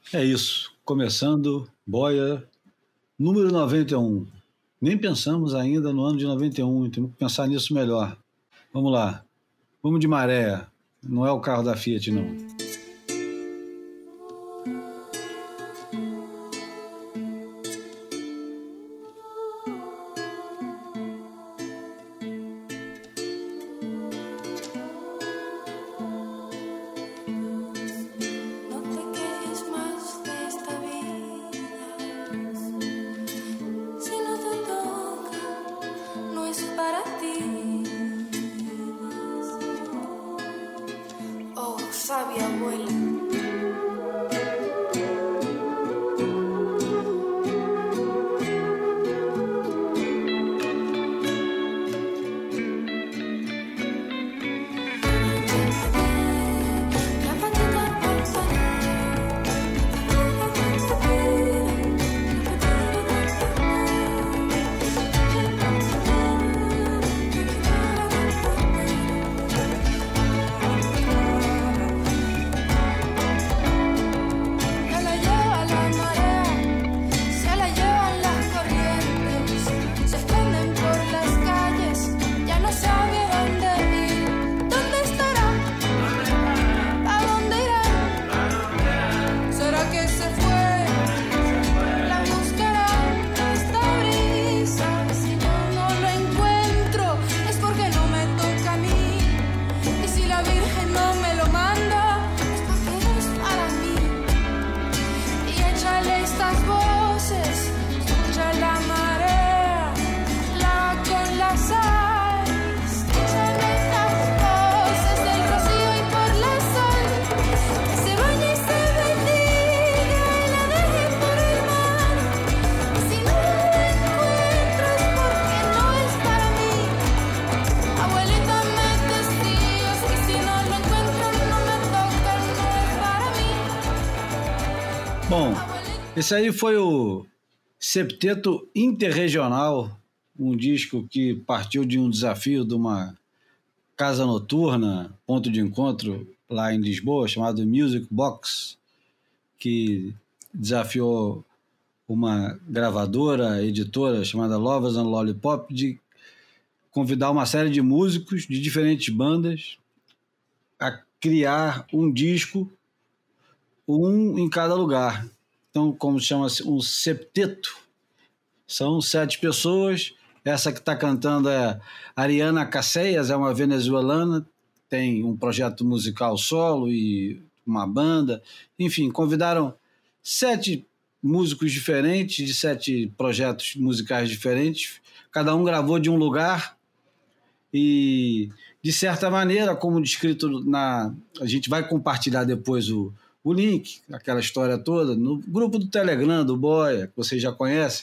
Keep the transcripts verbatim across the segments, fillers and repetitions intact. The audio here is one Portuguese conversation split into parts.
É isso, começando Boia número noventa e um. Nem pensamos ainda no ano de noventa e um, temos que pensar nisso melhor. Vamos lá, vamos de Maré, não é o carro da Fiat, não. Bom, esse aí foi o Septeto Interregional, um disco que partiu de um desafio de uma casa noturna, ponto de encontro lá em Lisboa, chamado Music Box, que desafiou uma gravadora, editora chamada Lovers and Lollipop, de convidar uma série de músicos de diferentes bandas a criar um disco, um em cada lugar. Então, como chama-se, um septeto. São sete pessoas. Essa que está cantando é Ariana Casellas, é uma venezuelana, tem um projeto musical solo e uma banda. Enfim, convidaram sete músicos diferentes, de sete projetos musicais diferentes. Cada um gravou de um lugar e, de certa maneira, como descrito na... A gente vai compartilhar depois o o link, aquela história toda, no grupo do Telegram, do Boia, que vocês já conhecem.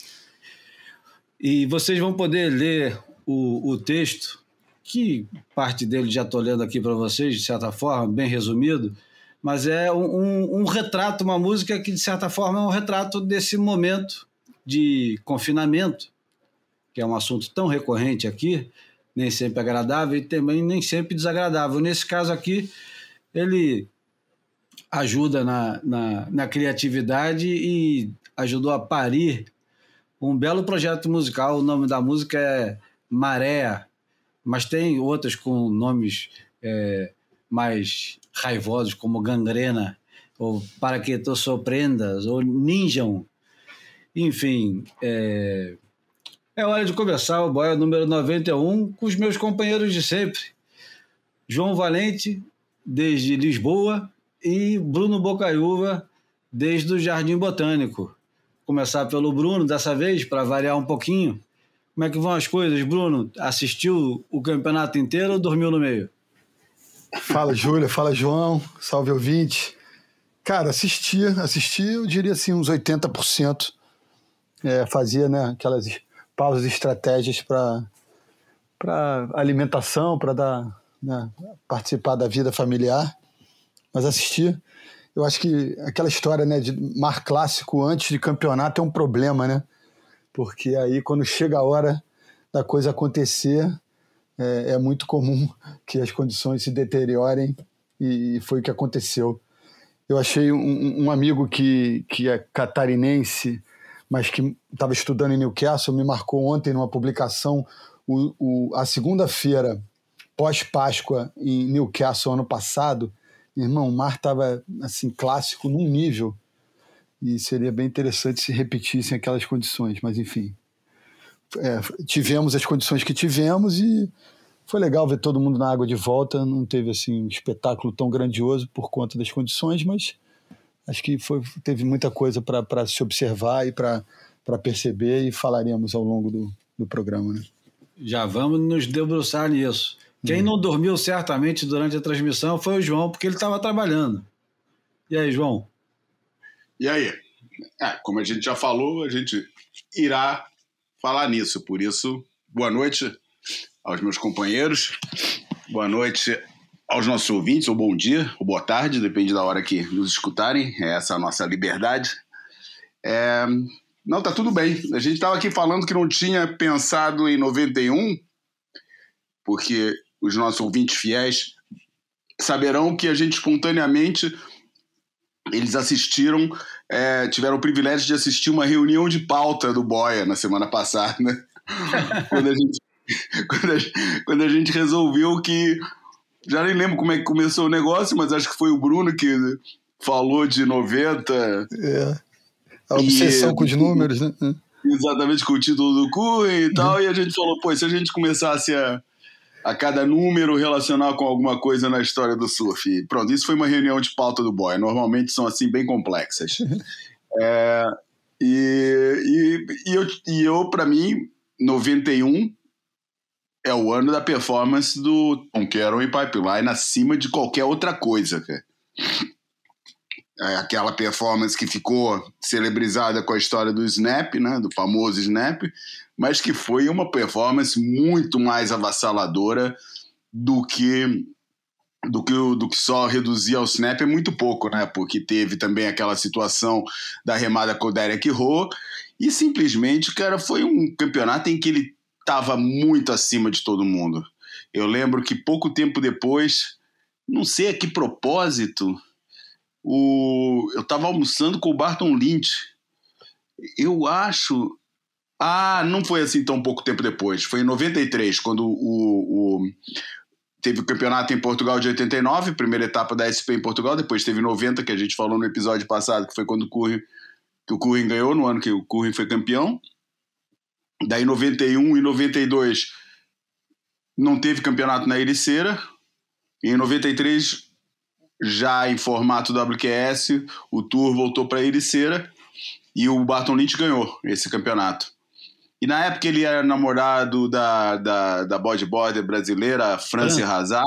E vocês vão poder ler o, o texto, que parte dele já estou lendo aqui para vocês, de certa forma, bem resumido, mas é um, um, um retrato, uma música que, de certa forma, é um retrato desse momento de confinamento, que é um assunto tão recorrente aqui, nem sempre agradável e também nem sempre desagradável. Nesse caso aqui, ele ajuda na, na, na criatividade e ajudou a parir um belo projeto musical. O nome da música é Maré, mas tem outras com nomes é, mais raivosos, como Gangrena, ou Para que te surpreendas, ou Ninjam. Enfim, é, é hora de começar o Boia número noventa e um com os meus companheiros de sempre. João Valente, desde Lisboa, e Bruno Bocaiúva, desde o Jardim Botânico. Vou começar pelo Bruno, dessa vez, para variar um pouquinho. Como é que vão as coisas, Bruno? Assistiu o campeonato inteiro ou dormiu no meio? Fala, Júlia. Fala, João. Salve, ouvinte. Cara, assisti, assisti, eu diria assim, uns oitenta por cento. É, fazia, né, aquelas pausas estratégias para para alimentação, para dar, né, participar da vida familiar. Mas assisti. Eu acho que aquela história, né, de mar clássico antes de campeonato é um problema, né? Porque aí quando chega a hora da coisa acontecer, é, é muito comum que as condições se deteriorem, e foi o que aconteceu. eu achei um, um amigo que, que é catarinense, mas que estava estudando em Newcastle, me marcou ontem numa publicação o, o, a segunda-feira pós-Páscoa em Newcastle ano passado. Irmão, o mar estava assim, clássico num nível, e seria bem interessante se repetissem aquelas condições, mas enfim, é, tivemos as condições que tivemos e foi legal ver todo mundo na água de volta. Não teve assim um espetáculo tão grandioso por conta das condições, mas acho que foi, teve muita coisa para se observar e para perceber, e falaremos ao longo do, do programa, né? Já vamos nos debruçar nisso. Quem hum. não dormiu certamente durante a transmissão foi o João, porque ele estava trabalhando. E aí, João? E aí? É, como a gente já falou, a gente irá falar nisso. Por isso, boa noite aos meus companheiros, boa noite aos nossos ouvintes, ou bom dia, ou boa tarde, depende da hora que nos escutarem. Essa é a nossa liberdade. É... Não, tá tudo bem. A gente estava aqui falando que não tinha pensado em noventa e um, porque os nossos ouvintes fiéis saberão que a gente espontaneamente, eles assistiram, é, tiveram o privilégio de assistir uma reunião de pauta do Boia na semana passada, né? quando, a gente, quando, a, quando a gente resolveu que, já nem lembro como é que começou o negócio, mas acho que foi o Bruno que falou de noventa. É, a obsessão e, com os números, né? Exatamente, com o título do Curry e tal, uhum. E a gente falou, pô, se a gente começasse a a cada número relacionar com alguma coisa na história do surf. E pronto, isso foi uma reunião de pauta do Boia. Normalmente são assim bem complexas. é, e, e, e eu, e eu para mim, noventa e um é o ano da performance do Tom Caron e Pipeline acima de qualquer outra coisa, cara. É aquela performance que ficou celebrizada com a história do Snap, né, do famoso Snap, mas que foi uma performance muito mais avassaladora do que, do que, do que só reduzir ao Snap. É muito pouco, né, porque teve também aquela situação da remada com o Derek Rowe, e simplesmente, cara, foi um campeonato em que ele estava muito acima de todo mundo. Eu lembro que pouco tempo depois, não sei a que propósito, o, eu estava almoçando com o Barton Lynch. Eu acho... Ah, não foi assim tão pouco tempo depois. Foi em noventa e três, quando o, o, teve o campeonato em Portugal de oitenta e nove, primeira etapa da S P em Portugal, depois teve noventa, que a gente falou no episódio passado, que foi quando o Curry, que o Curry ganhou, no ano que o Curry foi campeão. Daí noventa e um e noventa e dois não teve campeonato na Ericeira. E em noventa e três, já em formato W Q S, o Tour voltou para a Ericeira e o Barton Lynch ganhou esse campeonato. E na época ele era namorado da, da, da bodyboarder brasileira, Franci ah. Hazard.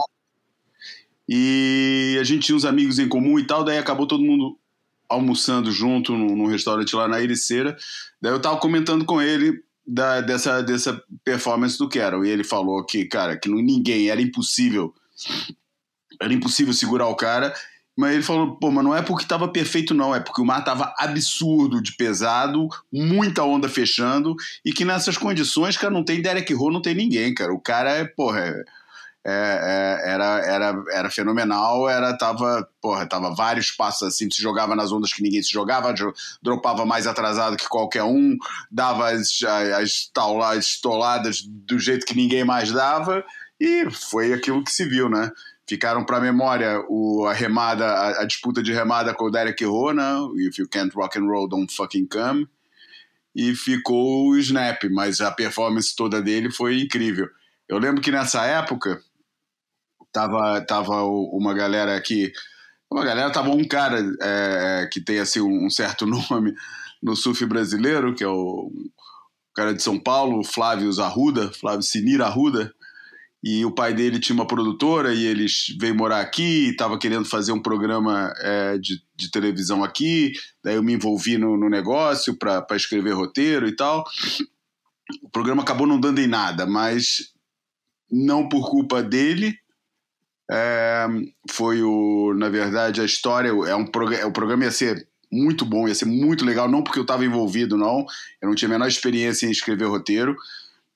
E a gente tinha uns amigos em comum e tal, daí acabou todo mundo almoçando junto num, num restaurante lá na Ericeira. Daí eu tava comentando com ele da, dessa, dessa performance do Caron, e ele falou que, cara, que ninguém, era impossível, era impossível segurar o cara. Mas ele falou, pô, mas não é porque tava perfeito não, é porque o mar tava absurdo de pesado, muita onda fechando, e que nessas condições, cara, não tem Derek Rowe, não tem ninguém, cara. O cara, é, porra, é, é, era, era, era fenomenal, era, tava, porra, tava vários passos assim, se jogava nas ondas que ninguém se jogava, dropava mais atrasado que qualquer um, dava as, as, as toladas do jeito que ninguém mais dava, e foi aquilo que se viu, né? Ficaram para a memória o, a remada, a, a disputa de remada com o Derek Rowe, né? If you can't rock and roll, don't fucking come. E ficou o Snap, mas a performance toda dele foi incrível. Eu lembro que nessa época tava, tava uma galera aqui, uma galera, tava um cara é, que tem assim, um certo nome no surf brasileiro, que é o, o cara de São Paulo, o Flávio Arruda, Flávio Sinir Arruda. E o pai dele tinha uma produtora e ele veio morar aqui, estava querendo fazer um programa é, de, de televisão aqui, daí eu me envolvi no, no negócio para escrever roteiro e tal. O programa acabou não dando em nada, mas não por culpa dele. É, foi o, na verdade, a história, é um, o programa ia ser muito bom, ia ser muito legal, não porque eu estava envolvido, não, eu não tinha a menor experiência em escrever roteiro.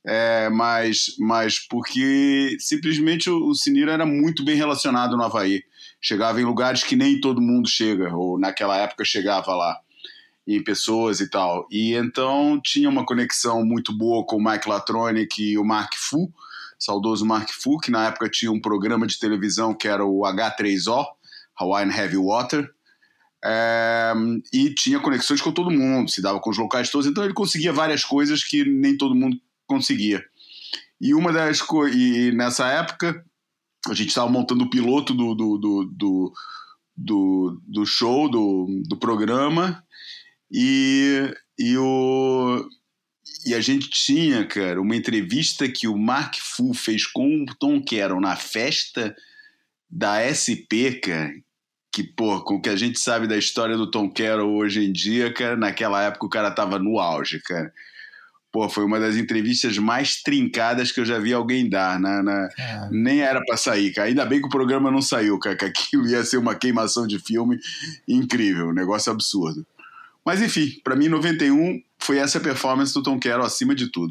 É, mas, mas porque simplesmente o, o Cine era muito bem relacionado no Havaí. Chegava em lugares que nem todo mundo chega, ou naquela época chegava lá, em pessoas e tal. E então tinha uma conexão muito boa com o Mike Latronic e o Mark Fu, saudoso Mark Fu, que na época tinha um programa de televisão que era o H três O, Hawaiian Heavy Water, é, e tinha conexões com todo mundo, se dava com os locais todos, então ele conseguia várias coisas que nem todo mundo conseguia. E uma das coisas, e nessa época a gente estava montando o piloto do, do, do, do, do, do show, do, do programa, e, e, o, e a gente tinha, cara, uma entrevista que o Mark Fu fez com o Tom Carroll na festa da S P, cara, que, pô, com o que a gente sabe da história do Tom Carroll hoje em dia, cara, naquela época o cara tava no auge, cara. Pô, foi uma das entrevistas mais trincadas que eu já vi alguém dar, né? Na, é. Nem era pra sair, cara. Ainda bem que o programa não saiu, cara, que aquilo ia ser uma queimação de filme incrível, um negócio absurdo. Mas enfim, pra mim, noventa e um foi essa performance do Tom Carroll acima de tudo.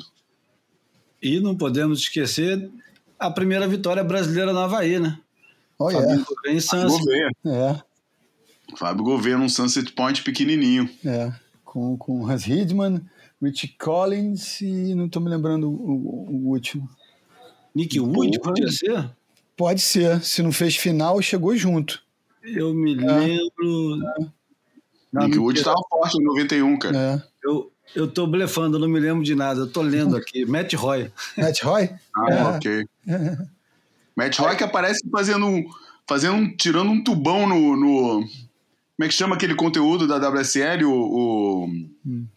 E não podemos esquecer a primeira vitória brasileira no Havaí, né? Oh, Fábio yeah. Gouveia em Sunset. É. Fábio Gouveia num Sunset Point pequenininho. É, com, com Hans Hiedman, Rich Collins e não estou me lembrando o, o, o último. Nick Wood, podia ser? Pode ser. Se não fez final, chegou junto. Eu me é. lembro... É. Não, Nick Wood estava forte em noventa e um, cara. É. Eu, eu tô blefando, não me lembro de nada. Eu tô lendo aqui. Matt Roy. Matt Roy? Ah, é. ok. É. Matt Roy que aparece fazendo um, fazendo um, tirando um tubão no, no... Como é que chama aquele conteúdo da W S L? O... o... Hum.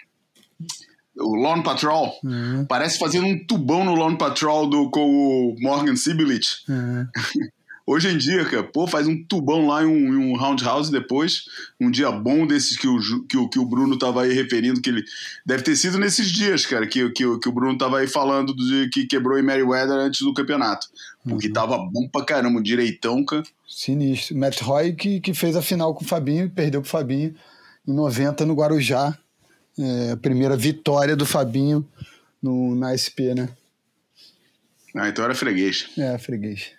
O Lawn Patrol, uhum. Parece fazendo um tubão no Lawn Patrol do, com o Morgan Sibilich. Uhum. Hoje em dia, cara, pô, faz um tubão lá em um, em um roundhouse depois, um dia bom desses que o, que o, que o Bruno tava aí referindo, que ele deve ter sido nesses dias, cara, que, que, que o Bruno tava aí falando de que quebrou em Merriweather antes do campeonato, porque uhum. tava bom pra caramba, um direitão, cara. Sinistro. Matt Roy que, que fez a final com o Fabinho, perdeu pro Fabinho em noventa no Guarujá. É, a primeira vitória do Fabinho no, na S P, né? Ah, então era freguês. É, freguês.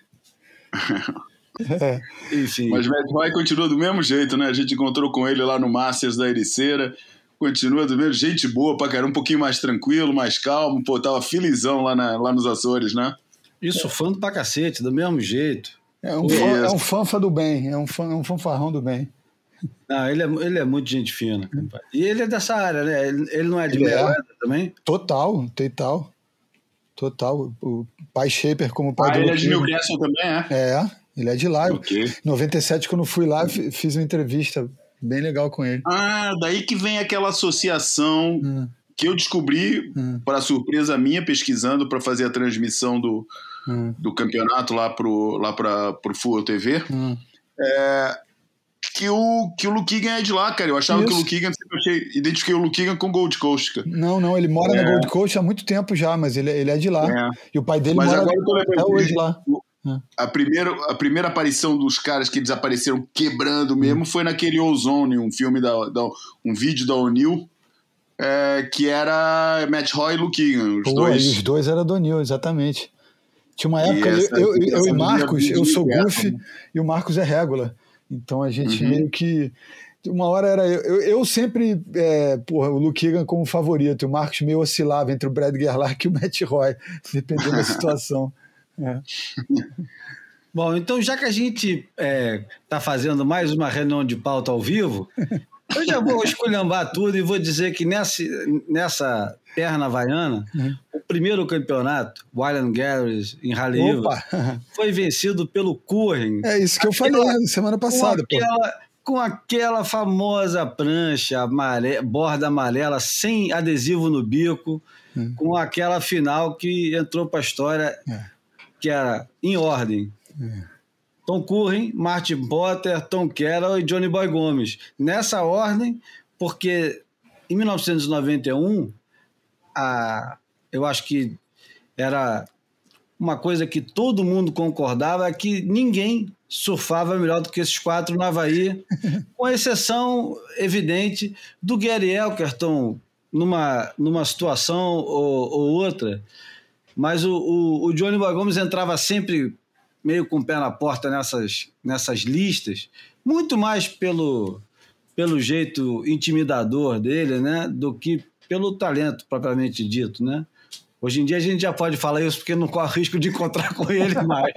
é. Enfim. Mas o Matt Roy continua do mesmo jeito, né? A gente encontrou com ele lá no Masters da Ericeira. Continua do mesmo, gente boa pra caramba, um pouquinho mais tranquilo, mais calmo. Pô, tava felizão lá, na, lá nos Açores, né? Isso, fã do pra cacete, do mesmo jeito. É um, fã, é um fanfa do bem, é um, fã, é um fanfarrão do bem. Não, ele é, ele é muito gente fina. E ele é dessa área, né? Ele, ele não é de Merriweather é. também? Total, total. Total. O pai Shaper como pai ah, do ele Luquinha. é de Newcastle também, é? É, ele é de lá. Okay. Em noventa e sete, quando fui lá, fiz uma entrevista bem legal com ele. Ah, daí que vem aquela associação hum. que eu descobri, hum. para surpresa minha, pesquisando para fazer a transmissão do, hum. do campeonato lá pro, lá para pro Full T V. Hum. É... Que o, que o Luke Keegan é de lá, cara. Eu achava Isso. que o Luke Keegan, sempre achei, identifiquei o Luke Keegan com Gold Coast, cara. Não, não, ele mora é. na Gold Coast há muito tempo já, mas ele, ele é de lá. É. E o pai dele mas mora até hoje lá. A primeira, a primeira aparição dos caras que desapareceram quebrando mesmo hum. foi naquele Ozone, um filme, da, da, um vídeo da O'Neill, é, que era Matt Roy e Luke Keegan. Os Pô, dois. Os dois eram do O'Neill, exatamente. Tinha uma época, e essa, eu, eu, eu e Marcos, eu sou Goofy e o Marcos é Régula. Então a gente uhum. meio que... Uma hora era eu, eu, eu sempre, é, porra, o Luke Keegan como favorito, o Marcos meio oscilava entre o Brad Gerlach e o Matt Roy, dependendo da situação. É. Bom, então já que a gente está é, fazendo mais uma reunião de pauta ao vivo, eu já vou esculhambar tudo e vou dizer que nessa, nessa perna havaiana, uhum. o primeiro campeonato, o Island Galleries, em Haleiwa, foi vencido pelo Curren. É isso que eu falei aquela, semana passada. Com aquela, com aquela famosa prancha amare, borda amarela, sem adesivo no bico, uhum. com aquela final que entrou para a história, é. que era em ordem. É. Tom Curren, Martin Potter, Tom Carroll e Johnny Boy Gomes. Nessa ordem, porque em mil novecentos e noventa e um, a, eu acho que era uma coisa que todo mundo concordava, que ninguém surfava melhor do que esses quatro no Havaí, com exceção evidente do Gary Elkerton numa, numa situação ou, ou outra, Mas o, o, o Johnny Boy Gomes entrava sempre meio com o pé na porta nessas, nessas listas, muito mais pelo, pelo jeito intimidador dele, né, do que pelo talento propriamente dito, né? Hoje em dia a gente já pode falar isso porque não corre risco de encontrar com ele mais.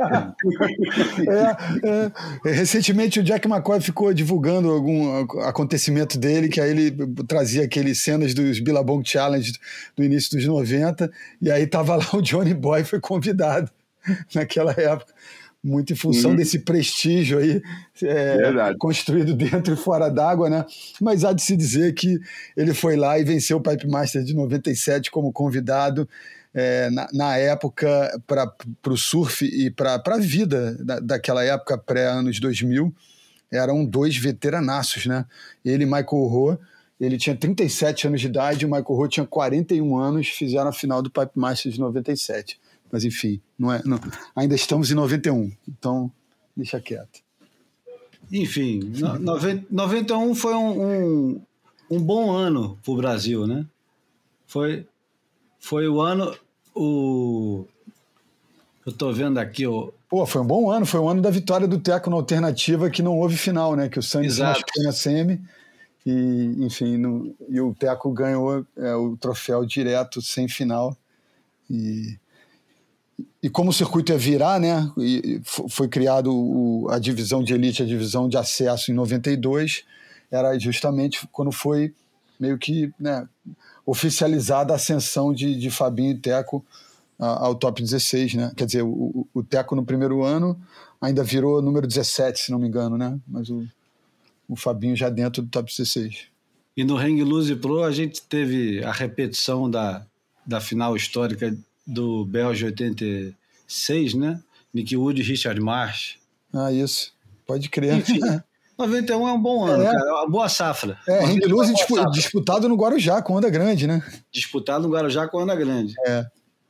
é, é, recentemente o Jack McCoy ficou divulgando algum acontecimento dele, que aí ele trazia aqueles cenas dos Billabong Challenge do início dos noventa, e aí tava lá o Johnny Boy, foi convidado naquela época, muito em função uhum. desse prestígio aí é, construído dentro e fora d'água, né? Mas há de se dizer que ele foi lá e venceu o Pipe Master de noventa e sete como convidado é, na, na época para o surf e para a vida da, daquela época pré-anos dois mil. Eram dois veteranaços, né? Ele e Michael Rowe, ele tinha trinta e sete anos de idade, o Michael Rowe tinha quarenta e um anos, fizeram a final do Pipe Master de noventa e sete. Mas, enfim, não é, não, ainda estamos em noventa e um, então deixa quieto. Enfim, no, noventa, noventa e um foi um, um, um bom ano para o Brasil, né? Foi, foi o ano... O, eu estou vendo aqui... O, Pô, foi um bom ano, foi o ano da vitória do Teco na alternativa, que não houve final, né? Que o Santos machucou na semi, e, enfim, no, e o Teco ganhou é, o troféu direto, sem final, e... E como o circuito ia virar, né, e foi criado o, a divisão de elite, a divisão de acesso em noventa e dois, era justamente quando foi meio que, né, oficializada a ascensão de, de Fabinho e Teco a, ao top dezesseis, né? Quer dizer, o, o Teco no primeiro ano ainda virou número dezessete, se não me engano, né? Mas o, o Fabinho já dentro do top dezesseis. E no Hang Loose Pro a gente teve a repetição da, da final histórica do Belge oitenta e seis, né? Nick Wood e Richard Marsh. Ah, isso. Pode crer. Enfim, noventa e um é um bom ano, é. cara. É uma boa safra. É, Hang Loose é dispu- disputado no Guarujá, com onda grande, né? Disputado no Guarujá com onda grande. É.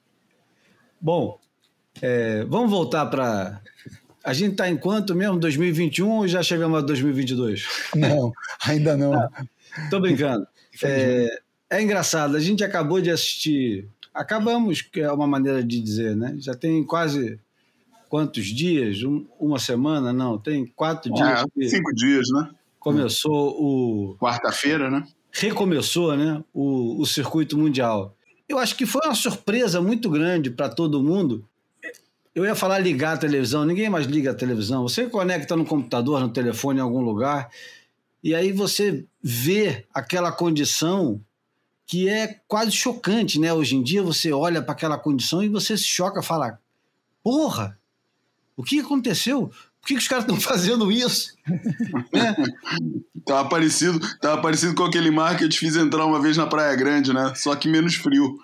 Bom, é, vamos voltar para... A gente está em quanto mesmo? dois mil e vinte e um ou já chegamos a dois mil e vinte e dois? Não, ainda não. Estou brincando. É, é engraçado, a gente acabou de assistir... Acabamos, que é uma maneira de dizer, né? Já tem quase quantos dias? Um, uma semana? Não, tem quatro dias. É, cinco dias, né? Começou o... Quarta-feira, né? Recomeçou, né? O, o circuito mundial. Eu acho que foi uma surpresa muito grande para todo mundo. Eu ia falar ligar a televisão, ninguém mais liga a televisão. Você conecta no computador, no telefone, em algum lugar, e aí você vê aquela condição que é quase chocante, né? Hoje em dia você olha para aquela condição e você se choca e fala, porra, o que aconteceu? Por que, que os caras estão fazendo isso? né? Tava parecido, tava parecido com aquele mar que eu te fiz entrar uma vez na Praia Grande, né? Só que menos frio.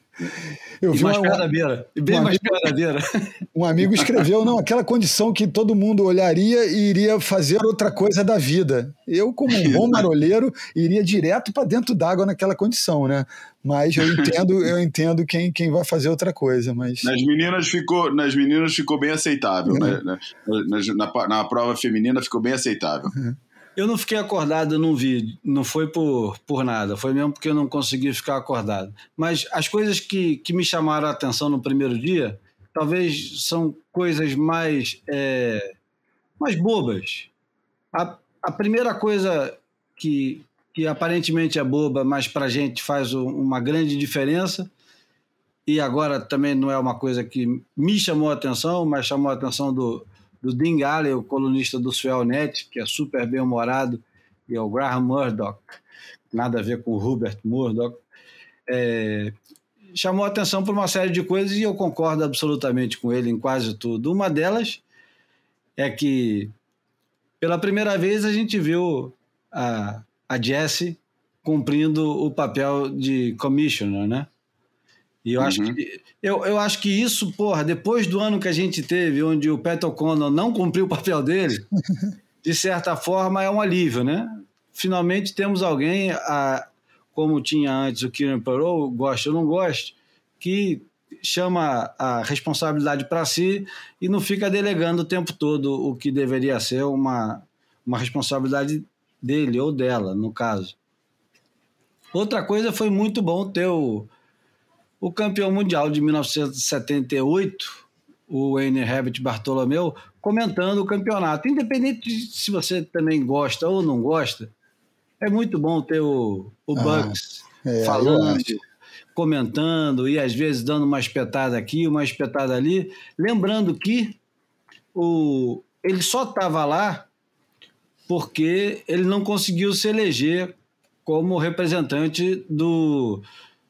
Eu vi e mais uma, pé e bem um mais amigo, pé da beira. Um amigo escreveu, não, aquela condição que todo mundo olharia e iria fazer outra coisa da vida. Eu, como um bom marolheiro, iria direto para dentro d'água naquela condição, né? Mas eu entendo, eu entendo quem, quem vai fazer outra coisa. Mas... Nas meninas ficou, nas meninas ficou bem aceitável, é. né? Na, na, na prova feminina ficou bem aceitável. É. Eu não fiquei acordado, eu não vi, não foi por, por nada, foi mesmo porque eu não consegui ficar acordado. Mas as coisas que, que me chamaram a atenção no primeiro dia, talvez são coisas mais, é, mais bobas. A, a primeira coisa que, que aparentemente é boba, mas para a gente faz uma grande diferença, e agora também não é uma coisa que me chamou a atenção, mas chamou a atenção do... do Dean Galley, o colunista do Swellnet, que é super bem-humorado, e é o Graham Murdoch, nada a ver com o Rupert Murdoch, é, chamou a atenção por uma série de coisas e eu concordo absolutamente com ele em quase tudo. Uma delas é que, pela primeira vez, a gente viu a, a Jessie cumprindo o papel de commissioner, né? E eu, uhum. acho que, eu, eu acho que isso, porra, depois do ano que a gente teve, onde o Pat O'Connor não cumpriu o papel dele, de certa forma é um alívio, né? Finalmente temos alguém, a, como tinha antes o Kieran Perot, goste ou não goste, que chama a responsabilidade para si e não fica delegando o tempo todo o que deveria ser uma, uma responsabilidade dele ou dela, no caso. Outra coisa, foi muito bom ter o o campeão mundial de mil novecentos e setenta e oito, o Wayne Herbert Bartolomeu, comentando o campeonato. Independente de se você também gosta ou não gosta, é muito bom ter o, o Ah, Bucks é, eu falando, acho. comentando e às vezes dando uma espetada aqui, uma espetada ali. Lembrando que o, ele só estava lá porque ele não conseguiu se eleger como representante do,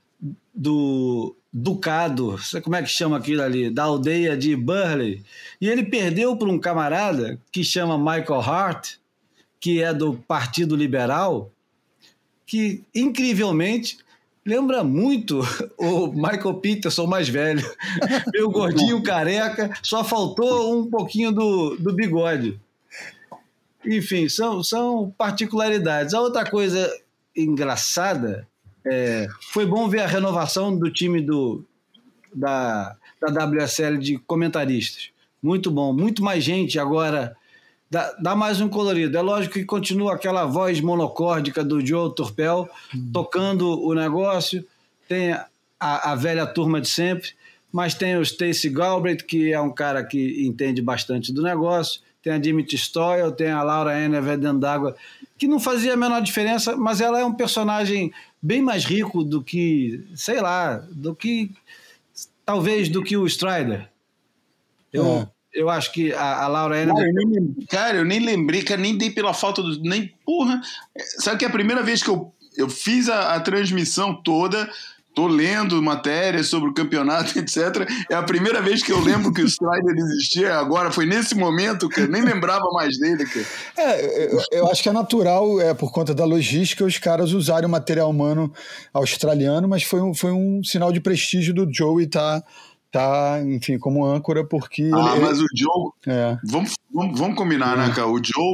do ducado, como é que chama aquilo ali? Da aldeia de Burley. E ele perdeu para um camarada que chama Michael Hart, que é do Partido Liberal, que, incrivelmente, lembra muito o Michael Peterson mais velho. Meio gordinho, careca, só faltou um pouquinho do, do bigode. Enfim, são, são particularidades. A outra coisa engraçada, é, foi bom ver a renovação do time do, da, da W S L de comentaristas. Muito bom, muito mais gente agora, dá, dá mais um colorido. É lógico que continua aquela voz monocórdica do Joe Turpel hum. tocando o negócio, tem a, a velha turma de sempre, mas tem o Stacey Galbraith, que é um cara que entende bastante do negócio, tem a Dimitri Stoyle, tem a Laura Anne Vedendagua, que não fazia a menor diferença, mas ela é um personagem bem mais rico do que, sei lá, do que, talvez, do que o Strider. Eu, é. eu acho que a, a Laura Anne... Cara, eu nem, cara, eu nem lembrei, cara, nem dei pela falta do... Nem, porra, sabe que é a primeira vez que eu, eu fiz a, a transmissão toda... Tô lendo matérias sobre o campeonato, etcétera. É a primeira vez que eu lembro que o Strider existia. Agora, foi nesse momento que eu nem lembrava mais dele. Cara. É, eu, eu acho que é natural, é, por conta da logística, os caras usarem o material humano australiano, mas foi um, foi um sinal de prestígio do Joey estar, tá, tá, enfim, como âncora, porque... Ah, ele, mas ele... o Joe... É. Vamos, vamos, vamos combinar, é. né, cara? O Joe...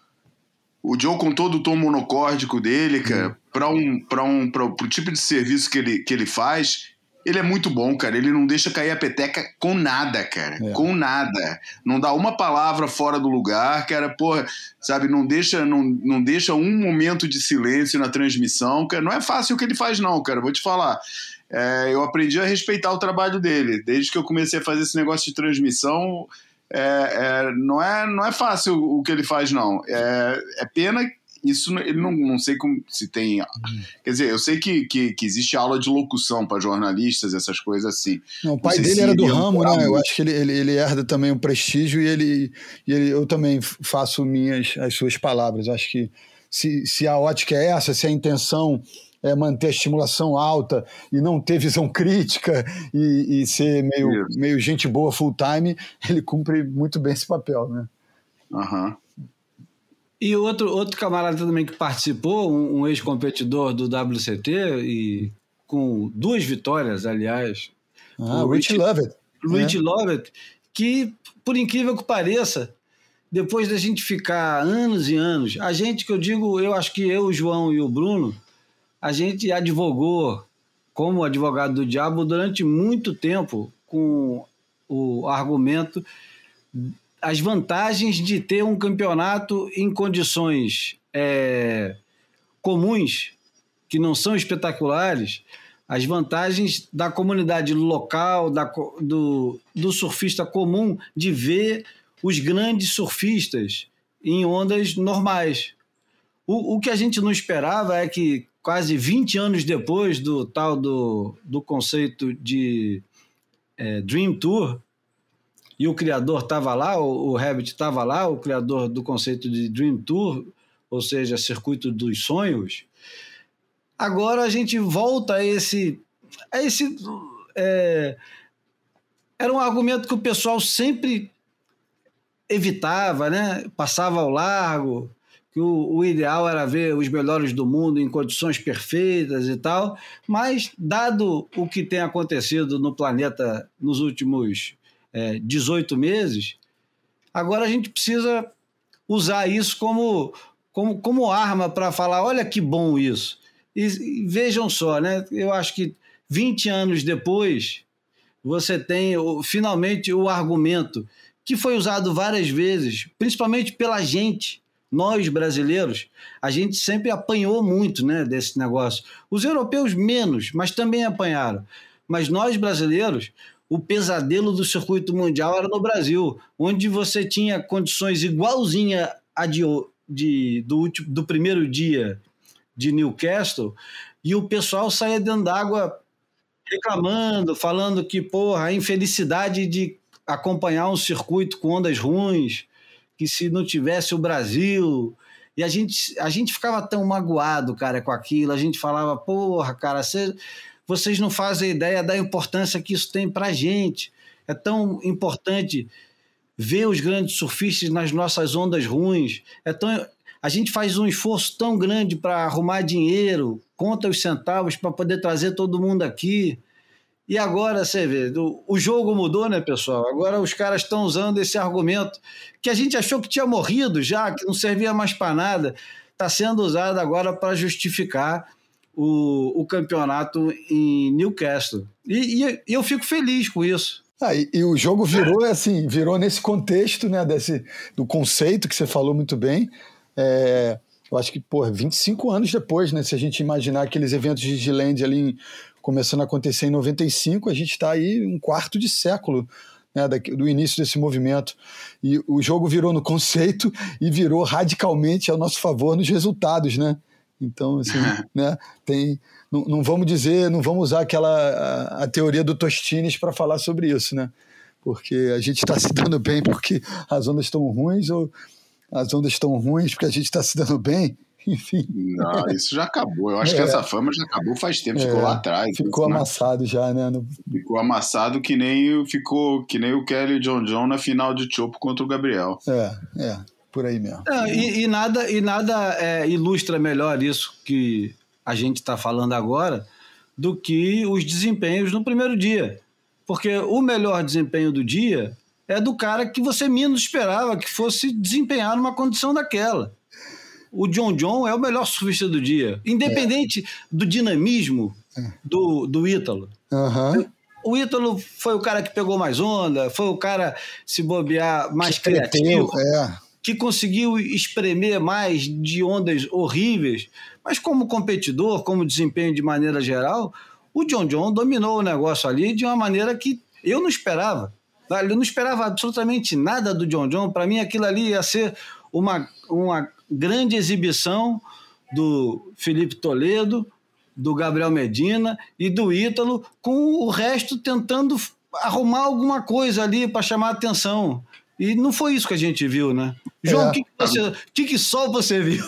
O Joe, com todo o tom monocórdico dele, cara, hum. para um, para um, para o tipo de serviço que ele, que ele faz, ele é muito bom, cara. Ele não deixa cair a peteca com nada, cara. É. Com nada. Não dá uma palavra fora do lugar, cara. Porra, sabe, não deixa, não, não deixa um momento de silêncio na transmissão, cara. Não é fácil o que ele faz, não, cara. Vou te falar. É, eu aprendi a respeitar o trabalho dele. Desde que eu comecei a fazer esse negócio de transmissão... É, é, não, é, não é fácil o que ele faz, não. É, é pena, isso ele não, não sei como, se tem... Quer dizer, eu sei que, que, que existe aula de locução para jornalistas, essas coisas assim. Não, o pai não dele era do ramo, né? Eu acho que ele, ele, ele herda também o prestígio e, ele, e ele, eu também faço minhas, as suas palavras. Eu acho que se, se a ótica é essa, se a intenção... É manter a estimulação alta e não ter visão crítica e, e ser meio, meio gente boa full time, ele cumpre muito bem esse papel, né? Uhum. E outro, outro camarada também que participou, um, um ex-competidor do W C T, e com duas vitórias, aliás. Ah, o Rich Lovett. Rich é. Lovett, que, por incrível que pareça, depois da gente ficar anos e anos, a gente que eu digo, eu acho que eu, o João e o Bruno, a gente advogou como advogado do diabo durante muito tempo com o argumento, as vantagens de ter um campeonato em condições é, comuns, que não são espetaculares, as vantagens da comunidade local, da, do, do surfista comum, de ver os grandes surfistas em ondas normais. O, o que a gente não esperava é que quase vinte anos depois do tal do, do conceito de é, Dream Tour, e o criador estava lá, o, o Herbert estava lá, o criador do conceito de Dream Tour, ou seja, circuito dos sonhos, agora a gente volta a esse... A esse é, era um argumento que o pessoal sempre evitava, né? Passava ao largo, que o, o ideal era ver os melhores do mundo em condições perfeitas e tal, mas dado o que tem acontecido no planeta nos últimos é, dezoito meses, agora a gente precisa usar isso como, como, como arma para falar, olha que bom isso. E, e vejam só, né? Eu acho que vinte anos depois você tem o, finalmente o argumento que foi usado várias vezes, principalmente pela gente. Nós, brasileiros, a gente sempre apanhou muito, né, desse negócio. Os europeus menos, mas também apanharam. Mas nós, brasileiros, o pesadelo do circuito mundial era no Brasil, onde você tinha condições igualzinhas a de, de, do, último, do primeiro dia de Newcastle, e o pessoal saía dentro d'água reclamando, falando que, porra, a infelicidade de acompanhar um circuito com ondas ruins, que se não tivesse o Brasil... E a gente, a gente ficava tão magoado, cara, com aquilo. A gente falava, porra, cara, cê, vocês não fazem ideia da importância que isso tem pra gente. É tão importante ver os grandes surfistas nas nossas ondas ruins. É tão, a gente faz um esforço tão grande para arrumar dinheiro, conta os centavos para poder trazer todo mundo aqui. E agora, você vê, o jogo mudou, né, pessoal? Agora os caras estão usando esse argumento que a gente achou que tinha morrido já, que não servia mais para nada, está sendo usado agora para justificar o, o campeonato em Newcastle. E, e eu fico feliz com isso. Ah, e, e o jogo virou assim, virou nesse contexto, né, desse, do conceito que você falou muito bem. É, eu acho que, pô, vinte e cinco anos depois, né, se a gente imaginar aqueles eventos de Disneyland ali em, começando a acontecer em noventa e cinco, a gente está aí um quarto de século, né, do início desse movimento. E o jogo virou no conceito e virou radicalmente ao nosso favor nos resultados, né? Então, assim, né, tem, não, não vamos dizer, não vamos usar aquela a, a teoria do Tostines para falar sobre isso, né? Porque a gente está se dando bem porque as ondas estão ruins ou as ondas estão ruins porque a gente está se dando bem. Enfim. Não, isso já acabou. Eu acho é. que essa fama já acabou faz tempo, ficou é. lá atrás. Ficou isso, amassado né? já, né? No... Ficou amassado que nem, ficou, que nem o Kelly e John John na final de Chopo contra o Gabriel. É, é, por aí mesmo. É, e, e nada, e nada é, ilustra melhor isso que a gente está falando agora do que os desempenhos no primeiro dia. Porque o melhor desempenho do dia é do cara que você menos esperava que fosse desempenhar numa condição daquela. O John John é o melhor surfista do dia, independente é. do dinamismo do, do Ítalo. Uhum. O Ítalo foi o cara que pegou mais onda, foi o cara, se bobear, mais que criativo, é. que conseguiu espremer mais de ondas horríveis, mas como competidor, como desempenho de maneira geral, o John John dominou o negócio ali de uma maneira que eu não esperava. Eu não esperava absolutamente nada do John John. Para mim, aquilo ali ia ser uma... uma grande exibição do Felipe Toledo, do Gabriel Medina e do Ítalo, com o resto tentando arrumar alguma coisa ali para chamar a atenção. E não foi isso que a gente viu, né? João, o é. que, que, você, que, que só você viu?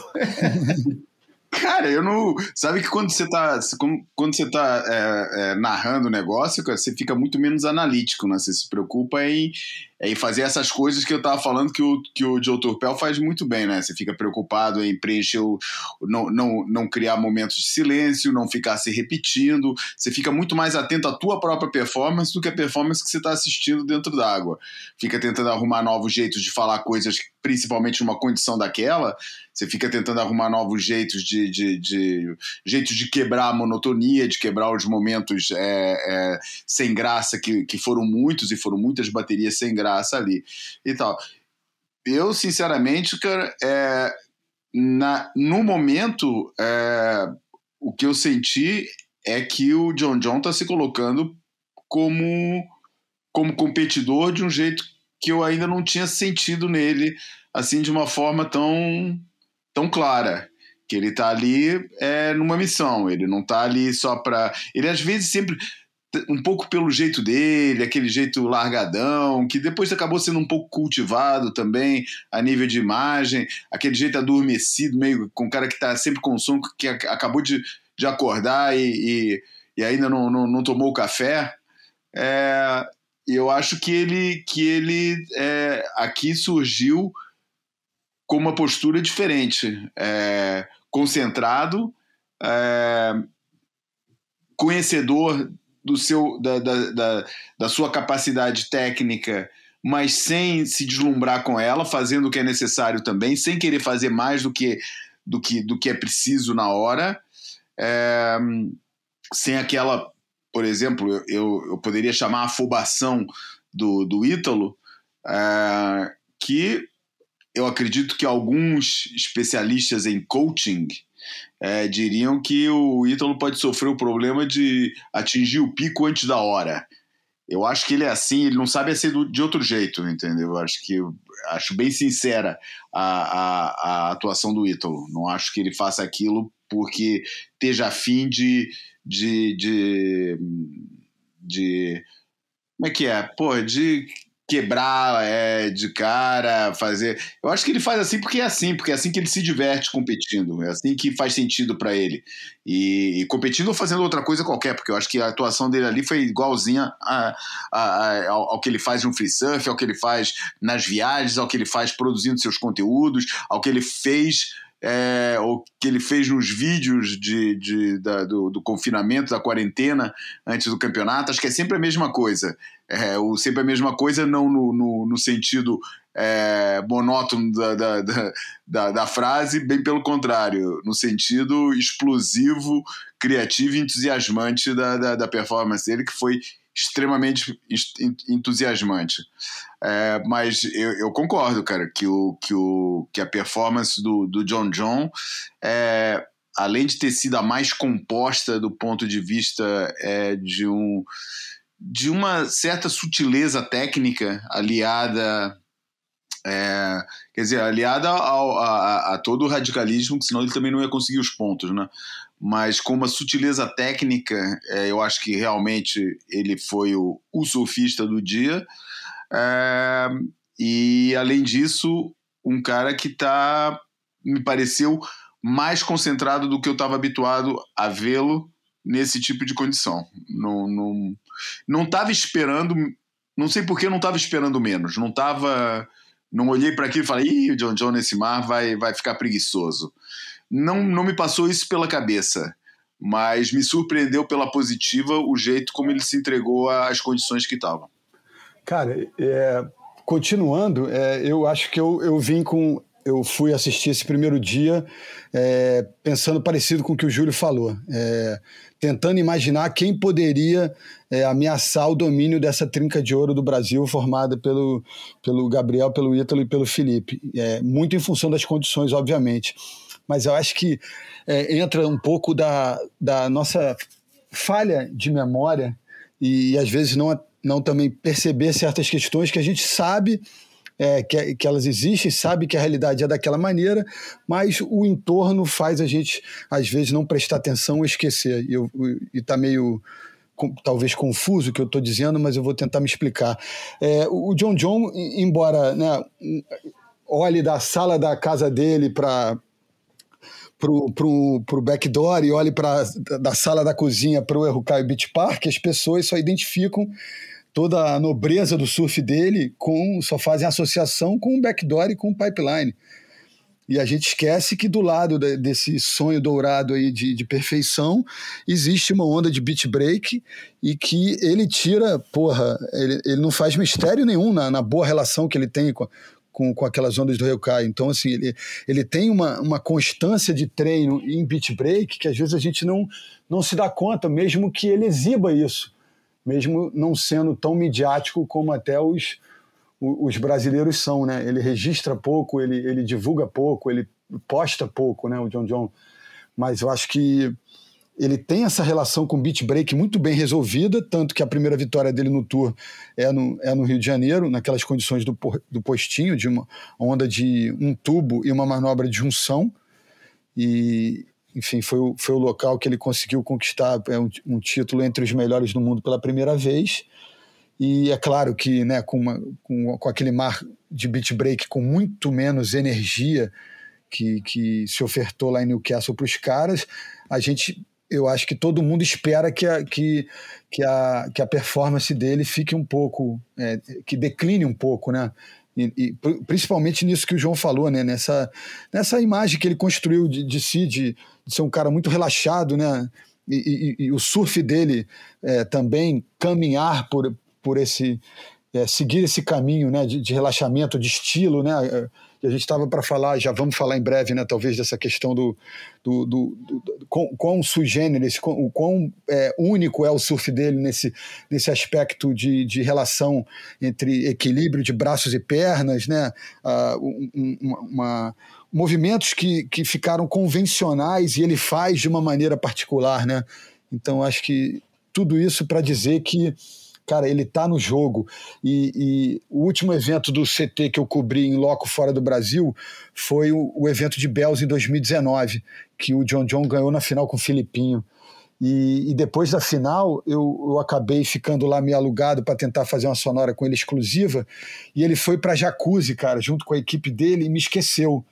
Cara, eu não... Sabe que quando você tá, quando você tá é, é, narrando o negócio, cara, você fica muito menos analítico, né? Você se preocupa em, em fazer essas coisas que eu tava falando que o, que o Joe Turpel faz muito bem, né? Você fica preocupado em preencher o... Não, não, não criar momentos de silêncio, não ficar se repetindo. Você fica muito mais atento à tua própria performance do que a performance que você tá assistindo dentro d'água. Fica tentando arrumar novos jeitos de falar coisas, principalmente numa condição daquela. Você fica tentando arrumar novos jeitos de, de, de, jeitos de quebrar a monotonia, de quebrar os momentos é, é, sem graça, que, que foram muitos e foram muitas baterias sem graça ali e tal. Eu, sinceramente, cara, é, na, no momento, é, o que eu senti é que o John John está se colocando como, como competidor de um jeito que eu ainda não tinha sentido nele, assim, de uma forma tão... tão clara, que ele tá ali é, numa missão, ele não tá ali só para... Ele às vezes sempre, um pouco pelo jeito dele, aquele jeito largadão, que depois acabou sendo um pouco cultivado também a nível de imagem, aquele jeito adormecido, meio com o cara que tá sempre com sono, que acabou de, de acordar e, e, e ainda não, não, não tomou o café. É, eu acho que ele, que ele é, aqui surgiu com uma postura diferente, é, concentrado, é, conhecedor do seu, da, da, da, da sua capacidade técnica, mas sem se deslumbrar com ela, fazendo o que é necessário também, sem querer fazer mais do que, do que, do que é preciso na hora, é, sem aquela, por exemplo, eu, eu poderia chamar a afobação do, do Ítalo, é, que eu acredito que alguns especialistas em coaching é, diriam que o Ítalo pode sofrer o problema de atingir o pico antes da hora. Eu acho que ele é assim, ele não sabe ser de outro jeito, entendeu? Eu acho que acho bem sincera a, a, a atuação do Ítalo. Não acho que ele faça aquilo porque esteja afim de, de, de, de como é que é? Pô, de quebrar é, de cara, fazer... Eu acho que ele faz assim porque é assim, porque é assim que ele se diverte competindo, é assim que faz sentido para ele. E, e competindo ou fazendo outra coisa qualquer, porque eu acho que a atuação dele ali foi igualzinha a, a, a, ao, ao que ele faz no free surf, ao que ele faz nas viagens, ao que ele faz produzindo seus conteúdos, ao que ele fez... É, o que ele fez nos vídeos de, de, da, do, do confinamento, da quarentena, antes do campeonato. Acho que é sempre a mesma coisa. É, o, sempre a mesma coisa, não no, no, no sentido é, monótono da, da, da, da, da frase, bem pelo contrário, no sentido explosivo, criativo e entusiasmante da, da, da performance dele, que foi extremamente entusiasmante. É, mas eu, eu concordo, cara, que, o, que, o, que a performance do, do John John, é, além de ter sido a mais composta do ponto de vista é, de, um, de uma certa sutileza técnica aliada... É, quer dizer, aliada ao, a, a todo o radicalismo, que senão ele também não ia conseguir os pontos, né? Mas com uma sutileza técnica, é, eu acho que realmente ele foi o, o surfista do dia. É, e, além disso, um cara que tá, me pareceu mais concentrado do que eu estava habituado a vê-lo nesse tipo de condição. Não, não, não tava esperando, não sei por que eu não estava esperando menos, não tava... Não olhei para aquilo e falei, ih, o John John nesse mar vai, vai ficar preguiçoso. Não, não me passou isso pela cabeça, mas me surpreendeu pela positiva o jeito como ele se entregou às condições que estavam. Cara, é, continuando, é, eu acho que eu, eu vim com... Eu fui assistir esse primeiro dia é, pensando parecido com o que o Júlio falou, é, tentando imaginar quem poderia é, ameaçar o domínio dessa trinca de ouro do Brasil formada pelo, pelo Gabriel, pelo Ítalo e pelo Felipe. É, muito em função das condições, obviamente. Mas eu acho que é, entra um pouco da, da nossa falha de memória e, às vezes, não, não também perceber certas questões que a gente sabe... É, que, que elas existem, sabe que a realidade é daquela maneira, mas o entorno faz a gente, às vezes, não prestar atenção ou esquecer. E está meio, com, talvez, confuso o que eu estou dizendo, mas eu vou tentar me explicar. É, o John John, embora, né, olhe da sala da casa dele para pro, pro, pro backdoor e olhe pra, da sala da cozinha para o Errucaio Beach Park, as pessoas só identificam toda a nobreza do surf dele, com, só fazem associação com o backdoor e com o pipeline. E a gente esquece que do lado de, desse sonho dourado aí de, de perfeição, existe uma onda de beach break e que ele tira, porra, ele, ele não faz mistério nenhum na, na boa relação que ele tem com, com, com aquelas ondas do Ryokai. Então, assim, ele, ele tem uma, uma constância de treino em beach break que às vezes a gente não, não se dá conta, mesmo que ele exiba isso. Mesmo não sendo tão midiático como até os, os brasileiros são, né? Ele registra pouco, ele, ele divulga pouco, ele posta pouco, né, o John John. Mas eu acho que ele tem essa relação com o beach break muito bem resolvida, tanto que a primeira vitória dele no Tour é no, é no Rio de Janeiro, naquelas condições do, do postinho, de uma onda de um tubo e uma manobra de junção. E... Enfim, foi o, foi o local que ele conseguiu conquistar um, um título entre os melhores do mundo pela primeira vez. E é claro que, né, com, uma, com, com aquele mar de beach break com muito menos energia que, que se ofertou lá em Newcastle para os caras, a gente, eu acho que todo mundo espera que a, que, que a, que a performance dele fique um pouco, é, que decline um pouco, né? E, e, principalmente nisso que o João falou, né? nessa, nessa imagem que ele construiu de, de si, de, de ser um cara muito relaxado, né? e, e, e o surf dele é, também caminhar por, por esse, é, seguir esse caminho, né? de, de relaxamento, de estilo, né? E a gente estava para falar, já vamos falar em breve, né? talvez dessa questão do, do, do, do, do quão, quão sui generis, quão, o quão é, único é o surf dele nesse, nesse aspecto de, de relação entre equilíbrio de braços e pernas, né? Uh, um, uma, movimentos que, que ficaram convencionais e ele faz de uma maneira particular, né? Então, acho que tudo isso para dizer que, cara, ele tá no jogo. E, e o último evento do C T que eu cobri em loco fora do Brasil foi o, o evento de Bells em dois mil e dezenove, que o John John ganhou na final com o Filipinho. E, e depois da final, eu, eu acabei ficando lá meio alugado para tentar fazer uma sonora com ele exclusiva, e ele foi para Jacuzzi, cara, junto com a equipe dele, e me esqueceu.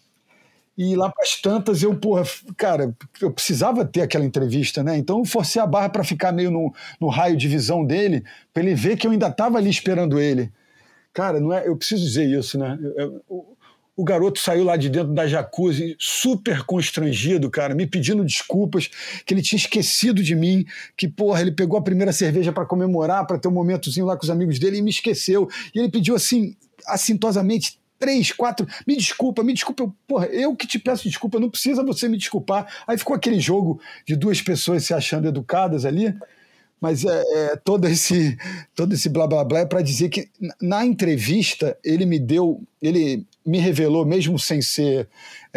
E lá para as tantas, eu, porra, cara, eu precisava ter aquela entrevista, né? Então eu forcei a barra para ficar meio no, no raio de visão dele, para ele ver que eu ainda estava ali esperando ele. Cara, não é, eu preciso dizer isso, né? Eu, eu, o, o garoto saiu lá de dentro da Jacuzzi super constrangido, cara, me pedindo desculpas, que ele tinha esquecido de mim, que, porra, ele pegou a primeira cerveja para comemorar, para ter um momentozinho lá com os amigos dele e me esqueceu. E ele pediu assim, assintosamente, três, quatro, me desculpa, me desculpa, eu, porra, eu que te peço desculpa, não precisa você me desculpar. Aí ficou aquele jogo de duas pessoas se achando educadas ali, mas é, é, todo, esse, todo esse blá blá blá é para dizer que na entrevista ele me deu, ele me revelou, mesmo sem ser,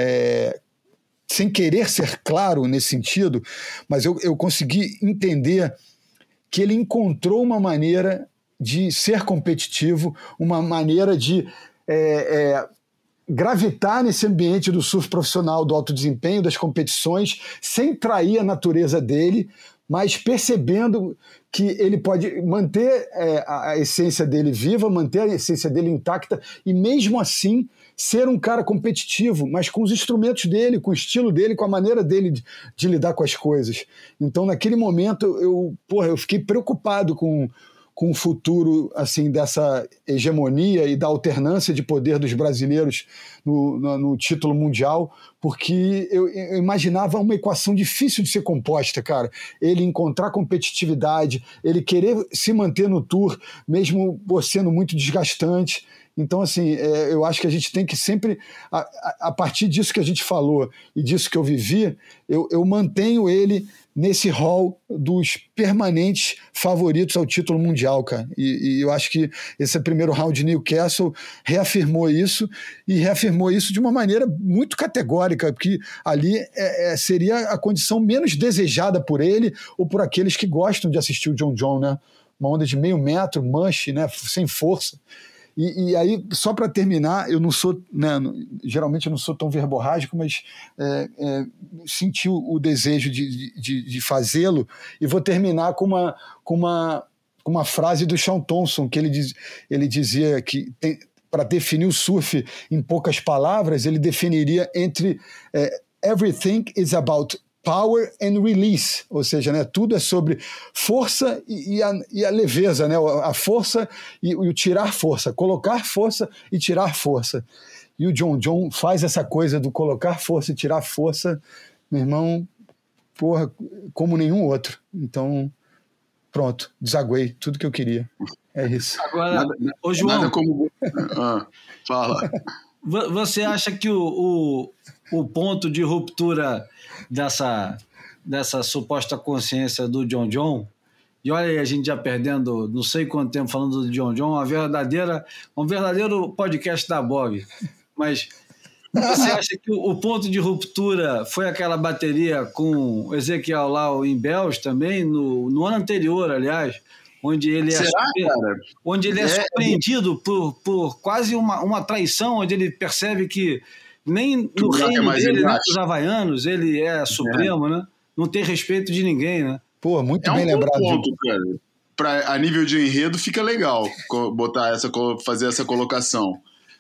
é, sem querer ser claro nesse sentido, mas eu, eu consegui entender que ele encontrou uma maneira de ser competitivo, uma maneira de É, é, gravitar nesse ambiente do surf profissional, do alto desempenho, das competições, sem trair a natureza dele, mas percebendo que ele pode manter é, a, a essência dele viva, manter a essência dele intacta e mesmo assim ser um cara competitivo, mas com os instrumentos dele, com o estilo dele, com a maneira dele de, de lidar com as coisas. Então, naquele momento, eu, porra, eu fiquei preocupado com com o futuro assim, dessa hegemonia e da alternância de poder dos brasileiros no, no, no título mundial, porque eu, eu imaginava uma equação difícil de ser composta, cara. Ele encontrar competitividade, ele querer se manter no tour, mesmo sendo muito desgastante. Então, assim, é, eu acho que a gente tem que sempre, a, a, a partir disso que a gente falou e disso que eu vivi, eu, eu mantenho ele nesse hall dos permanentes favoritos ao título mundial, cara. E, e eu acho que esse primeiro round de Newcastle reafirmou isso, e reafirmou isso de uma maneira muito categórica, porque ali é, é, seria a condição menos desejada por ele ou por aqueles que gostam de assistir o John John, né? Uma onda de meio metro, manche, né? Sem força. E, e aí, só para terminar, eu não sou, né, geralmente eu não sou tão verborrágico, mas é, é, senti o, o desejo de, de, de fazê-lo, e vou terminar com uma, com uma, com uma frase do Shaun Thompson, que ele, diz, ele dizia que para definir o surf em poucas palavras, ele definiria entre é, everything is about power and release, ou seja, né, tudo é sobre força e, e, a, e a leveza, né, a força e, e o tirar força, colocar força e tirar força. E o John John faz essa coisa do colocar força e tirar força, meu irmão, porra, como nenhum outro. Então, pronto, desaguei tudo que eu queria. É isso. Agora, nada, ô João, nada como... ah, fala. Você acha que o, o, o ponto de ruptura dessa, dessa suposta consciência do John John, e olha aí a gente já perdendo não sei quanto tempo falando do John John, uma verdadeira, um verdadeiro podcast da Bob, mas você acha que o, o ponto de ruptura foi aquela bateria com o Ezequiel lá em Bells também, no, no ano anterior, aliás, onde ele é, Será, super, cara? onde ele é, é surpreendido por, por quase uma, uma traição, onde ele percebe que nem no reino é dele, né, dos havaianos, ele é supremo, é. né? Não tem respeito de ninguém, né? Pô, muito é bem um lembrado. Ponto, cara. Pra, a nível de enredo fica legal botar essa, fazer essa colocação.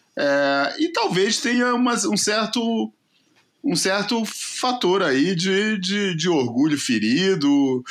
É, e talvez tenha uma, um certo um certo fator aí de, de, de orgulho ferido.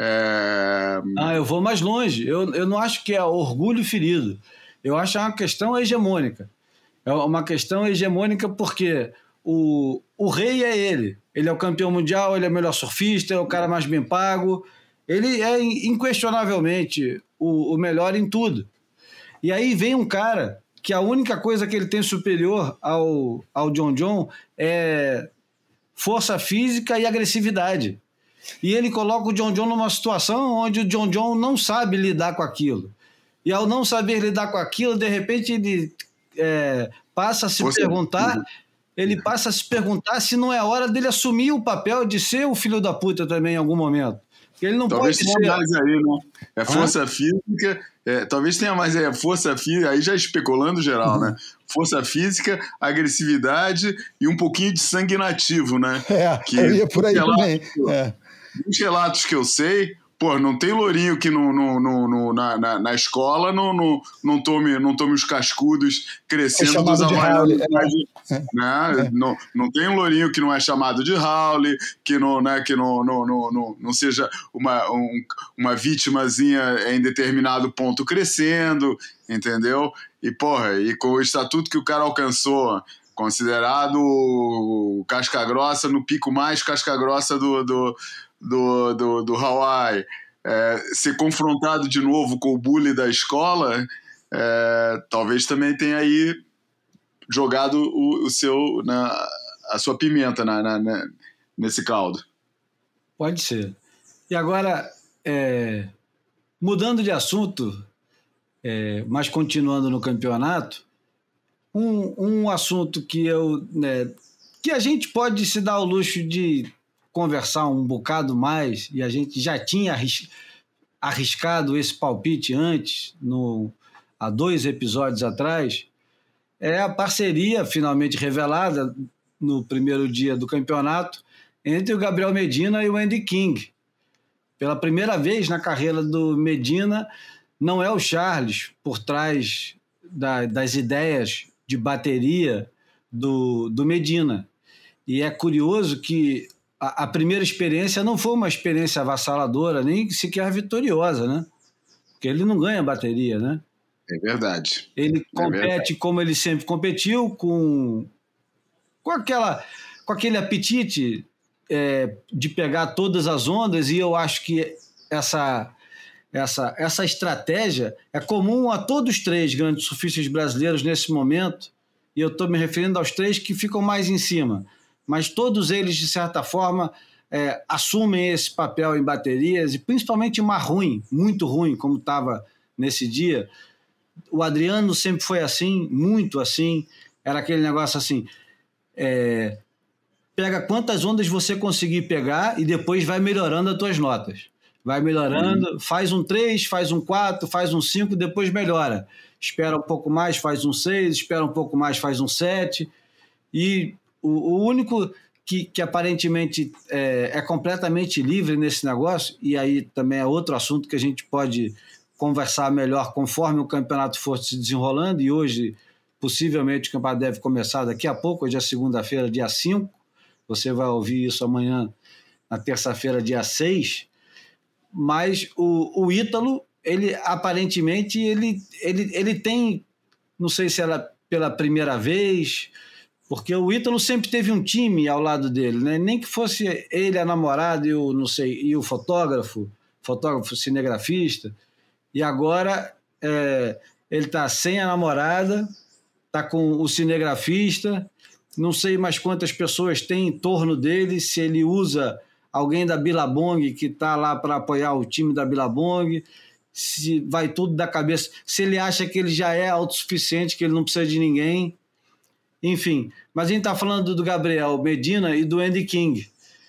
É... Ah, eu vou mais longe. Eu, eu não acho que é orgulho ferido. Eu acho que é uma questão hegemônica. É uma questão hegemônica porque o, o rei é ele. Ele é o campeão mundial, ele é o melhor surfista, é o cara mais bem pago. Ele é inquestionavelmente o, o melhor em tudo. E aí vem um cara que a única coisa que ele tem superior ao, ao John John é força física e agressividade. E ele coloca o John John numa situação onde o John John não sabe lidar com aquilo. E ao não saber lidar com aquilo, de repente ele é, passa a se Você... perguntar, ele passa a se perguntar se não é hora dele assumir o papel de ser o filho da puta também em algum momento. Porque ele não talvez pode tenha ser... mais aí, né? É força Hã? física, é, talvez tenha mais aí, força física, aí já especulando geral, uhum. né? Força física, agressividade e um pouquinho de sangue nativo, né? É, que, eu ia por aí também. É. Os relatos que eu sei, pô, não tem lourinho que no, no, no, no, na, na, na escola não, não, não, tome, não tome os cascudos crescendo é dos havaianos. É. Né? É. Não, não tem um lourinho que não é chamado de Howley, que não, né, que não, não, não, não, não seja uma, um, uma vítimazinha em determinado ponto crescendo, entendeu? E, porra, e com o estatuto que o cara alcançou, considerado casca-grossa, no pico mais casca-grossa do... do do, do, do Hawaii, é, ser confrontado de novo com o bully da escola, é, talvez também tenha aí jogado o, o seu, na, a sua pimenta na, na, na, nesse caldo. Pode ser. E agora, é, mudando de assunto, é, mas continuando no campeonato, um, um assunto que eu, né, que a gente pode se dar o luxo de conversar um bocado mais, e a gente já tinha arriscado esse palpite antes, no, há dois episódios atrás, é a parceria finalmente revelada no primeiro dia do campeonato entre o Gabriel Medina e o Andy King. Pela primeira vez na carreira do Medina, não é o Charles por trás da, das ideias de bateria do, do Medina. E é curioso que a primeira experiência não foi uma experiência avassaladora, nem sequer vitoriosa, né? Porque ele não ganha bateria, né? É verdade. Ele compete é verdade. como ele sempre competiu, com, com, aquela, com aquele apetite é, de pegar todas as ondas, e eu acho que essa, essa, essa estratégia é comum a todos os três grandes surfistas brasileiros nesse momento, e eu estou me referindo aos três que ficam mais em cima. Mas todos eles, de certa forma, é, assumem esse papel em baterias, e principalmente uma ruim, muito ruim, como estava nesse dia. O Adriano sempre foi assim, muito assim, era aquele negócio assim, é, pega quantas ondas você conseguir pegar e depois vai melhorando as tuas notas. Vai melhorando, uhum. faz um três, faz um quatro, faz um cinco, depois melhora. Espera um pouco mais, faz um seis, espera um pouco mais, faz um sete, e... O, o único que, que aparentemente é, é completamente livre nesse negócio, e aí também é outro assunto que a gente pode conversar melhor conforme o campeonato for se desenrolando, e hoje, possivelmente, o campeonato deve começar daqui a pouco, hoje é segunda-feira, dia cinco, você vai ouvir isso amanhã, na terça-feira, dia seis, mas o, o Ítalo, ele aparentemente, ele, ele, ele tem, não sei se era pela primeira vez... Porque o Ítalo sempre teve um time ao lado dele, né? Nem que fosse ele, a namorada e o, não sei, e o fotógrafo, fotógrafo cinegrafista. E agora é, ele está sem a namorada, está com o cinegrafista, não sei mais quantas pessoas tem em torno dele, se ele usa alguém da Billabong que está lá para apoiar o time da Billabong, se vai tudo da cabeça, se ele acha que ele já é autossuficiente, que ele não precisa de ninguém. Enfim, mas a gente está falando do Gabriel Medina e do Andy King.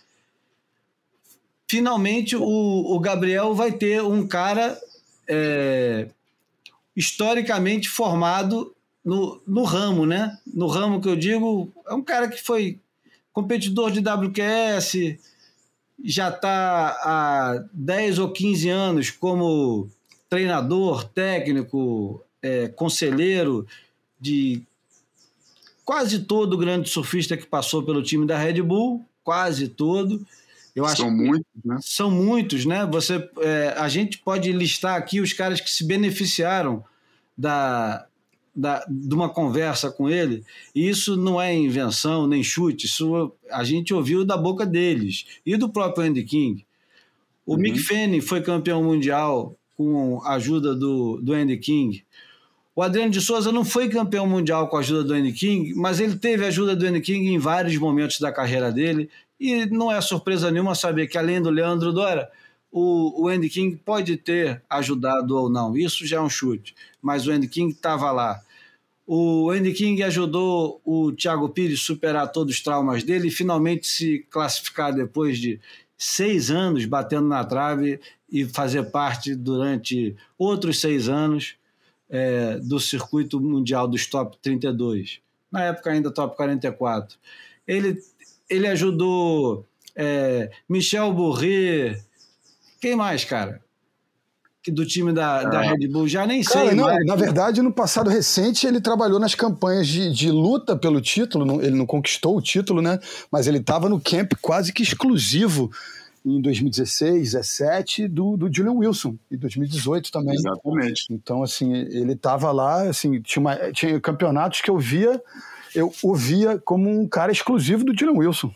Finalmente, o, o Gabriel vai ter um cara é, historicamente formado no, no ramo, né? No ramo que eu digo, é um cara que foi competidor de W Q S, já está há dez ou quinze anos como treinador, técnico, é, conselheiro de quase todo grande surfista que passou pelo time da Red Bull, quase todo. Eu acho são muitos, né? São muitos, né? Você, é, a gente pode listar aqui os caras que se beneficiaram da, da, de uma conversa com ele, e isso não é invenção nem chute, isso a gente ouviu da boca deles e do próprio Andy King. O uhum. Mick Fanning foi campeão mundial com a ajuda do, do Andy King. O Adriano de Souza não foi campeão mundial com a ajuda do Andy King, mas ele teve a ajuda do Andy King em vários momentos da carreira dele, e não é surpresa nenhuma saber que, além do Leandro Dora, o, o Andy King pode ter ajudado ou não, isso já é um chute, mas o Andy King estava lá. o Andy King ajudou o Thiago Pires a superar todos os traumas dele e finalmente se classificar depois de seis anos batendo na trave e fazer parte durante outros seis anos é, do circuito mundial dos top trinta e dois. Na época ainda top quarenta e quatro. Ele, ele ajudou é, Michel Bourret. Quem mais, cara? Do time da, da Red Bull, já nem Cara, sei. não, mais. Na verdade, no passado recente, ele trabalhou nas campanhas de, de luta pelo título. Não, ele não conquistou o título, né? Mas ele estava no camp quase que exclusivo em dois mil e dezesseis, dezessete, do, do Julian Wilson, e dois mil e dezoito também. Exatamente. Então, assim, ele estava lá, assim, tinha, uma, tinha campeonatos que eu via, eu o via como um cara exclusivo do Julian Wilson.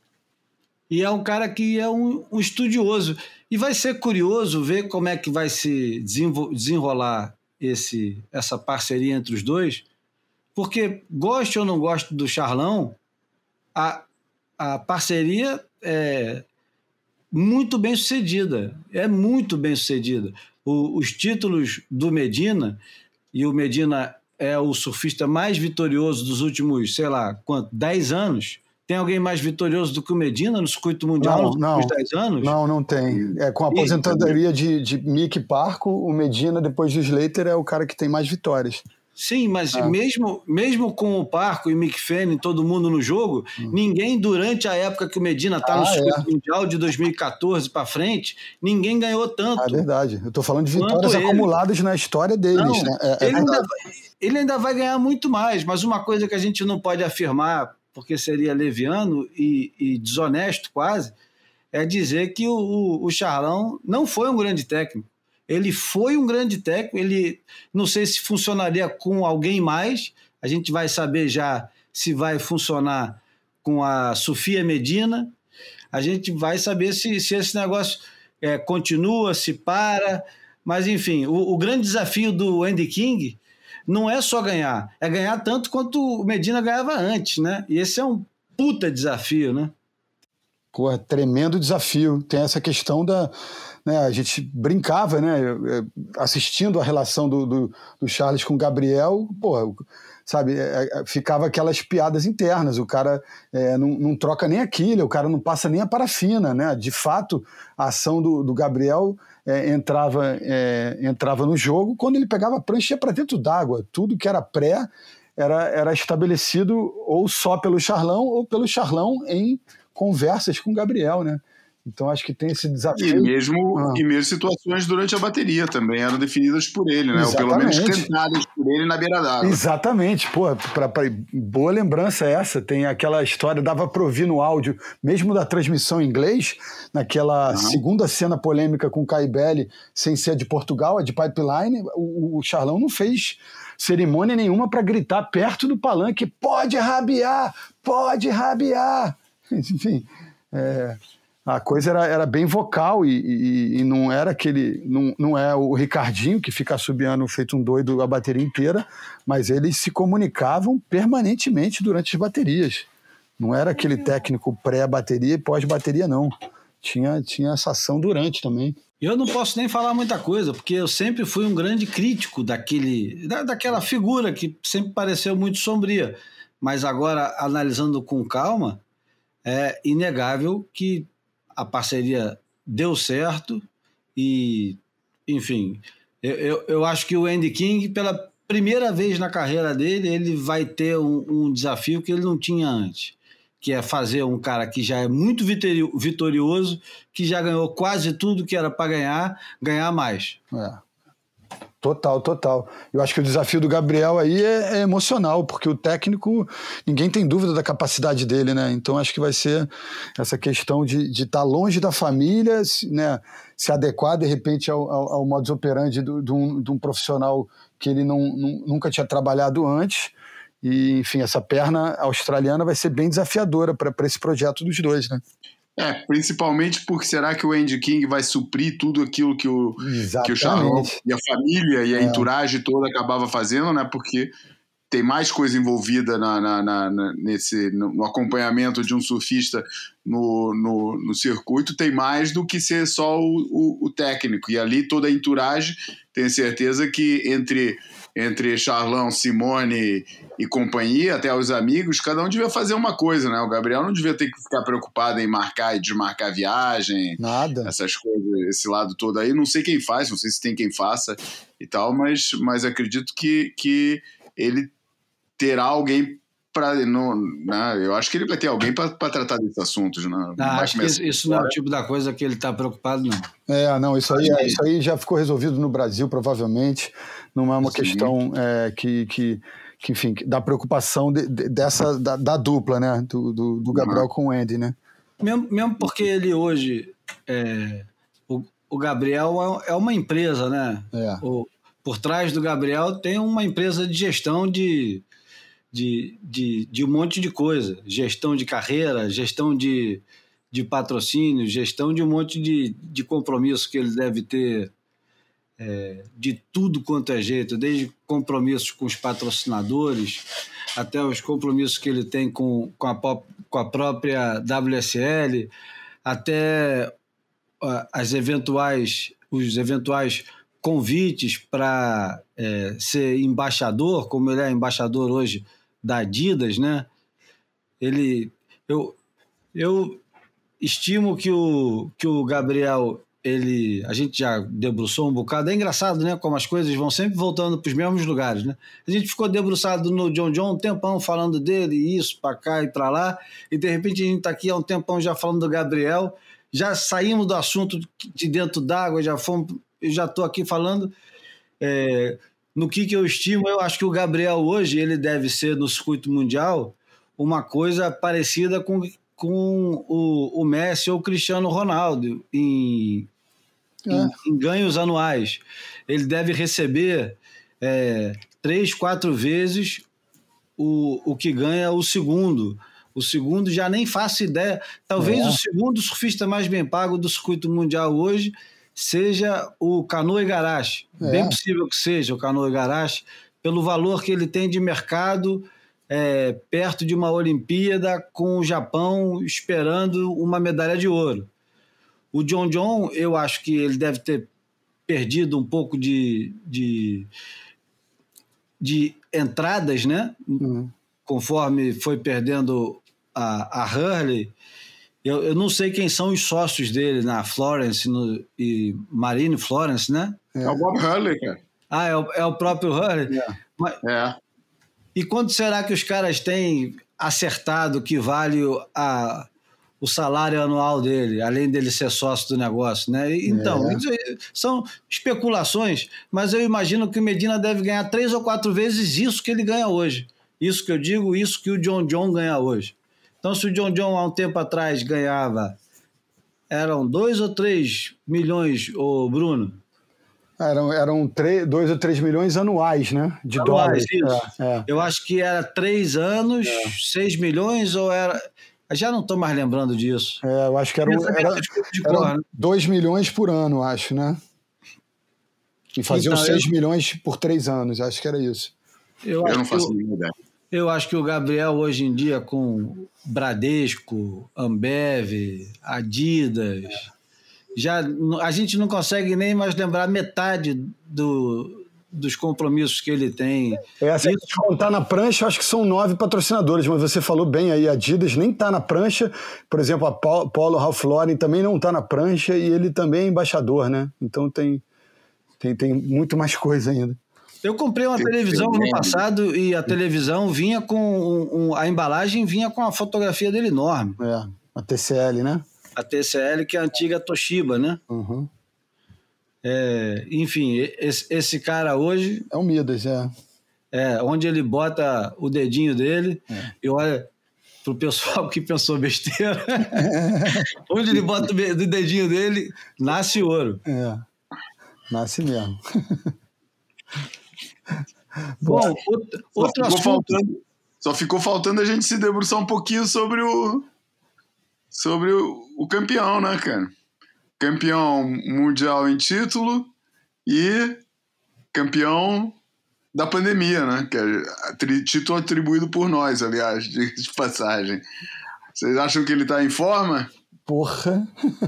E é um cara que é um, um estudioso. E vai ser curioso ver como é que vai se desenrolar esse, essa parceria entre os dois, porque, goste ou não goste do Charlão, a, a parceria é muito bem sucedida. É muito bem sucedida. O, os títulos do Medina, e o Medina é o surfista mais vitorioso dos últimos, sei lá, quanto, dez anos. Tem alguém mais vitorioso do que o Medina no circuito mundial Não, nos não, últimos dez anos? Não, não tem. É, com a aposentadoria de, de Mick Parco, o Medina, depois do Slater, é o cara que tem mais vitórias. Sim, mas Ah. mesmo, mesmo com o Parco e Mick Fanning, todo mundo no jogo, hum. ninguém durante a época que o Medina está ah, no circuito é. mundial de dois mil e catorze para frente, ninguém ganhou tanto. É verdade. Eu estou falando de vitórias acumuladas na história deles. Não, né? é, ele, é ainda vai, ele ainda vai ganhar muito mais, mas uma coisa que a gente não pode afirmar, porque seria leviano e, e desonesto quase, é dizer que o, o, o Charlão não foi um grande técnico. Ele foi um grande técnico, ele não sei se funcionaria com alguém mais, a gente vai saber já se vai funcionar com a Sofia Medina, a gente vai saber se, se esse negócio é, continua, se para, mas enfim, o, o grande desafio do Andy King não é só ganhar, é ganhar tanto quanto o Medina ganhava antes, né? E esse é um puta desafio, né? Pô, tremendo desafio. Tem essa questão da... Né, a gente brincava, né, assistindo a relação do, do, do Charles com o Gabriel, pô, sabe, é, ficava aquelas piadas internas, o cara é, não, não troca nem a quilha, o cara não passa nem a parafina, né? De fato, a ação do, do Gabriel é, entrava, é, entrava no jogo quando ele pegava a prancha e ia para dentro d'água. Tudo que era pré era, era estabelecido ou só pelo Charlão ou pelo Charlão em conversas com o Gabriel, né? Então acho que tem esse desafio. E mesmo, ah. e mesmo situações durante a bateria também eram definidas por ele, né? Ou pelo menos tentadas por ele na beira d'água. Exatamente, pô, pra, pra, boa lembrança essa. Tem aquela história, dava para ouvir no áudio, mesmo da transmissão em inglês, naquela uhum. segunda cena polêmica com o Caibelli, sem ser de Portugal, a de Pipeline, o, o Charlão não fez cerimônia nenhuma para gritar perto do palanque: pode rabiar, pode rabiar. Enfim, é... a coisa era, era bem vocal e, e, e não era aquele... Não, não é o Ricardinho que fica assobiando feito um doido a bateria inteira, mas eles se comunicavam permanentemente durante as baterias. Não era aquele técnico pré-bateria e pós-bateria, não. Tinha, tinha essa ação durante também. Eu não posso nem falar muita coisa, porque eu sempre fui um grande crítico daquele, da, daquela figura que sempre pareceu muito sombria. Mas agora, analisando com calma, é inegável que a parceria deu certo e, enfim, eu, eu, eu acho que o Andy King, pela primeira vez na carreira dele, ele vai ter um, um desafio que ele não tinha antes, que é fazer um cara que já é muito vitorioso, que já ganhou quase tudo que era para ganhar, ganhar mais. É. Total, total. Eu acho que o desafio do Gabriel aí é, é emocional, porque o técnico, ninguém tem dúvida da capacidade dele, né? Então acho que vai ser essa questão de de estar longe da família, né? Se adequar de repente ao, ao, ao modus operandi do, de, um, de um profissional que ele não, não, nunca tinha trabalhado antes. E, enfim, essa perna australiana vai ser bem desafiadora para esse projeto dos dois, né? É, principalmente porque será que o Andy King vai suprir tudo aquilo que o, que o Charlão e a família e a é. entourage toda acabava fazendo, né? Porque tem mais coisa envolvida na, na, na, na, nesse, no, no acompanhamento de um surfista no, no, no circuito, tem mais do que ser só o, o, o técnico. E ali toda a entourage, tenho certeza que entre, entre Charlão, Simone e companhia, até os amigos, cada um devia fazer uma coisa, né? O Gabriel não devia ter que ficar preocupado em marcar e desmarcar a viagem. Nada. Essas coisas, esse lado todo aí. Não sei quem faz, não sei se tem quem faça e tal, mas, mas acredito que, que ele terá alguém para... Né? Eu acho que ele vai ter alguém para tratar desses assuntos. Né? Não, acho que isso, isso não é o tipo da coisa que ele está preocupado, não. É, não, isso aí, é, isso aí já ficou resolvido no Brasil, provavelmente. Não é uma Sim. questão é, que... que... que, enfim, da preocupação de, de, dessa, da, da dupla, né, do, do, do Gabriel uhum. com o Andy, né. Mesmo, mesmo porque ele hoje, é, o, o Gabriel é, é uma empresa, né, é. o, por trás do Gabriel tem uma empresa de gestão de, de, de, de um monte de coisa, gestão de carreira, gestão de, de patrocínio, gestão de um monte de, de compromisso que ele deve ter, É, de tudo quanto é jeito, desde compromissos com os patrocinadores até os compromissos que ele tem com, com, a, com a própria W S L, até uh, as eventuais, os eventuais convites para é, ser embaixador, como ele é embaixador hoje da Adidas, né? Ele, eu, eu estimo que o, que o Gabriel... Ele, a gente já debruçou um bocado, é engraçado, né, como as coisas vão sempre voltando para os mesmos lugares, né? A gente ficou debruçado no John John um tempão falando dele, isso, para cá e para lá, e de repente a gente está aqui há um tempão já falando do Gabriel, já saímos do assunto de dentro d'água, já fomos, eu já estou aqui falando é, no que, que eu estimo. Eu acho que o Gabriel hoje, ele deve ser no circuito mundial uma coisa parecida com com o, o Messi ou o Cristiano Ronaldo em, é. em, em ganhos anuais. Ele deve receber é, três, quatro vezes o, o que ganha o segundo. O segundo já nem faço ideia. Talvez é. o segundo surfista mais bem pago do circuito mundial hoje seja o Kanoa Igarashi. É. Bem possível que seja o Kanoa Igarashi, pelo valor que ele tem de mercado... É, perto de uma Olimpíada, com o Japão esperando uma medalha de ouro. O John John, eu acho que ele deve ter perdido um pouco de, de, de entradas, né? Uhum. Conforme foi perdendo a, a Hurley. Eu, eu não sei quem são os sócios dele na Florence no, e Marine Florence, né? É, é o Bob Hurley, cara. Ah, é o, é o próprio Hurley? É. Mas, é. E quanto será que os caras têm acertado que vale a, o salário anual dele, além dele ser sócio do negócio, né? Então, é. são especulações, mas eu imagino que o Medina deve ganhar três ou quatro vezes isso que ele ganha hoje. Isso que eu digo, isso que o John John ganha hoje. Então, se o John John há um tempo atrás ganhava, eram dois ou três milhões, ô Bruno? Eram, eram três, dois ou três milhões anuais, né? De anuais, dólares. Isso. É, é. Eu acho que era três anos, é. seis milhões, ou era... Já não estou mais lembrando disso. É, eu acho que era, era, era dois milhões por ano, acho, né? E faziam então, seis eu... milhões por três anos, acho que era isso. Eu, eu acho não faço nenhuma ideia. Eu acho que o Gabriel, hoje em dia, com Bradesco, Ambev, Adidas... É. Já, a gente não consegue nem mais lembrar metade do, dos compromissos que ele tem. É, se Isso... contar na prancha, acho que são nove patrocinadores, mas você falou bem aí, a Adidas nem está na prancha, por exemplo, a Polo Ralph Lauren também não está na prancha e ele também é embaixador, né? Então tem, tem, tem muito mais coisa ainda. Eu comprei uma tem televisão no passado e a televisão vinha com um, um, a embalagem vinha com a fotografia dele enorme. É, a T C L, né? A T C L, que é a antiga Toshiba, né? Uhum. É, enfim, esse, esse cara hoje... É o Midas, é. É, onde ele bota o dedinho dele, é. E olha, pro pessoal que pensou besteira, onde ele bota o dedinho dele, nasce ouro. É, nasce mesmo. Bom, outro, outro só, ficou assunto... faltando, só ficou faltando a gente se debruçar um pouquinho sobre o... Sobre o, o campeão, né, cara? Campeão mundial em título e campeão da pandemia, né? Que é título atribuído por nós, aliás, de, de passagem. Vocês acham que ele está em forma? Porra!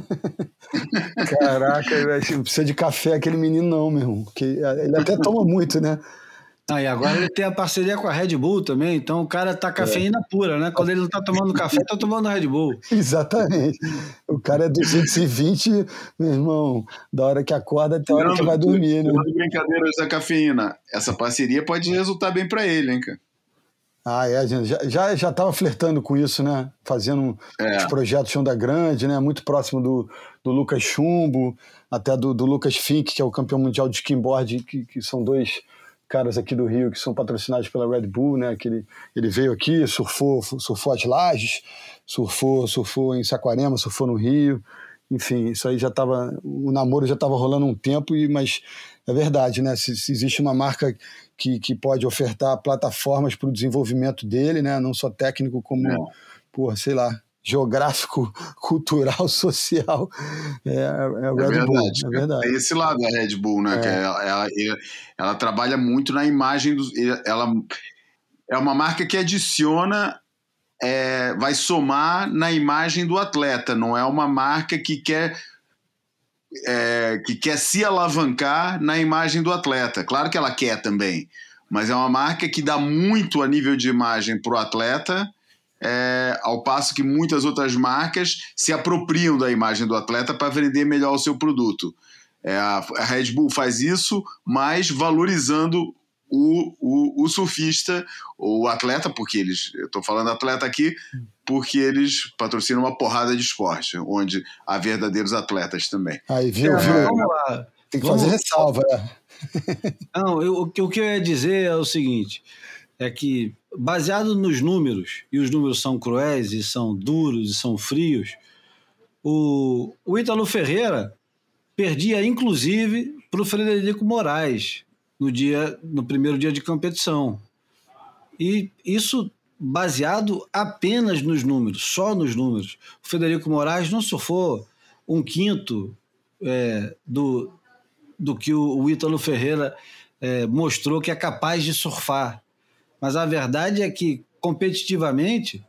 Caraca, não precisa de café aquele menino não, meu irmão. Que ele até toma muito, né? Ah, e agora ele tem a parceria com a Red Bull também, então o cara tá cafeína é. pura, né? Quando ele não tá tomando café, tá tomando Red Bull. Exatamente. O cara é duzentos e vinte, meu irmão, da hora que acorda até a hora que vai dormir, né? Brincadeiras da cafeína. Essa parceria pode resultar bem pra ele, hein, cara? Ah, é, gente. Já, já, já tava flertando com isso, né? Fazendo é. os projetos Onda Grande, né? Muito próximo do, do Lucas Chumbo, até do, do Lucas Fink, que é o campeão mundial de skimboard, que, que são dois caras aqui do Rio que são patrocinados pela Red Bull, né? Que ele, ele veio aqui, surfou, surfou as Lajes, surfou, surfou em Saquarema, surfou no Rio. Enfim, isso aí já estava... O namoro já estava rolando um tempo, e, mas é verdade, né? Se, se existe uma marca que, que pode ofertar plataformas para o desenvolvimento dele, né? Não só técnico, como, é. porra, sei lá, geográfico, cultural, social, é, é a Red é verdade, Bull. É verdade. É esse lado da Red Bull, né? É. Que ela, ela, ela trabalha muito na imagem do... Ela é uma marca que adiciona... É, vai somar na imagem do atleta, não é uma marca que quer, é, que quer se alavancar na imagem do atleta. Claro que ela quer também, mas é uma marca que dá muito a nível de imagem para o atleta, é, ao passo que muitas outras marcas se apropriam da imagem do atleta para vender melhor o seu produto. É, a, a Red Bull faz isso, mas valorizando O, o, o surfista, o atleta, porque eles, eu estou falando atleta aqui, porque eles patrocinam uma porrada de esporte, onde há verdadeiros atletas também. Aí, viu, viu? É, vamos lá. Tem que vamos... fazer ressalva. Não, eu, o que eu ia dizer é o seguinte, é que, baseado nos números, e os números são cruéis, e são duros, e são frios, o, o Ítalo Ferreira perdia, inclusive, para o Frederico Moraes, no, dia, no primeiro dia de competição. E isso baseado apenas nos números, só nos números. O Frederico Moraes não surfou um quinto é, do, do que o, o Ítalo Ferreira é, mostrou que é capaz de surfar. Mas a verdade é que, competitivamente,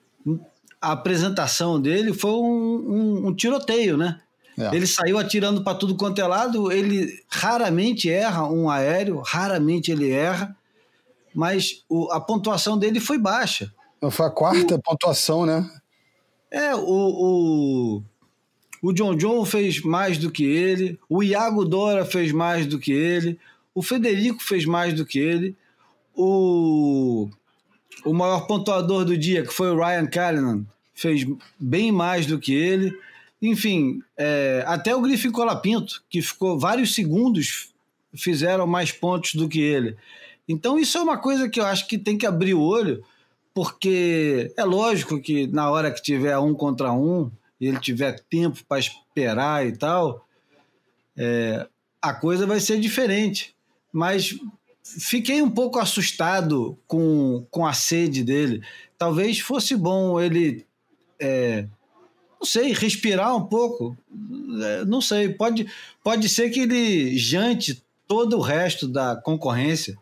a apresentação dele foi um, um, um tiroteio, né? É. Ele saiu atirando para tudo quanto é lado, ele raramente erra um aéreo, raramente ele erra, mas o, a pontuação dele foi baixa. Foi a quarta o, pontuação, né? É, o, o, o John John fez mais do que ele, o Iago Dora fez mais do que ele, o Federico fez mais do que ele, o, o maior pontuador do dia, que foi o Ryan Callanan, fez bem mais do que ele. Enfim, é, até o Griffin Colapinto, que ficou vários segundos, fizeram mais pontos do que ele. Então isso é uma coisa que eu acho que tem que abrir o olho, porque é lógico que na hora que tiver um contra um, e ele tiver tempo para esperar e tal, é, a coisa vai ser diferente. Mas fiquei um pouco assustado com, com a sede dele. Talvez fosse bom ele... É, não sei, respirar um pouco, não sei, pode, pode ser que ele jante todo o resto da concorrência,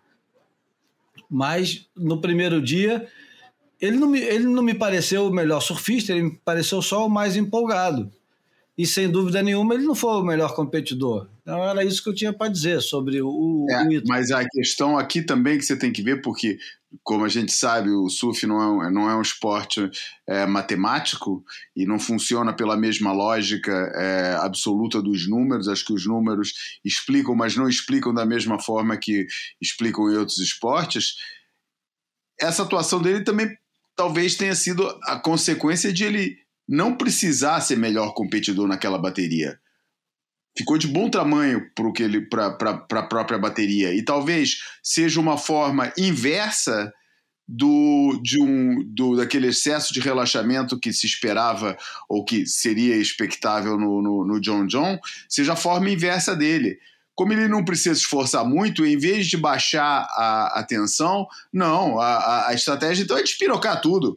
mas no primeiro dia ele não me, ele não me pareceu o melhor surfista, ele me pareceu só o mais empolgado, e sem dúvida nenhuma ele não foi o melhor competidor. Então era isso que eu tinha para dizer sobre o, é, o Ítalo. Mas a questão aqui também que você tem que ver, porque como a gente sabe, o surf não é um, não é um esporte é, matemático e não funciona pela mesma lógica é, absoluta dos números. Acho que os números explicam, mas não explicam da mesma forma que explicam em outros esportes. Essa atuação dele também talvez tenha sido a consequência de ele não precisar ser melhor competidor naquela bateria. Ficou de bom tamanho para a própria bateria. E talvez seja uma forma inversa do, de um, do, daquele excesso de relaxamento que se esperava ou que seria expectável no, no, no John John, seja a forma inversa dele. Como ele não precisa se esforçar muito, em vez de baixar a, a tensão, não, a, a estratégia então é despirocar tudo.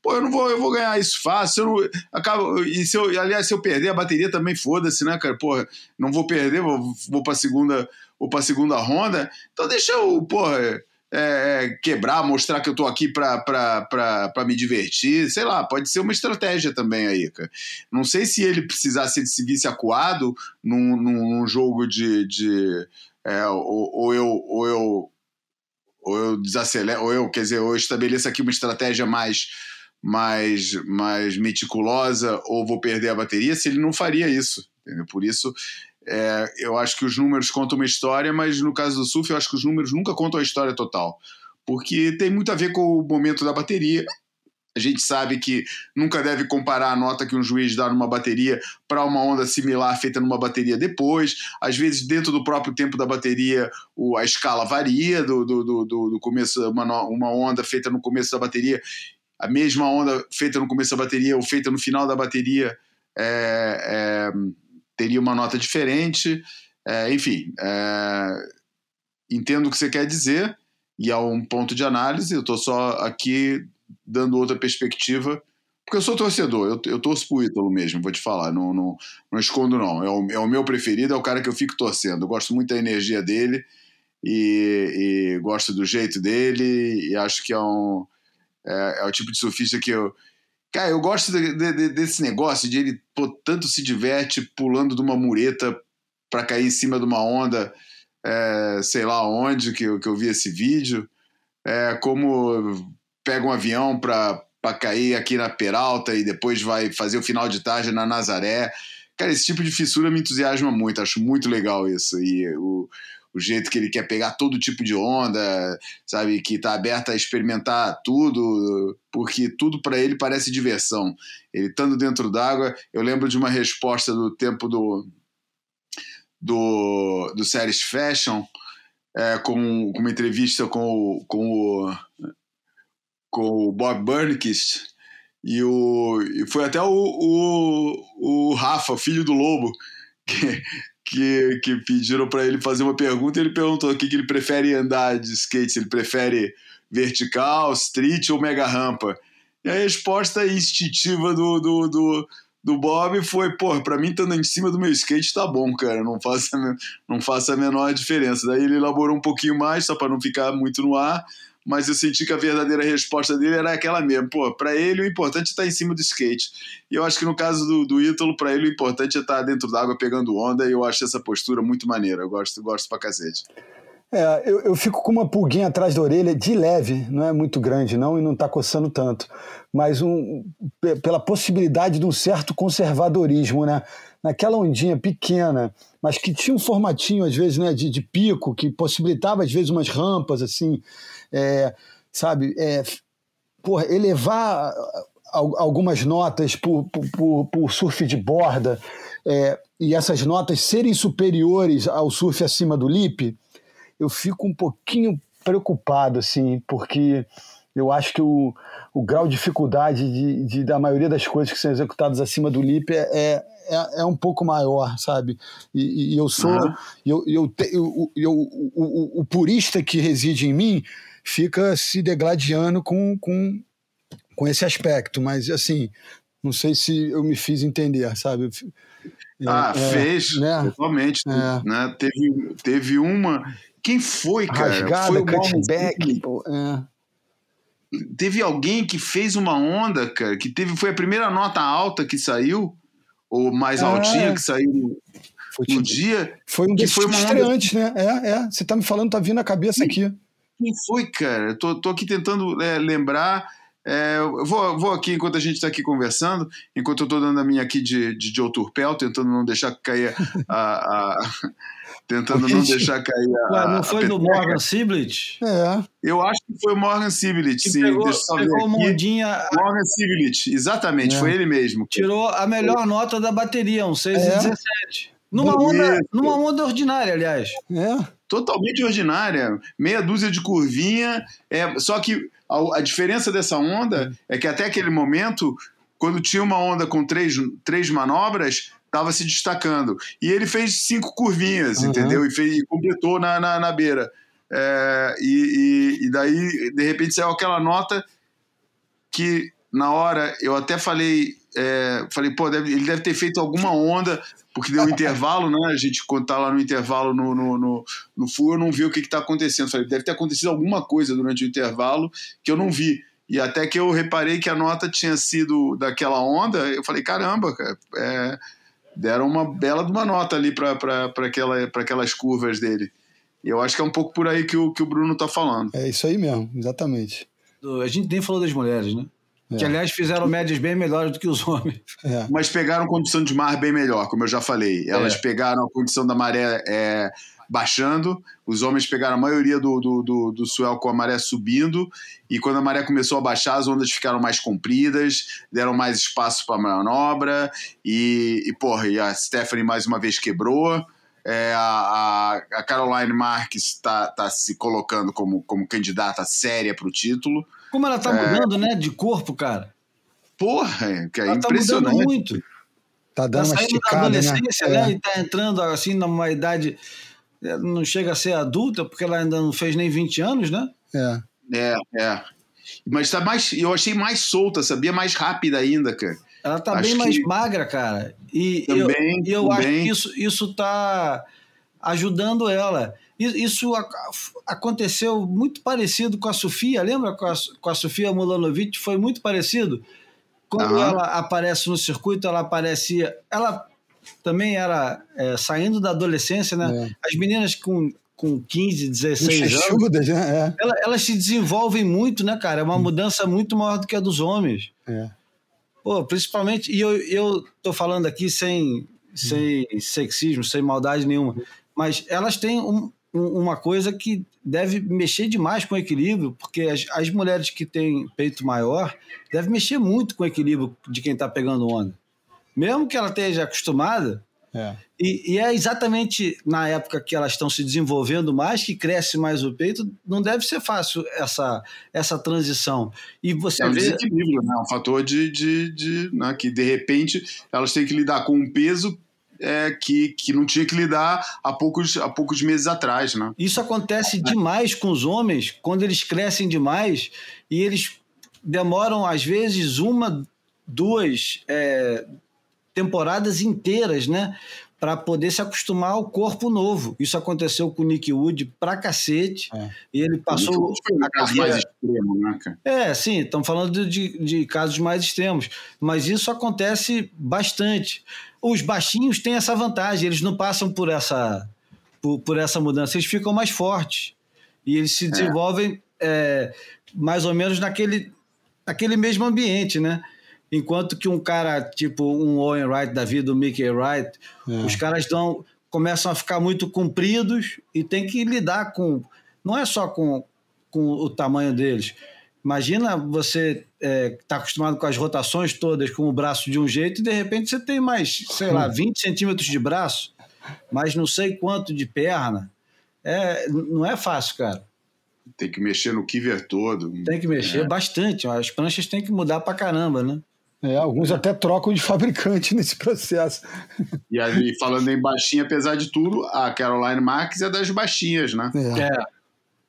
pô, eu não vou, eu vou ganhar isso fácil, eu não, acabo, e se eu, aliás, se eu perder a bateria também, foda-se, né, cara, porra, não vou perder, vou, vou pra segunda, vou pra segunda ronda, então deixa eu, porra, é, quebrar, mostrar que eu tô aqui pra, pra, pra, pra me divertir, sei lá, pode ser uma estratégia também aí, cara. Não sei se ele precisasse, se ele se visse acuado num, num, num jogo de, de é, ou, ou eu, ou eu ou eu desacelero, ou eu, quer dizer, ou eu estabeleço aqui uma estratégia mais, mais, mais meticulosa, ou vou perder a bateria, se ele não faria isso, entendeu? Por isso, é, eu acho que os números contam uma história, mas no caso do surf, eu acho que os números nunca contam a história total, porque tem muito a ver com o momento da bateria. A gente sabe que nunca deve comparar a nota que um juiz dá numa bateria para uma onda similar feita numa bateria depois. Às vezes, dentro do próprio tempo da bateria, o, a escala varia do, do, do, do começo, uma, uma onda feita no começo da bateria, a mesma onda feita no começo da bateria ou feita no final da bateria é, é, teria uma nota diferente. É, enfim, é, entendo o que você quer dizer e há um ponto de análise. Eu estou só aqui dando outra perspectiva, porque eu sou torcedor, eu, eu torço pro Ítalo mesmo, vou te falar, não, não, não escondo não, é o, é o meu preferido, é o cara que eu fico torcendo, eu gosto muito da energia dele e, e gosto do jeito dele e acho que é um é, é o tipo de surfista que eu cara, eu gosto de, de, desse negócio de ele, pô, tanto se diverte pulando de uma mureta para cair em cima de uma onda, é, sei lá onde que eu, que eu vi esse vídeo, é, como pega um avião para cair aqui na Peralta e depois vai fazer o final de tarde na Nazaré. Cara, esse tipo de fissura me entusiasma muito, acho muito legal isso. E o, o jeito que ele quer pegar todo tipo de onda, sabe, que está aberto a experimentar tudo, porque tudo para ele parece diversão. Ele estando dentro d'água, eu lembro de uma resposta do tempo do, do, do Series Fashion, é, com, com uma entrevista com o, com o com o Bob Burnquist, e, o, e foi até o, o, o Rafa, filho do Lobo, que, que, que pediram para ele fazer uma pergunta, e ele perguntou o que, que ele prefere andar de skate, se ele prefere vertical, street ou mega rampa. E a resposta instintiva do, do, do, do Bob foi, pô, para mim estando em cima do meu skate tá bom, cara, não faça, não faça a menor diferença. Daí ele elaborou um pouquinho mais, só para não ficar muito no ar, mas eu senti que a verdadeira resposta dele era aquela mesmo. Pô, para ele o importante é estar em cima do skate. E eu acho que no caso do, do Ítalo, para ele o importante é estar dentro d'água pegando onda, e eu acho essa postura muito maneira. Eu gosto, gosto pra cacete. É, eu, eu fico com uma pulguinha atrás da orelha, de leve, não é muito grande não, e não está coçando tanto, mas um, pela possibilidade de um certo conservadorismo, né? Naquela ondinha pequena, mas que tinha um formatinho, às vezes, né, de, de pico, que possibilitava, às vezes, umas rampas, assim, é, sabe, é, porra, elevar algumas notas por, por, por surf de borda, é, e essas notas serem superiores ao surf acima do lip, eu fico um pouquinho preocupado, assim, porque eu acho que o, o grau de dificuldade de, de, da maioria das coisas que são executadas acima do lip é, é, é um pouco maior, sabe? E, e eu sou... Uhum. Eu, eu, eu, eu, o, o, o purista que reside em mim fica se degladiando com, com, com esse aspecto, mas, assim, não sei se eu me fiz entender, sabe? Ah, é, fez, né? totalmente. É. Né? Teve, teve uma... Quem foi, cara? Rasgada, foi o cutback. É. Teve alguém que fez uma onda, cara, que teve, foi a primeira nota alta que saiu, ou mais ah, altinha que saiu no, foi, no dia. Foi um desses estreantes, onda... né? É, é. Você tá me falando, tá vindo na cabeça quem, aqui. Quem foi, cara? Eu tô, tô aqui tentando é, lembrar. É, eu vou, vou aqui, enquanto a gente está aqui conversando, enquanto eu estou dando a minha aqui de, de Joe Turpel, tentando não deixar cair a... a tentando não deixar cair a... Ué, não foi do Morgan Siblet? É. Eu acho que foi o Morgan Siblet, sim. Pegou, Deixa eu só pegou ver aqui. Mondinha... Morgan Siblet, exatamente, é. Foi ele mesmo. Tirou a melhor nota da bateria, um seis e dezessete. Numa onda, numa onda ordinária, aliás. É. Totalmente ordinária. Meia dúzia de curvinha. É, só que a, a diferença dessa onda é que até aquele momento, quando tinha uma onda com três, três manobras, estava se destacando. E ele fez cinco curvinhas, uhum. entendeu? E, fez, e completou na, na, na beira. É, e, e, e daí, de repente, saiu aquela nota que na hora, eu até falei, é, falei, pô, deve, ele deve ter feito alguma onda, porque deu um intervalo, né? A gente, quando tá lá no intervalo no, no, no, no Full, eu não vi o que que tá acontecendo. Falei, deve ter acontecido alguma coisa durante o intervalo que eu não vi. E até que eu reparei que a nota tinha sido daquela onda, eu falei, caramba, cara, é, deram uma bela de uma nota ali para aquela, aquelas curvas dele. E eu acho que é um pouco por aí que o, que o Bruno tá falando. É isso aí mesmo, exatamente. A gente nem falou das mulheres, né? É. Que, aliás, fizeram médias bem melhores do que os homens. É. Mas pegaram condição de mar bem melhor, como eu já falei. Elas é. pegaram a condição da maré é, baixando, os homens pegaram a maioria do, do, do, do swell com a maré subindo, e quando a maré começou a baixar, as ondas ficaram mais compridas, deram mais espaço para a manobra, e, e, porra, e a Stephanie mais uma vez quebrou. É, a, a Caroline Marques está tá se colocando como, como candidata séria para o título. Como ela tá mudando, é... né? De corpo, cara. Porra, que é ela impressionante. Tá mudando muito. Tá dando tá uma esticada, da adolescência, né? né? É. E tá entrando, assim, numa idade... Não chega a ser adulta, porque ela ainda não fez nem vinte anos, né? É. É, é. Mas tá mais... Eu achei mais solta, sabia? Mais rápida ainda, cara. Ela tá acho bem mais que... magra, cara. E também, eu, eu também. acho que isso, isso tá ajudando ela. Isso aconteceu muito parecido com a Sofia, lembra? Com a, com a Sofia Mulanovic, foi muito parecido. Quando uhum. ela aparece no circuito, ela aparecia... Ela também era é, saindo da adolescência, né? É. As meninas com, com quinze, dezesseis anos, né? É. elas, elas se desenvolvem muito, né, cara? É uma mudança muito maior do que a dos homens. É. Pô, principalmente... E eu, eu tô falando aqui sem, sem hum. sexismo, sem maldade nenhuma, mas elas têm... Um, uma coisa que deve mexer demais com o equilíbrio, porque as, as mulheres que têm peito maior devem mexer muito com o equilíbrio de quem está pegando onda. Mesmo que ela esteja acostumada, é. E, e é exatamente na época que elas estão se desenvolvendo mais, que cresce mais o peito, não deve ser fácil essa, essa transição. E você é um vê... desequilíbrio, né? Um fator de, de, de né? que, de repente, elas têm que lidar com um peso É, que, que não tinha que lidar há poucos, há poucos meses atrás, né? Isso acontece demais com os homens, quando eles crescem demais e eles demoram, às vezes, uma, duas é, temporadas inteiras, né? Para poder se acostumar ao corpo novo. Isso aconteceu com o Nick Wood pra cacete. É. E ele passou... Foi um caso mais extremo, né, cara? É, sim, estamos falando de, de casos mais extremos. Mas isso acontece bastante. Os baixinhos têm essa vantagem, eles não passam por essa, por, por essa mudança, eles ficam mais fortes. E eles se desenvolvem é. É, mais ou menos naquele, naquele mesmo ambiente, né? Enquanto que um cara tipo um Owen Wright da vida, o Mickey Wright, é. os caras dão, começam a ficar muito compridos e tem que lidar com... Não é só com, com o tamanho deles. Imagina você é, tá acostumado com as rotações todas, com o braço de um jeito, e de repente você tem mais, sei lá, vinte centímetros de braço, mas não sei quanto de perna. É, não é fácil, cara. Tem que mexer no quiver todo. Tem que mexer é. bastante. As pranchas têm que mudar pra caramba, né? É, alguns até trocam de fabricante nesse processo. E aí, falando em baixinha, apesar de tudo, a Caroline Marques é das baixinhas, né? É. é.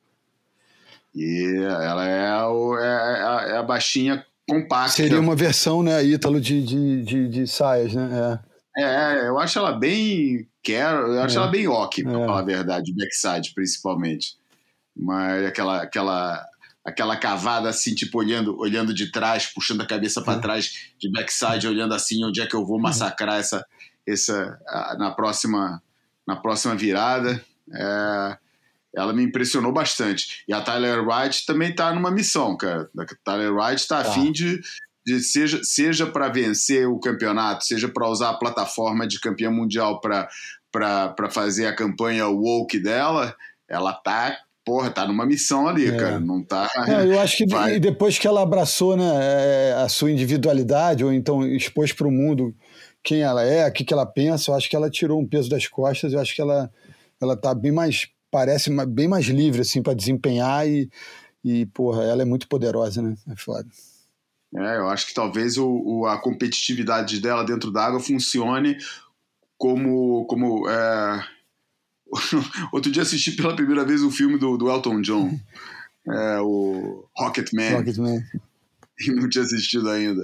E ela é, o, é, a, é a baixinha compacta. Seria uma versão, né, Ítalo, de, de, de, de saias, né? É. é, eu acho ela bem... Quero, eu acho é. ela bem ok, pra é. falar a verdade, backside, principalmente. Mas aquela... aquela aquela cavada assim, tipo, olhando, olhando de trás, puxando a cabeça para é. trás de backside, olhando assim, onde é que eu vou massacrar essa, essa a, na, próxima, na próxima virada. É, ela me impressionou bastante. E a Tyler Wright também tá numa missão, cara. A Tyler Wright tá ah. a fim de, de seja, seja para vencer o campeonato, seja para usar a plataforma de campeã mundial para fazer a campanha woke dela, ela tá Porra, tá numa missão ali, é. cara, não tá... Não, eu acho que Vai. depois que ela abraçou, né, a sua individualidade, ou então expôs para o mundo quem ela é, o que, que ela pensa, eu acho que ela tirou um peso das costas, eu acho que ela, ela tá bem mais, parece bem mais livre, assim, para desempenhar e, e, porra, ela é muito poderosa, né, é foda. É, eu acho que talvez o, o, a competitividade dela dentro d'água funcione como... como é... Outro dia assisti pela primeira vez o filme do, do Elton John, é, o Rocketman. Rocketman. e não tinha assistido ainda.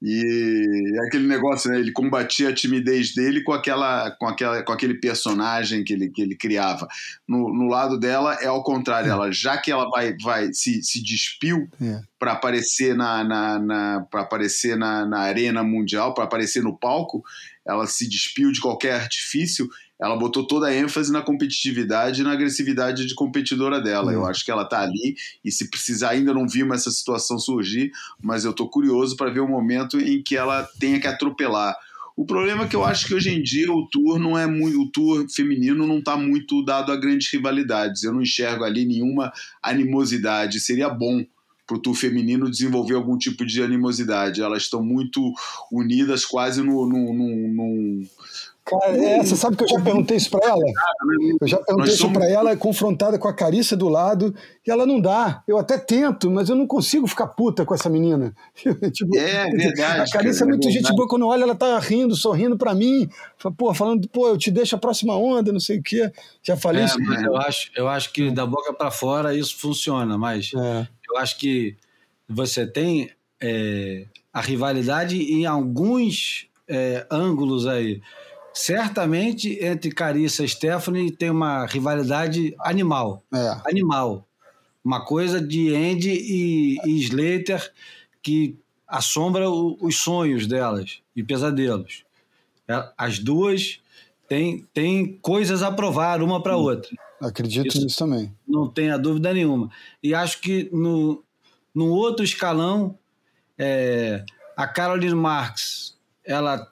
E aquele negócio, né? Ele combatia a timidez dele com, aquela, com, aquela, com aquele personagem que ele, que ele criava. No, no lado dela é ao contrário. Ela, já que ela vai, vai se, se despiu é. para aparecer, na, na, na, pra aparecer na, na arena mundial, para aparecer no palco, ela se despiu de qualquer artifício. Ela botou toda a ênfase na competitividade e na agressividade de competidora dela. Uhum. Eu acho que ela está ali e, se precisar, ainda não vimos essa situação surgir, mas eu estou curioso para ver o momento em que ela tenha que atropelar. O problema é que eu acho que hoje em dia o tour não é muito, o tour feminino não está muito dado a grandes rivalidades. Eu não enxergo ali nenhuma animosidade. Seria bom para o tour feminino desenvolver algum tipo de animosidade. Elas estão muito unidas, quase no... no, no, no Cara, é, você sabe que eu já perguntei isso pra ela? Eu já perguntei isso pra ela, confrontada com a Carissa do lado, e ela não dá. Eu até tento, mas eu não consigo ficar puta com essa menina. Tipo, é verdade. A Carissa cara, é muito é gente boa, quando olha, ela tá rindo, sorrindo pra mim, pô, falando, pô, eu te deixo a próxima onda, não sei o quê. Já falei é, isso. Mas eu, acho, eu acho que da boca pra fora isso funciona, mas é. eu acho que você tem é, a rivalidade em alguns é, ângulos aí. Certamente, entre Carissa e Stephanie tem uma rivalidade animal. É. Animal. Uma coisa de Andy e, e Slater que assombra o, os sonhos delas e pesadelos. As duas têm, têm coisas a provar uma para a outra. Acredito Isso nisso também. Não tenha dúvida nenhuma. E acho que no, no outro escalão, é, a Caroline Marks, ela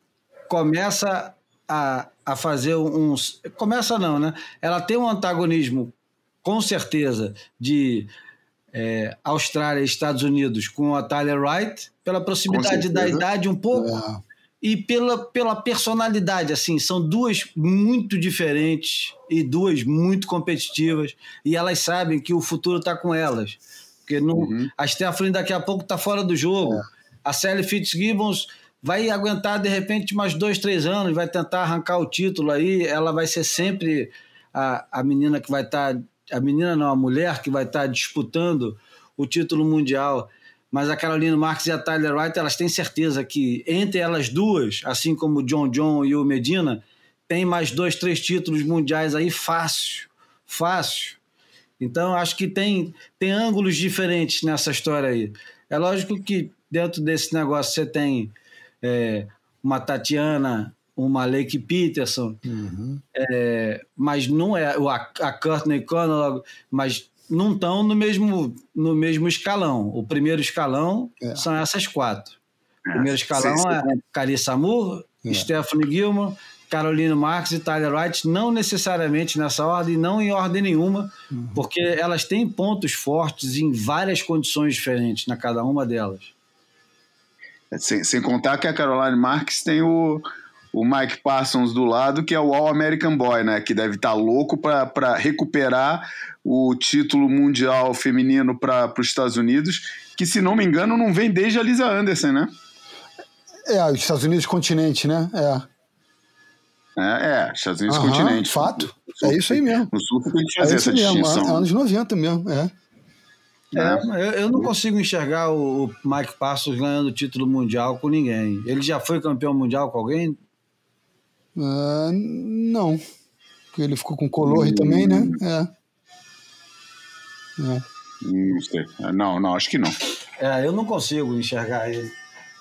começa a, a fazer uns... Começa não, né? Ela tem um antagonismo, com certeza, de é, Austrália e Estados Unidos com a Tyler Wright, pela proximidade da idade um pouco, é. e pela, pela personalidade. Assim, são duas muito diferentes e duas muito competitivas, e elas sabem que o futuro está com elas. Porque não, uhum. a Stephanie daqui a pouco está fora do jogo. É. A Sally Fitzgibbons vai aguentar, de repente, mais dois, três anos, vai tentar arrancar o título aí, ela vai ser sempre a, a menina que vai estar, tá, a menina não, a mulher que vai estar tá disputando o título mundial. Mas a Caroline Marks e a Tyler Wright, elas têm certeza que entre elas duas, assim como o John John e o Medina, tem mais dois, três títulos mundiais aí fácil, fácil. Então, acho que tem, tem ângulos diferentes nessa história aí. É lógico que dentro desse negócio você tem É, uma Tatiana, uma Lake Peterson, uhum. é, mas não é a, a Courtney Conlon, mas não estão no mesmo, no mesmo escalão. O primeiro escalão é. são essas quatro. O primeiro escalão sim, sim. é Carissa Moore, é. Stephanie Gilmore, Caroline Marks e Tyler Wright, não necessariamente nessa ordem, não em ordem nenhuma, uhum. porque elas têm pontos fortes em várias condições diferentes na cada uma delas. Sem, sem contar que a Caroline Marks tem o, o Mike Parsons do lado, que é o All-American Boy, né? Que deve estar louco para recuperar o título mundial feminino para os Estados Unidos, que, se não me engano, não vem desde a Lisa Anderson, né? É, os Estados Unidos continente, né? É, é, é Estados Unidos Aham, continente. Fato, é isso aí mesmo. No sul tem que fazer é essa mesmo, distinção. É anos noventa mesmo, é. É, eu não consigo enxergar o Mike Parsons ganhando título mundial com ninguém. Ele já foi campeão mundial com alguém? Uh, não. Porque ele ficou com o Colorri hum. também, né? É. é. Não sei. Não, não, acho que não. É, eu não consigo enxergar ele.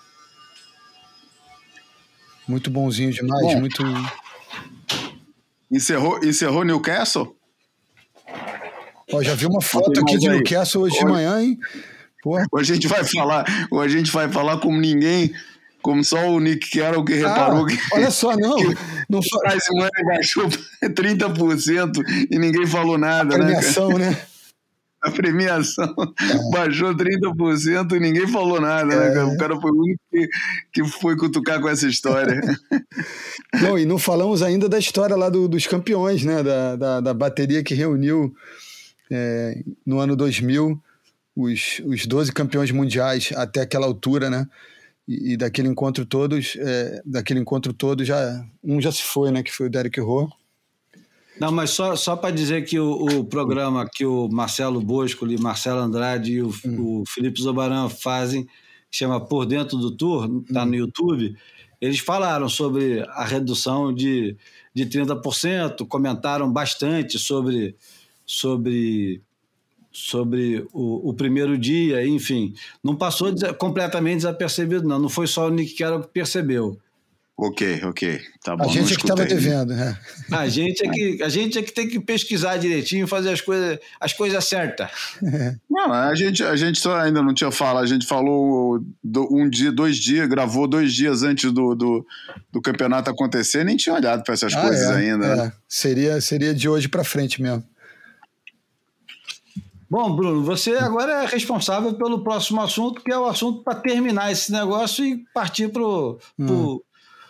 Muito bonzinho demais, Bom, muito... Encerrou, encerrou Newcastle? Ó, já vi uma foto aqui de Newcastle hoje, hoje de manhã, hein? Porra. Hoje a gente vai falar, hoje a gente vai falar como ninguém, como só o Nick Carroll que reparou ah, que... Olha só, não... que não a semana baixou trinta por cento e ninguém falou nada, a premiação, né? né? A premiação é. baixou trinta por cento e ninguém falou nada, é. né? O cara foi o único que, que foi cutucar com essa história. Não, e não falamos ainda da história lá do, dos campeões, né? Da, da, da bateria que reuniu... É, no ano dois mil, os, os doze campeões mundiais até aquela altura, né? E, e daquele encontro todos, é, daquele encontro todo já um já se foi, né? Que foi o Derek Rowe. Não, mas só, só para dizer que o, o programa que o Marcelo Boscoli, Marcelo Andrade e o, hum. o Felipe Zobaran fazem, chama Por Dentro do Tour, está no YouTube, eles falaram sobre a redução de, de trinta por cento, comentaram bastante sobre, sobre, sobre o, o primeiro dia, enfim. Não passou completamente desapercebido, não. Não foi só o Nick Carroll que percebeu. Ok, ok. Tá bom, a gente é que estava devendo, né? A gente, é que, a gente é que tem que pesquisar direitinho, fazer as coisas, as coisas certas. Não, a gente, a gente só ainda não tinha falado, a gente falou um dia, dois dias, gravou dois dias antes do, do, do campeonato acontecer, nem tinha olhado para essas ah, coisas é, ainda. É. Né? Seria, seria de hoje para frente mesmo. Bom, Bruno, você agora é responsável pelo próximo assunto, que é o assunto para terminar esse negócio e partir para o hum.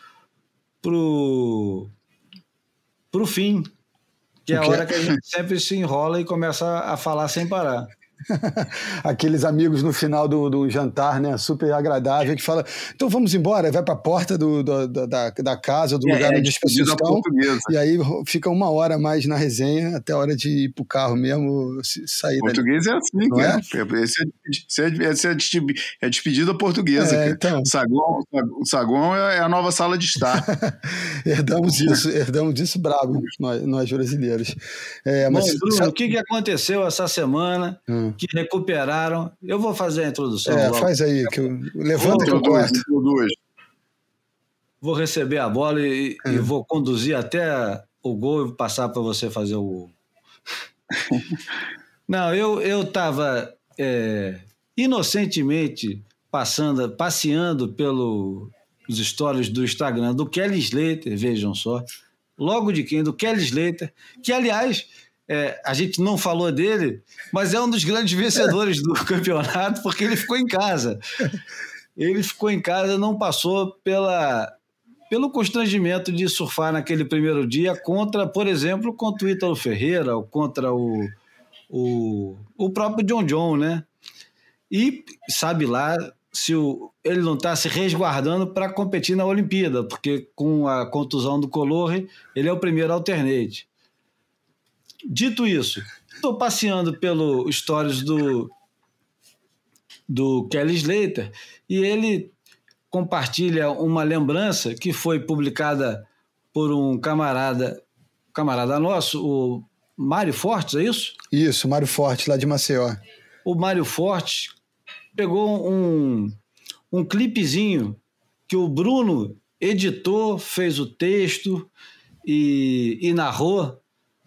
pro, pro fim, que é a hora que a gente sempre se enrola e começa a falar sem parar. Aqueles amigos no final do, do jantar, né, super agradável, que fala, então vamos embora, vai para a porta do, do, da, da casa, do é, lugar onde as pessoas estão, e aí fica uma hora mais na resenha, até a hora de ir pro carro mesmo, sair. Português dali. É assim, não é? É? Esse é, esse é, é a despedida portuguesa. É, então. O saguão, o saguão é a nova sala de estar. herdamos isso, herdamos isso brabo, nós, nós brasileiros. É, mas, Bom, Bruno, sabe... o que, que aconteceu essa semana? Hum. Que recuperaram. Eu vou fazer a introdução. É, logo. Faz aí, que eu levanta que eu corto. Vou receber a bola e, é. e vou conduzir até o gol e passar para você fazer o gol. Não, eu eu estava é, inocentemente passando, passeando pelos stories do Instagram do Kelly Slater, vejam só, logo de quem? Do Kelly Slater, que aliás É, a gente não falou dele, mas é um dos grandes vencedores do campeonato, porque ele ficou em casa. Ele ficou em casa, não passou pela, pelo constrangimento de surfar naquele primeiro dia contra, por exemplo, contra o Ítalo Ferreira, ou contra o, o, o próprio John John, né? E sabe lá se o, ele não está se resguardando para competir na Olimpíada, porque com a contusão do Colorre, ele é o primeiro alternate. Dito isso, estou passeando pelo stories do, do Kelly Slater e ele compartilha uma lembrança que foi publicada por um camarada, camarada nosso, o Mário Fortes, é isso? Isso, Mário Fortes, lá de Maceió. O Mário Fortes pegou um, um clipezinho que o Bruno editou, fez o texto e, e narrou.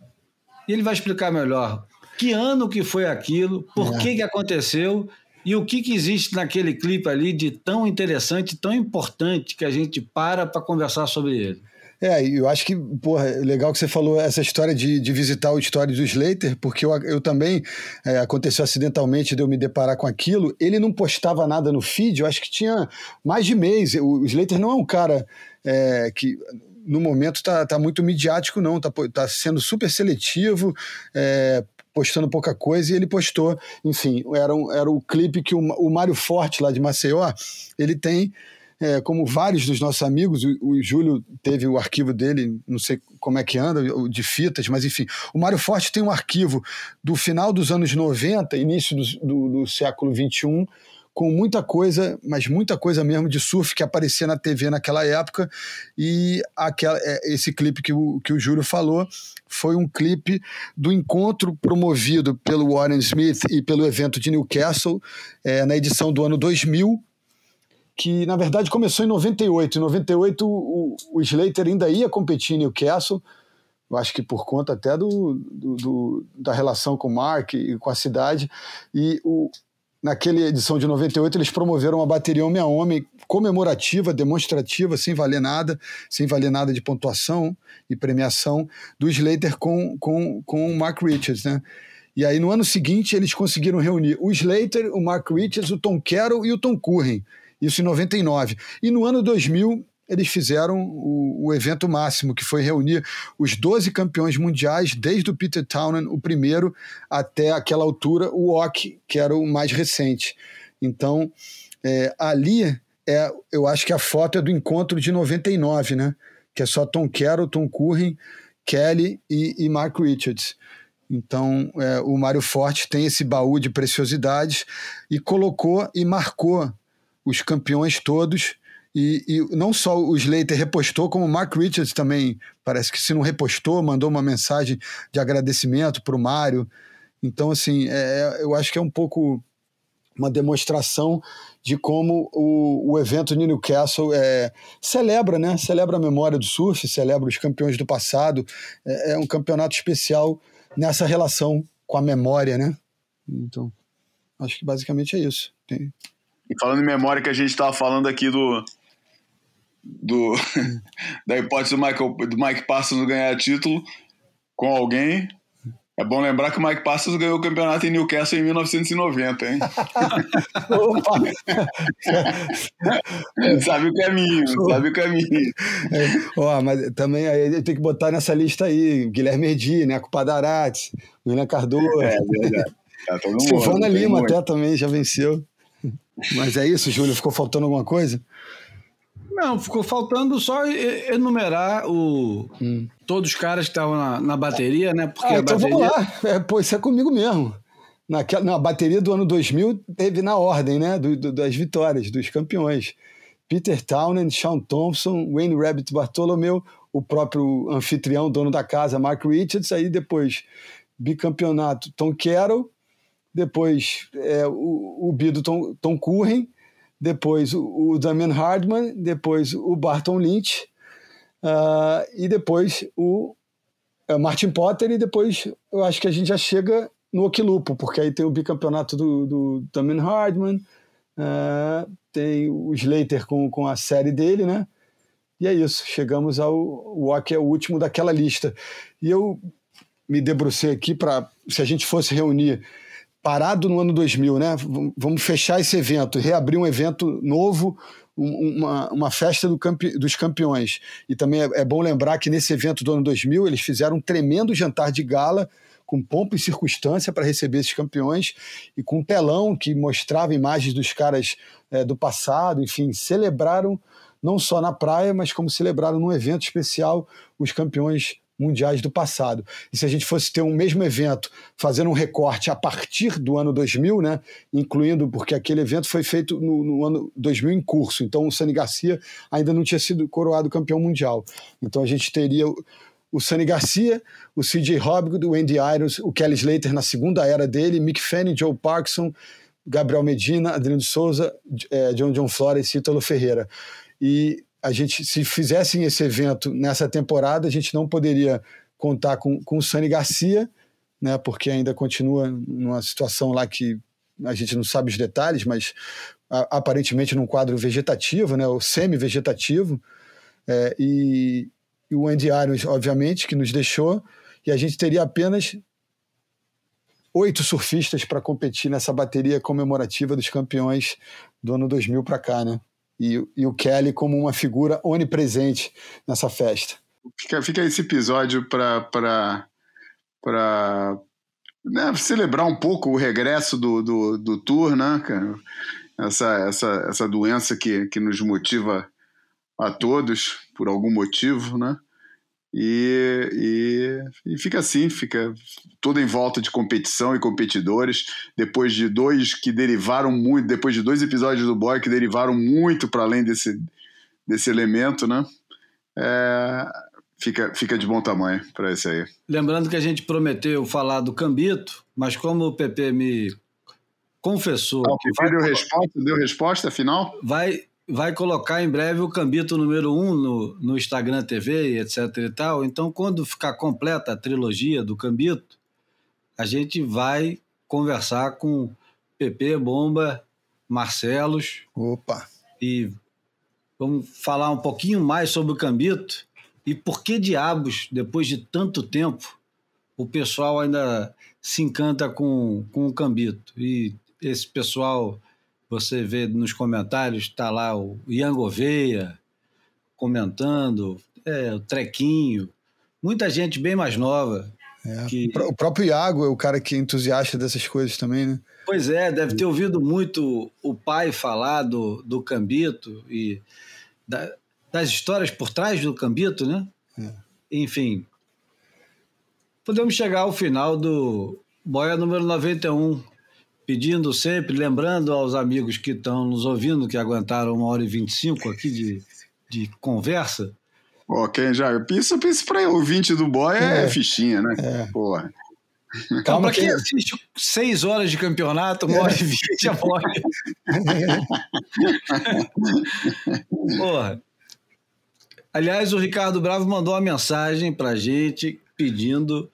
E ele vai explicar melhor que ano que foi aquilo, por é. que, que aconteceu e o que, que existe naquele clipe ali de tão interessante, tão importante que a gente para para conversar sobre ele. É, eu acho que, porra, é legal que você falou essa história de, de visitar o história do Slater, porque eu, eu também, é, aconteceu acidentalmente de eu me deparar com aquilo, ele não postava nada no feed, eu acho que tinha mais de mês, o, o Slater não é um cara é, que... no momento está tá muito midiático, não, está tá sendo super seletivo, é, postando pouca coisa, e ele postou, enfim, era, um, era o clipe que o, o Mário Forte, lá de Maceió, ele tem, é, como vários dos nossos amigos, o, o Júlio teve o arquivo dele, não sei como é que anda, de fitas, mas enfim, o Mário Forte tem um arquivo do final dos anos noventa, início do, do, do século vinte e um, com muita coisa, mas muita coisa mesmo de surf que aparecia na T V naquela época, e aquela, esse clipe que o, que o Júlio falou foi um clipe do encontro promovido pelo Warren Smith e pelo evento de Newcastle, é, na edição do ano dois mil, que na verdade começou em noventa e oito. Em noventa e oito o, o Slater ainda ia competir em Newcastle, eu acho que por conta até do, do, do, da relação com o Mark e com a cidade, e o naquela edição de noventa e oito, eles promoveram uma bateria homem a homem comemorativa, demonstrativa, sem valer nada, sem valer nada de pontuação e premiação, do Slater com, com, com o Mark Richards, né? E aí, no ano seguinte, eles conseguiram reunir o Slater, o Mark Richards, o Tom Carroll e o Tom Curren, isso em noventa e nove. E no ano dois mil, eles fizeram o, o evento máximo, que foi reunir os doze campeões mundiais, desde o Peter Townend, o primeiro, até aquela altura, o Ock, que era o mais recente. Então, é, ali, é, eu acho que a foto é do encontro de noventa e nove, né? Que é só Tom Carroll, Tom Curren Kelly e, e Mark Richards. Então, é, o Mário Forte tem esse baú de preciosidades e colocou e marcou os campeões todos. E, e não só o Slater repostou, como o Mark Richards também, parece que se não repostou, mandou uma mensagem de agradecimento para o Mário. Então, assim, é, eu acho que é um pouco uma demonstração de como o, o evento no Newcastle é, celebra, né? Celebra a memória do surf, celebra os campeões do passado. É, é um campeonato especial nessa relação com a memória, né? Então, acho que basicamente é isso. Tem... E falando em memória, que a gente estava falando aqui do, do da hipótese do, Michael, do Mike Parsons ganhar título com alguém. É bom lembrar que o Mike Parsons ganhou o campeonato em Newcastle em mil novecentos e noventa, hein? Sabe o caminho, sabe o caminho. É, ó, mas também aí tem que botar nessa lista aí Guilherme Erdi, né? Cupadarati, William Cardoso. É verdade. Tá todo mundo, Silvana Lima muito. até também já venceu. Mas é isso, Júlio? Ficou faltando alguma coisa? Não, ficou faltando só enumerar o, hum. todos os caras que estavam na, na bateria, né? Porque ah, a então bateria... vamos lá. É, pô, isso é comigo mesmo. Naquela, na bateria do ano dois mil teve na ordem, né? Do, do, das vitórias, dos campeões. Peter Townend, Shaun Thompson, Wayne Rabbit Bartholomew, o próprio anfitrião, dono da casa, Mark Richards. Aí depois, bicampeonato, Tom Carroll. Depois, é, o, o bido Tom, Tom Curren. Depois o, o Damian Hardman, depois o Barton Lynch, uh, e depois o uh, Martin Potter, e depois eu acho que a gente já chega no Oquilupo, porque aí tem o bicampeonato do, do Damian Hardman, uh, tem o Slater com, com a série dele, né? E é isso, chegamos ao o Ock, é o último daquela lista. E eu me debrucei aqui para, se a gente fosse reunir parado no ano dois mil, né? Vamos fechar esse evento, reabrir um evento novo, uma, uma festa do campe, dos campeões. E também é, é bom lembrar que nesse evento do ano dois mil eles fizeram um tremendo jantar de gala com pompa e circunstância para receber esses campeões e com um telão que mostrava imagens dos caras é, do passado, enfim, celebraram não só na praia, mas como celebraram num evento especial os campeões mundiais do passado. E se a gente fosse ter um mesmo evento, fazendo um recorte a partir do ano dois mil, né, incluindo, porque aquele evento foi feito no, no ano dois mil em curso, então o Sunny Garcia ainda não tinha sido coroado campeão mundial. Então a gente teria o, o Sunny Garcia, o C J Hobgood, o Andy Irons, o Kelly Slater na segunda era dele, Mick Fanning, Joe Parkinson, Gabriel Medina, Adriano de Souza, eh, John John Flores e Ítalo Ferreira. E a gente, se fizessem esse evento nessa temporada, a gente não poderia contar com, com o Sunny Garcia, né, porque ainda continua numa situação lá que a gente não sabe os detalhes, mas a, aparentemente num quadro vegetativo, né, ou semi-vegetativo, é, e, e o Andy Irons, obviamente, que nos deixou, e a gente teria apenas oito surfistas para competir nessa bateria comemorativa dos campeões do ano dois mil para cá, né? E, e o Kelly como uma figura onipresente nessa festa. Fica, fica esse episódio para né, celebrar um pouco o regresso do, do, do tour, né, cara? Essa, essa, essa doença que, que nos motiva a todos, por algum motivo, né? E, e, e fica assim, fica toda em volta de competição e competidores, depois de dois que derivaram muito, depois de dois episódios do Boy que derivaram muito para além desse, desse elemento, né? É, fica, fica de bom tamanho para esse aí. Lembrando que a gente prometeu falar do Cambito, mas como o P P me confessou... Ah, o P P deu resposta, deu resposta final? Vai... vai colocar em breve o Cambito número um no, no Instagram T V, etc e tal. Então, quando ficar completa a trilogia do Cambito, a gente vai conversar com P P, Bomba, Marcelos. Opa! E vamos falar um pouquinho mais sobre o Cambito e por que diabos, depois de tanto tempo, o pessoal ainda se encanta com, com o Cambito. E esse pessoal... Você vê nos comentários, está lá o Ian Gouveia comentando, é, o Trequinho, muita gente bem mais nova. É, que... O próprio Iago é o cara que é entusiasta dessas coisas também, né? Pois é, deve ter ouvido muito o pai falar do, do Cambito e da, das histórias por trás do Cambito, né? É. Enfim, podemos chegar ao final do Boia número noventa e um, pedindo sempre, lembrando aos amigos que estão nos ouvindo, que aguentaram uma hora e vinte e cinco aqui de, de conversa. Ó, quem já pensa, pensa para ouvinte do Boia é, é fichinha, né? É. Porra. Calma, para quem que... assiste seis horas de campeonato, uma hora e vinte a bola. Porra. Aliás, o Ricardo Bravo mandou uma mensagem para a gente pedindo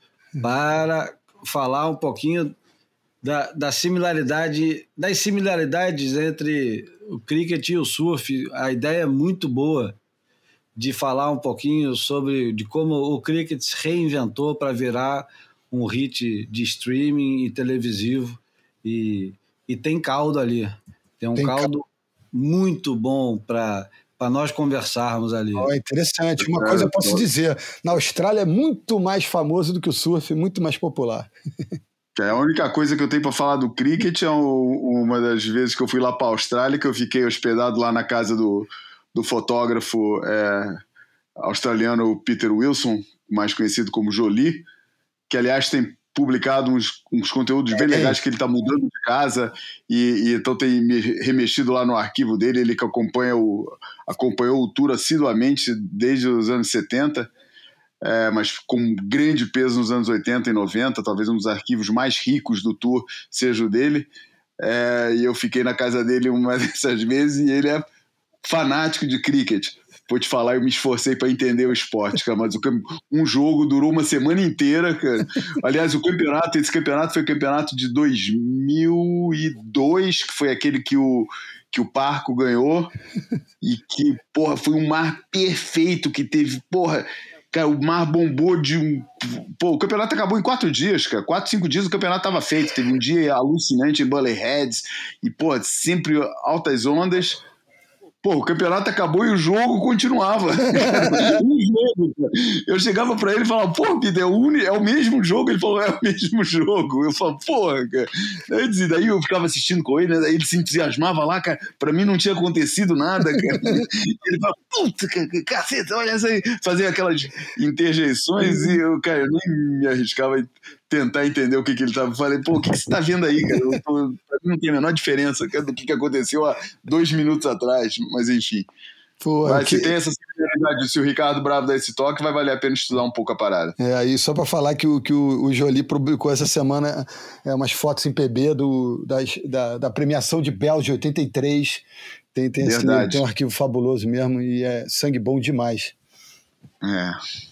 para falar um pouquinho da, da similaridade, das similaridades entre o cricket e o surf. A ideia é muito boa de falar um pouquinho sobre de como o cricket se reinventou para virar um hit de streaming e televisivo, e, e tem caldo ali. Tem um tem caldo cal... muito bom para nós conversarmos ali. Oh, é interessante. Uma coisa eu posso dizer, na Austrália é muito mais famoso do que o surf, muito mais popular. É a única coisa que eu tenho para falar do cricket é uma das vezes que eu fui lá para a Austrália, que eu fiquei hospedado lá na casa do, do fotógrafo é, australiano Peter Wilson, mais conhecido como Jolie, que aliás tem publicado uns, uns conteúdos bem legais, que ele está mudando de casa e, e então tem remexido lá no arquivo dele, ele que acompanha o, acompanhou o tour assiduamente desde os anos setenta, é, mas com grande peso nos anos oitenta e noventa, talvez um dos arquivos mais ricos do tour seja o dele, é, e eu fiquei na casa dele uma dessas vezes e ele é fanático de cricket. Vou te falar, eu me esforcei para entender o esporte, cara, mas um jogo durou uma semana inteira, cara. Aliás, o campeonato, esse campeonato foi o campeonato de dois mil e dois, que foi aquele que o, que o Parco ganhou, e que, porra, foi um mar perfeito que teve, porra, cara, o mar bombou de um... Pô, o campeonato acabou em quatro dias, cara, quatro, cinco dias o campeonato estava feito, teve um dia alucinante em Bully Heads, e, porra, sempre altas ondas. Pô, o campeonato acabou e o jogo continuava. um jogo, eu chegava pra ele e falava, pô, Peter, é o, é o mesmo jogo? Ele falou, é o mesmo jogo. Eu falava, porra, cara. Daí, daí eu ficava assistindo com ele, né? Daí ele se entusiasmava lá, cara. Pra mim não tinha acontecido nada, cara. Ele falava, puta, caceta, olha isso aí. Fazia aquelas interjeições e eu, cara, eu nem me arriscava tentar entender o que, que ele estava falando. Pô, o que, que você está vendo aí, cara? Eu tô, pra mim não tem a menor diferença, cara, do que, que aconteceu há dois minutos atrás, mas enfim. Pô, mas que... se tem essa similaridade, se o Ricardo Bravo dá esse toque, vai valer a pena estudar um pouco a parada. É, aí só para falar que, o, que o, o Jolie publicou essa semana é, umas fotos em P B do, das, da, da premiação de Bell de oitenta e três. Tem, tem, esse, tem um arquivo fabuloso mesmo e é sangue bom demais. É.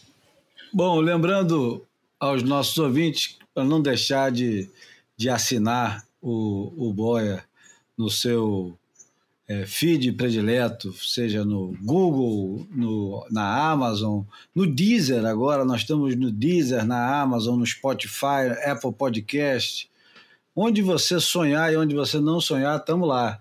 Bom, lembrando aos nossos ouvintes, para não deixar de, de assinar o, o Boia no seu é, feed predileto, seja no Google, no, na Amazon, no Deezer agora, nós estamos no Deezer, na Amazon, no Spotify, Apple Podcast, onde você sonhar e onde você não sonhar, estamos lá.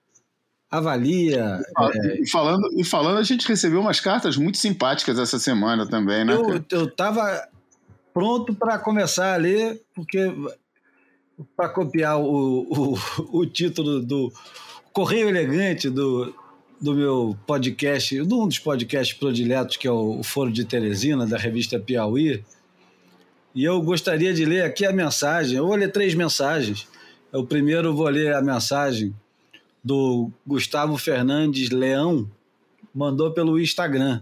Avalia. E, é... falando, e falando, a gente recebeu umas cartas muito simpáticas essa semana também, né? Eu estava pronto para começar a ler, porque para copiar o, o, o título do Correio Elegante do, do meu podcast, de um dos podcasts prediletos, que é o Foro de Teresina, da revista Piauí, e eu gostaria de ler aqui a mensagem. Eu vou ler três mensagens. O primeiro eu vou ler a mensagem do Gustavo Fernandes Leão, mandou pelo Instagram.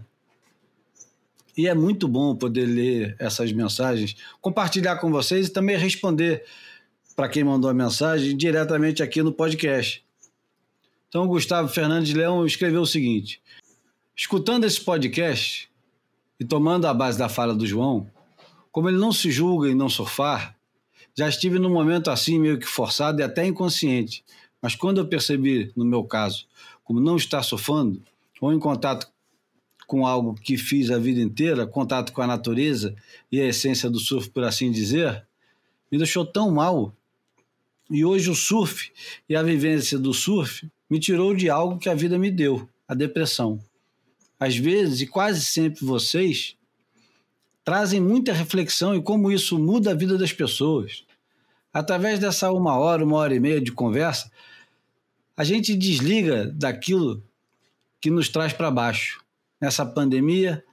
E é muito bom poder ler essas mensagens, compartilhar com vocês e também responder para quem mandou a mensagem diretamente aqui no podcast. Então, o Gustavo Fernandes Leão escreveu o seguinte: escutando esse podcast e tomando a base da fala do João, como ele não se julga em não surfar, já estive num momento assim meio que forçado e até inconsciente, mas quando eu percebi, no meu caso, como não estar surfando, ou em contato com algo que fiz a vida inteira, contato com a natureza e a essência do surf, por assim dizer, me deixou tão mal. E hoje o surf e a vivência do surf me tirou de algo que a vida me deu, a depressão. Às vezes, e quase sempre vocês, trazem muita reflexão em como isso muda a vida das pessoas. Através dessa uma hora, uma hora e meia de conversa, a gente desliga daquilo que nos traz para baixo. Nessa pandemia,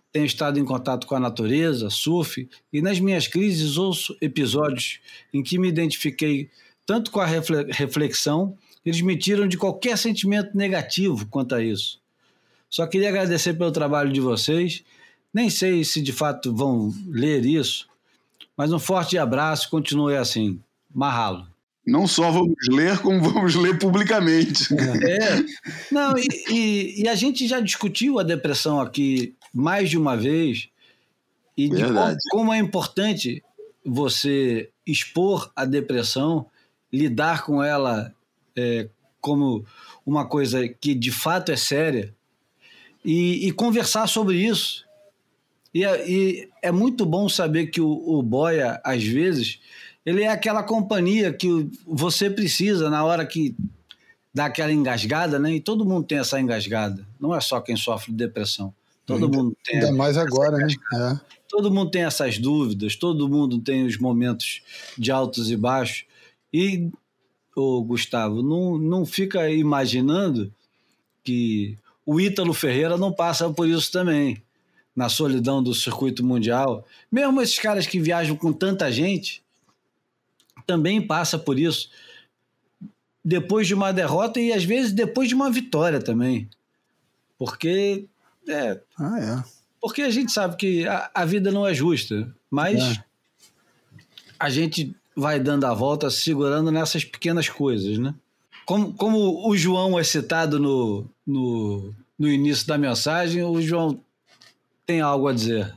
tenho estado em contato com a natureza, surf, e nas minhas crises ouço episódios em que me identifiquei tanto com a reflexão, eles me tiram de qualquer sentimento negativo quanto a isso. Só queria agradecer pelo trabalho de vocês. Nem sei se de fato vão ler isso, mas um forte abraço, continue assim. Mahalo. Não só vamos ler, como vamos ler publicamente. É. Não, e, e, e a gente já discutiu a depressão aqui mais de uma vez, e de como, como é importante você expor a depressão, lidar com ela é, como uma coisa que de fato é séria, e, e conversar sobre isso. E é, e é muito bom saber que o, o Boia, às vezes, ele é aquela companhia que você precisa na hora que dá aquela engasgada, né? E todo mundo tem essa engasgada. Não é só quem sofre de depressão. Todo ainda, mundo tem. Ainda mais agora, né? É. Todo mundo tem essas dúvidas, todo mundo tem os momentos de altos e baixos. E, ô, Gustavo, não, não fica imaginando que o Ítalo Ferreira não passa por isso também, na solidão do circuito mundial. Mesmo esses caras que viajam com tanta gente também passa por isso, depois de uma derrota e às vezes depois de uma vitória também, porque é, ah, é. porque a gente sabe que a, a vida não é justa, mas é. a gente vai dando a volta, segurando nessas pequenas coisas, né? Como, como o João é citado no, no, no início da mensagem, o João tem algo a dizer.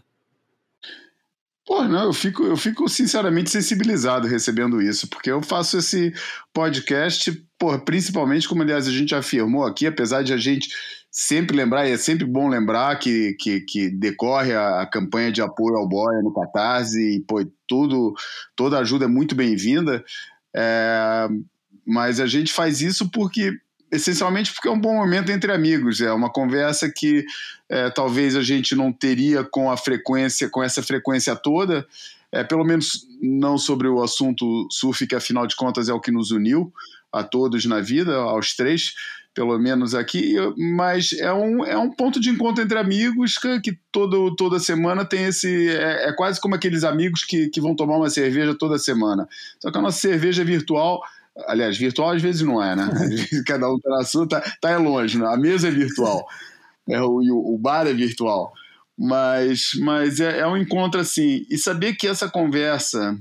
Pô, não, eu fico, eu fico sinceramente sensibilizado recebendo isso, porque eu faço esse podcast, pô, principalmente, como aliás a gente afirmou aqui, apesar de a gente sempre lembrar, e é sempre bom lembrar que, que, que decorre a, a campanha de apoio ao Boia no Catarse, e pô, tudo, toda ajuda é muito bem-vinda, é, mas a gente faz isso porque... essencialmente porque é um bom momento entre amigos, é uma conversa que é, talvez a gente não teria com a frequência, com essa frequência toda, é, pelo menos não sobre o assunto surf, que afinal de contas é o que nos uniu a todos na vida, aos três, pelo menos aqui, mas é um, é um ponto de encontro entre amigos que, que todo, toda semana tem esse, é, é quase como aqueles amigos que, que vão tomar uma cerveja toda semana, só que a nossa cerveja virtual... Aliás, virtual às vezes não é, né? Cada um tá na sua, tá, tá é longe, né? A mesa é virtual, é, o, o bar é virtual, mas, mas é, é um encontro assim, e saber que essa conversa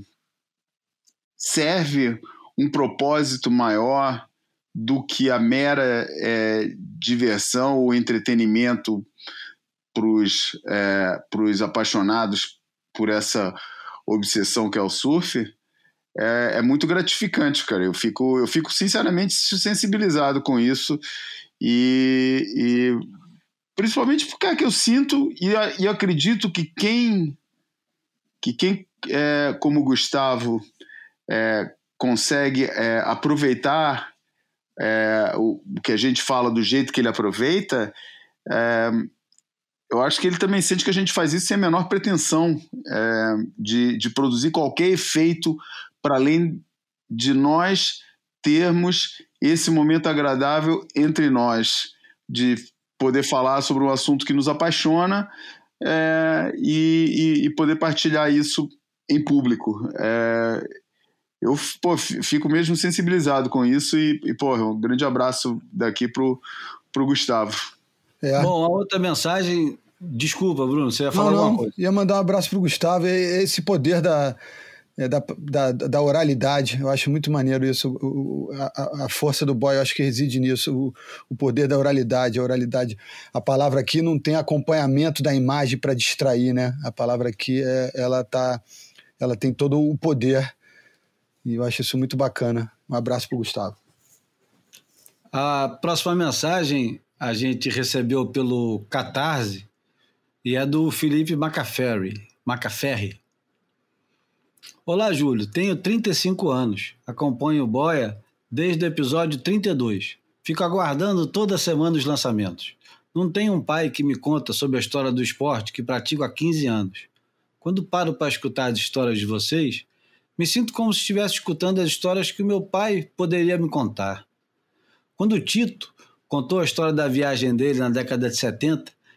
serve um propósito maior do que a mera é, diversão ou entretenimento para os é, pros apaixonados por essa obsessão que é o surf, É, é muito gratificante, cara. Eu fico, eu fico sinceramente sensibilizado com isso e, e principalmente porque é que eu sinto e, e acredito que quem, que quem é, como o Gustavo é, consegue é, aproveitar é, o, o que a gente fala do jeito que ele aproveita, é, eu acho que ele também sente que a gente faz isso sem a menor pretensão é, de, de produzir qualquer efeito para além de nós termos esse momento agradável entre nós, de poder falar sobre um assunto que nos apaixona é, e, e poder partilhar isso em público. É, eu pô, fico mesmo sensibilizado com isso e, e pô, um grande abraço daqui pro, pro Gustavo. É. Bom, a outra mensagem... Desculpa, Bruno, você ia falar não, alguma não, coisa? Ia mandar um abraço pro Gustavo, esse poder da... É, da, da, da oralidade, eu acho muito maneiro isso, o, a, a força do Boia, eu acho que reside nisso, o, o poder da oralidade, a oralidade, a palavra aqui não tem acompanhamento da imagem para distrair, né? A palavra aqui, é, ela, tá, ela tem todo o poder, e eu acho isso muito bacana. Um abraço para o Gustavo. A próxima mensagem a gente recebeu pelo Catarse e é do Felipe Macaferri. Macaferri. Olá, Júlio. Tenho trinta e cinco anos. Acompanho o Boia desde o episódio trinta e dois. Fico aguardando toda semana os lançamentos. Não tenho um pai que me conta sobre a história do esporte que pratico há quinze anos. Quando paro para escutar as histórias de vocês, me sinto como se estivesse escutando as histórias que o meu pai poderia me contar. Quando o Tito contou a história da viagem dele na década de setenta,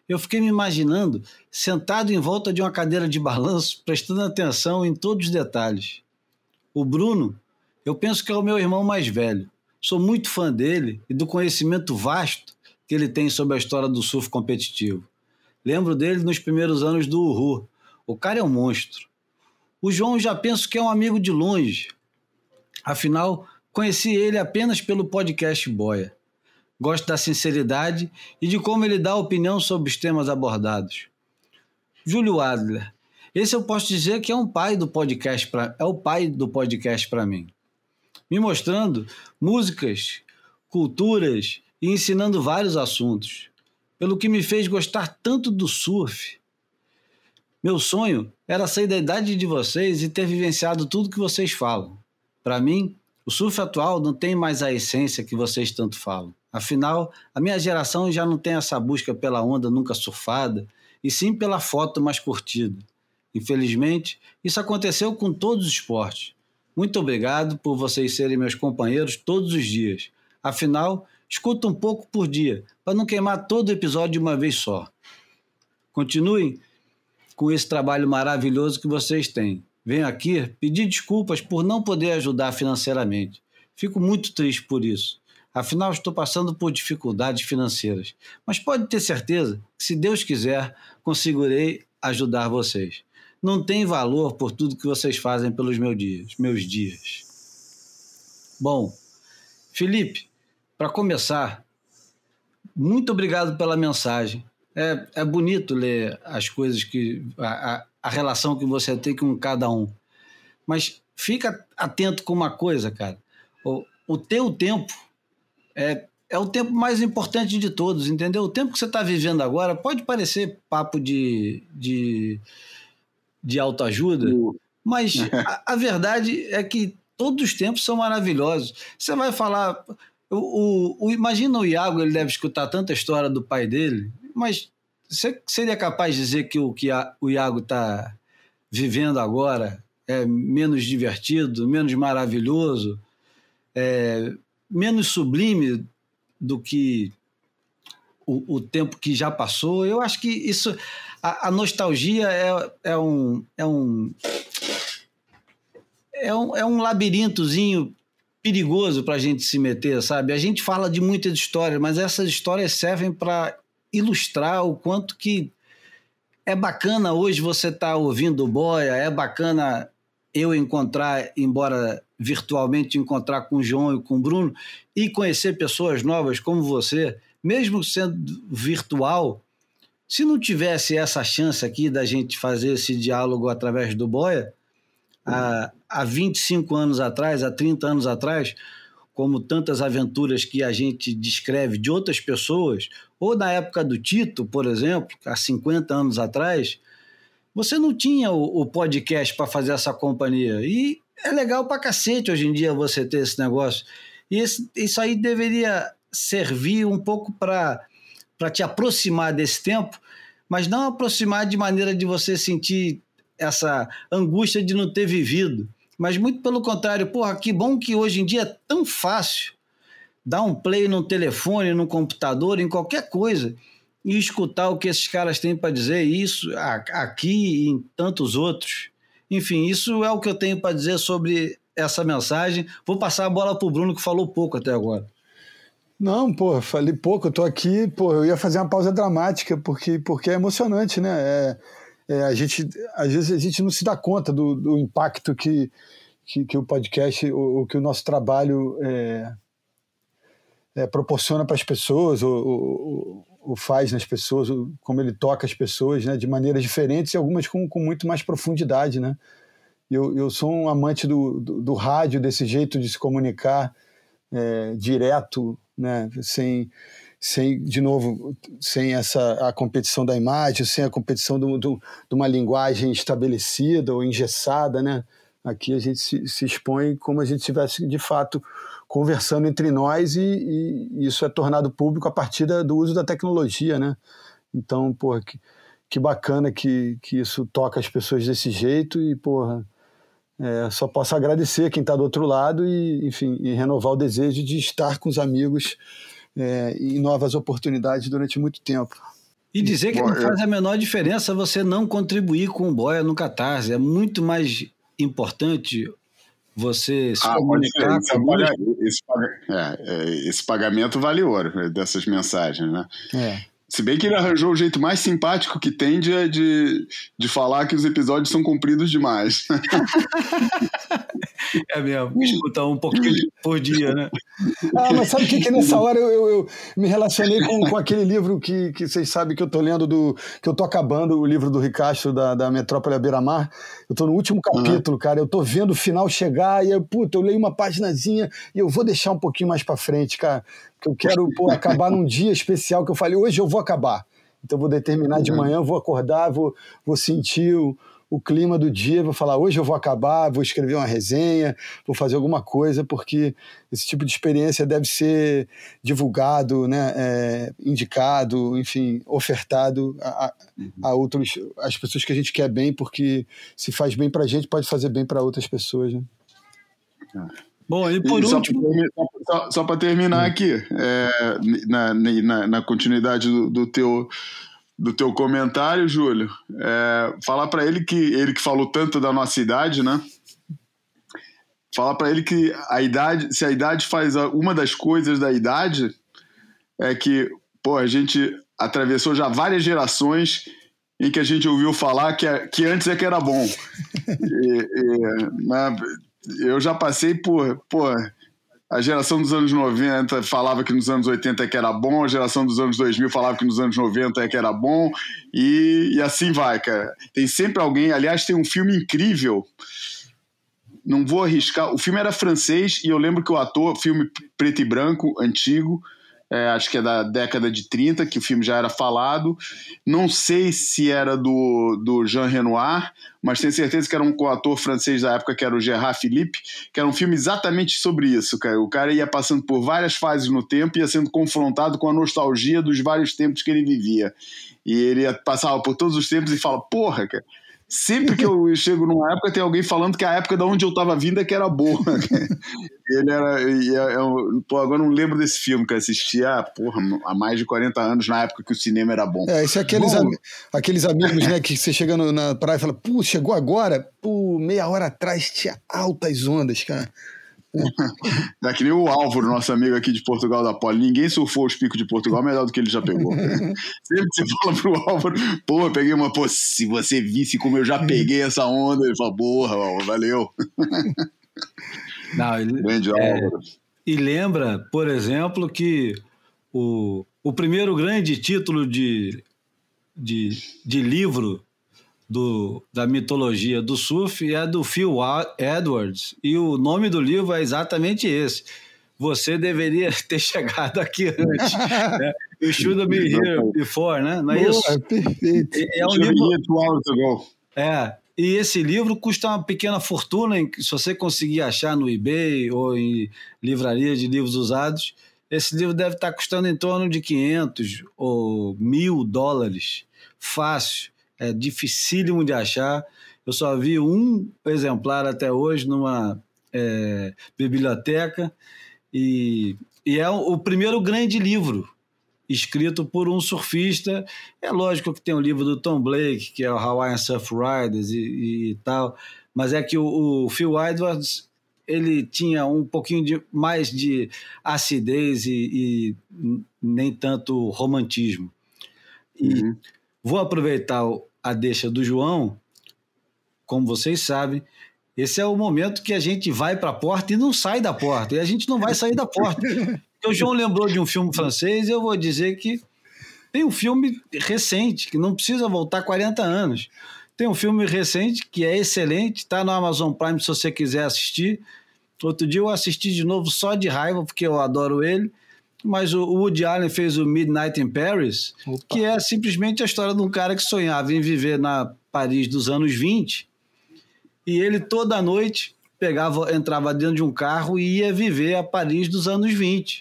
eu fiquei me imaginando sentado em volta de uma cadeira de balanço, prestando atenção em todos os detalhes. O Bruno, eu penso que é o meu irmão mais velho. Sou muito fã dele e do conhecimento vasto que ele tem sobre a história do surf competitivo. Lembro dele nos primeiros anos do Uhu. O cara é um monstro. O João já penso que é um amigo de longe. Afinal, conheci ele apenas pelo podcast Boia. Gosto da sinceridade e de como ele dá opinião sobre os temas abordados. Júlio Adler. Esse eu posso dizer que é um pai do podcast pra, é o pai do podcast para mim. Me mostrando músicas, culturas e ensinando vários assuntos, pelo que me fez gostar tanto do surf. Meu sonho era sair da idade de vocês e ter vivenciado tudo que vocês falam. Para mim, o surf atual não tem mais a essência que vocês tanto falam. Afinal, a minha geração já não tem essa busca pela onda nunca surfada, e sim pela foto mais curtida. Infelizmente, isso aconteceu com todos os esportes. Muito obrigado por vocês serem meus companheiros todos os dias. Afinal, escuto um pouco por dia, para não queimar todo o episódio de uma vez só. Continuem com esse trabalho maravilhoso que vocês têm. Venho aqui pedir desculpas por não poder ajudar financeiramente. Fico muito triste por isso. Afinal, estou passando por dificuldades financeiras. Mas pode ter certeza que, se Deus quiser, conseguirei ajudar vocês. Não tem valor por tudo que vocês fazem pelos meus dias. Meus dias. Bom, Felipe, para começar, muito obrigado pela mensagem. É, é bonito ler as coisas que... A, a, a relação que você tem com cada um. Mas fica atento com uma coisa, cara. O, o teu tempo é, é o tempo mais importante de todos, entendeu? O tempo que você está vivendo agora pode parecer papo de... de de autoajuda, mas a, a verdade é que todos os tempos são maravilhosos. Você vai falar... O, o, o, imagina o Iago, ele deve escutar tanta história do pai dele, mas você seria capaz de dizer que o que a, o Iago está vivendo agora é menos divertido, menos maravilhoso, é, menos sublime do que o, o tempo que já passou? Eu acho que isso... A, a nostalgia é, é, um, é, um, é, um, é um labirintozinho perigoso para a gente se meter, sabe? A gente fala de muitas histórias, mas essas histórias servem para ilustrar o quanto que é bacana hoje você estar tá ouvindo o Boia, é bacana eu encontrar, embora virtualmente encontrar com o João e com o Bruno, e conhecer pessoas novas como você, mesmo sendo virtual. Se não tivesse essa chance aqui da gente fazer esse diálogo através do Boia, há, há vinte e cinco anos atrás, há trinta anos atrás, como tantas aventuras que a gente descreve de outras pessoas, ou na época do Tito, por exemplo, há cinquenta anos atrás, você não tinha o, o podcast para fazer essa companhia. E é legal pra cacete hoje em dia você ter esse negócio. E esse, isso aí deveria servir um pouco para... para te aproximar desse tempo, mas não aproximar de maneira de você sentir essa angústia de não ter vivido, mas muito pelo contrário. Porra, que bom que hoje em dia é tão fácil dar um play no telefone, no computador, em qualquer coisa, e escutar o que esses caras têm para dizer, isso aqui e em tantos outros. Enfim, isso é o que eu tenho para dizer sobre essa mensagem. Vou passar a bola para o Bruno, que falou pouco até agora. Não, pô, falei pouco, eu tô aqui, pô, eu ia fazer uma pausa dramática, porque, porque é emocionante, né? É, é, a gente, às vezes a gente não se dá conta do, do impacto que, que, que o podcast, o, o que o nosso trabalho é, é, proporciona para as pessoas, ou, ou, ou faz nas pessoas, ou como ele toca as pessoas, né? De maneiras diferentes e algumas com, com muito mais profundidade, né? Eu, eu sou um amante do, do, do rádio, desse jeito de se comunicar é, direto, né? Sem, sem, de novo, sem essa, a competição da imagem, sem a competição do, do, de uma linguagem estabelecida ou engessada, né? Aqui a gente se, se expõe como a gente estivesse, de fato, conversando entre nós, e, e isso é tornado público a partir da, do uso da tecnologia, né? Então, porra, que, que bacana que, que isso toca as pessoas desse jeito, e, porra, É, só posso agradecer quem está do outro lado e, enfim, e renovar o desejo de estar com os amigos é, em novas oportunidades durante muito tempo. E dizer que Bom, não eu... faz a menor diferença você não contribuir com o Boia no Catarse. É muito mais importante você se ah, comunicar esse, com paga... esse, paga... é, esse pagamento vale ouro dessas mensagens, né? É. Se bem que ele arranjou o jeito mais simpático que tem de, de, de falar que os episódios são compridos demais. É mesmo, escutar um pouquinho por dia, né? Ah, mas sabe o que, que nessa hora eu, eu, eu me relacionei com, com aquele livro que, que vocês sabem que eu tô lendo, do, que eu tô acabando, o livro do Ricasso, da, da Metrópole à Beira-Mar. Eu tô no último capítulo, uhum. cara. Eu tô vendo o final chegar e eu, puta, eu leio uma paginazinha e eu vou deixar um pouquinho mais pra frente, cara. Porque eu quero, pô, acabar num dia especial que eu falei, hoje eu vou acabar. Então eu vou determinar uhum. de manhã, eu vou acordar, vou, vou sentir o, o clima do dia, vou falar, hoje eu vou acabar, vou escrever uma resenha, vou fazer alguma coisa, porque esse tipo de experiência deve ser divulgado, né, é, indicado, enfim, ofertado a, a outros, as pessoas que a gente quer bem, porque se faz bem pra gente, pode fazer bem para outras pessoas, né? Bom, e por e último... Só para terminar hum. aqui, é, na, na, na continuidade do, do teu... do teu comentário, Júlio, é, falar para ele que ele que falou tanto da nossa idade, né? Falar para ele que a idade, se a idade faz a, uma das coisas da idade é que, pô, a gente atravessou já várias gerações em que a gente ouviu falar que, que antes é que era bom. e, e, né, eu já passei por, pô, a geração dos anos noventa falava que nos anos oitenta é que era bom, a geração dos anos dois mil falava que nos anos noventa é que era bom, e, e assim vai, cara. Tem sempre alguém, aliás, tem um filme incrível, não vou arriscar, o filme era francês e eu lembro que o ator, filme preto e branco, antigo, é, acho que é da década de trinta, que o filme já era falado, não sei se era do, do Jean Renoir, mas tenho certeza que era um coator francês da época, que era o Gérard Philippe, que era um filme exatamente sobre isso, cara. O cara ia passando por várias fases no tempo e ia sendo confrontado com a nostalgia dos vários tempos que ele vivia. E ele passava por todos os tempos e fala, porra, cara, sempre que eu chego numa época tem alguém falando que a época de onde eu tava vindo é que era boa. Ele era... Eu, pô, agora não lembro desse filme que eu assisti há, porra, há mais de quarenta anos, na época que o cinema era bom. É, isso é aqueles, am aqueles amigos, né, que você chega no, na praia e fala, pô, chegou agora? Pô, meia hora atrás tinha altas ondas, cara. É que nem o Álvaro, nosso amigo aqui de Portugal da Poli. Ninguém surfou os picos de Portugal melhor do que ele já pegou. Sempre que você fala pro Álvaro, pô, eu peguei uma, pô, se você visse como eu já peguei essa onda, ele fala, porra, Álvaro, valeu. Não, ele, Grande é, Álvaro. E lembra, por exemplo, que o, o primeiro grande título de, de, de livro Do, da mitologia do surf é do Phil Edwards, e o nome do livro é exatamente esse. Você deveria ter chegado aqui antes. Né? You should have been here before, né? Não é Boa, isso? Perfeito. É, é um livro... É, e esse livro custa uma pequena fortuna, se você conseguir achar no eBay ou em livraria de livros usados. Esse livro deve estar custando em torno de quinhentos ou mil dólares. Fácil. É dificílimo de achar. Eu só vi um exemplar até hoje numa é, biblioteca e, e é o, o primeiro grande livro escrito por um surfista. É lógico que tem o livro do Tom Blake, que é o Hawaiian Surf Riders e, e tal, mas é que o, o Phil Edwards ele tinha um pouquinho de, mais de acidez e, e nem tanto romantismo. E uhum. Vou aproveitar a deixa do João. Como vocês sabem, esse é o momento que a gente vai para a porta e não sai da porta. E a gente não vai sair da porta. O João lembrou de um filme francês e eu vou dizer que tem um filme recente, que não precisa voltar quarenta anos. Tem um filme recente que é excelente, está no Amazon Prime se você quiser assistir. Outro dia eu assisti de novo só de raiva, porque eu adoro ele. Mas o Woody Allen fez o Midnight in Paris, Opa. Que é simplesmente a história de um cara que sonhava em viver na Paris dos anos vinte, e ele toda noite pegava, entrava dentro de um carro e ia viver a Paris dos anos vinte.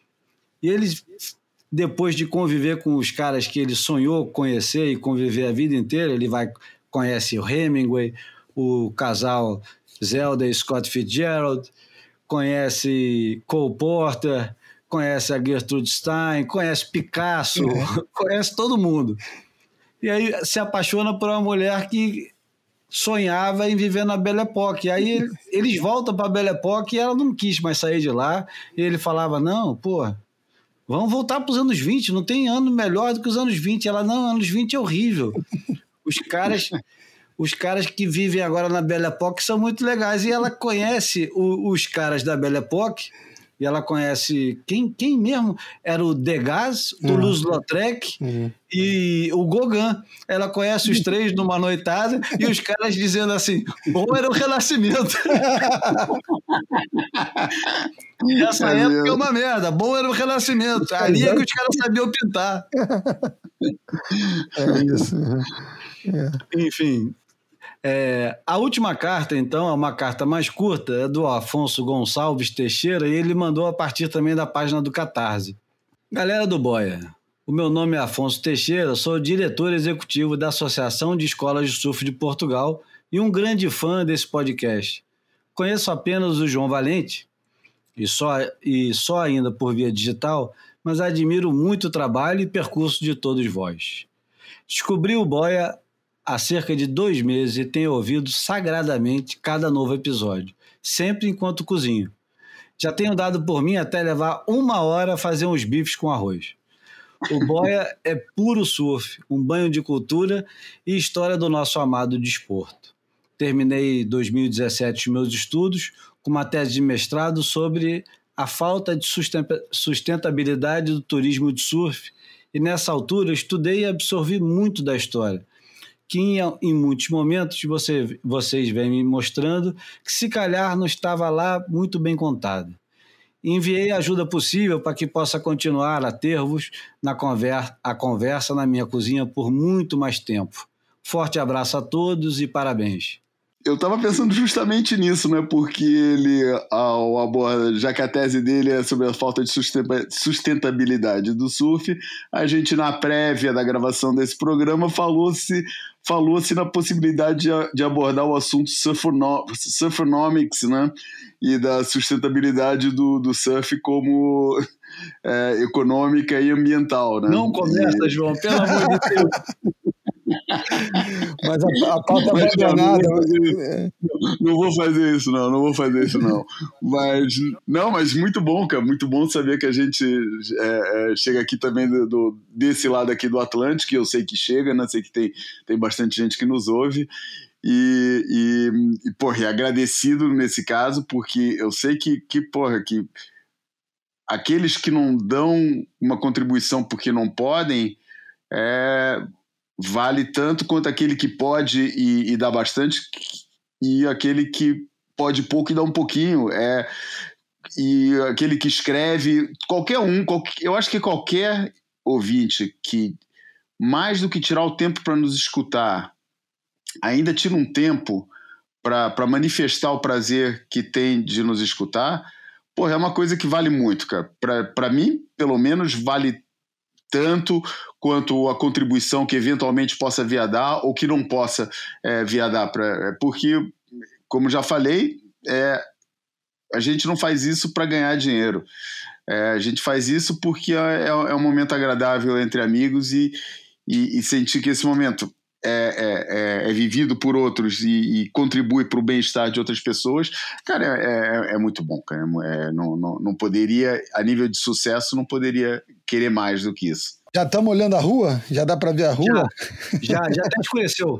E ele, depois de conviver com os caras que ele sonhou conhecer e conviver a vida inteira, ele vai, conhece o Hemingway, o casal Zelda e Scott Fitzgerald, conhece Cole Porter, conhece a Gertrude Stein, conhece Picasso, conhece todo mundo. E aí se apaixona por uma mulher que sonhava em viver na Belle Époque. Aí eles voltam para a Belle Époque e ela não quis mais sair de lá. E ele falava, não, pô, vamos voltar para os anos vinte, não tem ano melhor do que os anos vinte. Ela, não, anos vinte é horrível. Os caras, os caras que vivem agora na Belle Époque são muito legais. E ela conhece o, os caras da Belle Époque, e ela conhece quem, quem mesmo? Era o Degas, o Toulouse-Lautrec uhum. e o Gauguin. Ela conhece os três numa noitada e os caras dizendo assim, bom era o Renascimento. Essa é época é uma merda, bom era o Renascimento. Ali é que os caras sabiam pintar. É isso. É. Enfim... É, a última carta, então, é uma carta mais curta, é do Afonso Gonçalves Teixeira, e ele mandou a partir também da página do Catarse. Galera do Boia, o meu nome é Afonso Teixeira, sou diretor executivo da Associação de Escolas de Surf de Portugal e um grande fã desse podcast. Conheço apenas o João Valente, e só, e só ainda por via digital, mas admiro muito o trabalho e percurso de todos vós. Descobri o Boia há cerca de dois meses e tenho ouvido sagradamente cada novo episódio, sempre enquanto cozinho. Já tenho dado por mim até levar uma hora a fazer uns bifes com arroz. O Boia é puro surf, um banho de cultura e história do nosso amado desporto. Terminei em dois mil e dezessete os meus estudos com uma tese de mestrado sobre a falta de sustentabilidade do turismo de surf e nessa altura estudei e absorvi muito da história, que em, em muitos momentos você, vocês vêm me mostrando que se calhar não estava lá muito bem contada. Enviei a ajuda possível para que possa continuar a ter-vos na conversa, a conversa na minha cozinha por muito mais tempo. Forte abraço a todos e parabéns. Eu estava pensando justamente nisso, né? Porque ele, ao abordar, já que a tese dele é sobre a falta de sustentabilidade do surf, a gente, na prévia da gravação desse programa, falou-se falou-se na possibilidade de, de abordar o assunto surfonomics, né? E da sustentabilidade do, do surf como é, econômica e ambiental, né? Não começa, e... João, pelo amor de Deus. Mas a, a pauta é abandonada. Não, não vou fazer isso, não. Não vou fazer isso, não. Mas, não, mas muito bom, cara. Muito bom saber que a gente é, é, chega aqui também do, do, desse lado aqui do Atlântico, que eu sei que chega, né? Sei que tem, tem bastante gente que nos ouve. E, e, e, porra, e agradecido nesse caso, porque eu sei que, que, porra, que aqueles que não dão uma contribuição porque não podem, é... vale tanto quanto aquele que pode e, e dá bastante, e aquele que pode pouco e dá um pouquinho, é, e aquele que escreve, qualquer um, qualquer, eu acho que qualquer ouvinte que, mais do que tirar o tempo para nos escutar, ainda tira um tempo para manifestar o prazer que tem de nos escutar, porra, é uma coisa que vale muito, cara. Para mim, pelo menos, vale tanto quanto a contribuição que eventualmente possa vir a dar ou que não possa é, vir a dar. Pra, porque, como já falei, é, a gente não faz isso para ganhar dinheiro. É, a gente faz isso porque é, é um momento agradável entre amigos e, e, e sentir que esse momento é, é, é vivido por outros e, e contribui para o bem-estar de outras pessoas, cara, é, é, é muito bom, cara. É, não, não, não poderia, a nível de sucesso, não poderia querer mais do que isso. Já estamos olhando a rua? Já dá para ver a rua? Já, já, já até escureceu.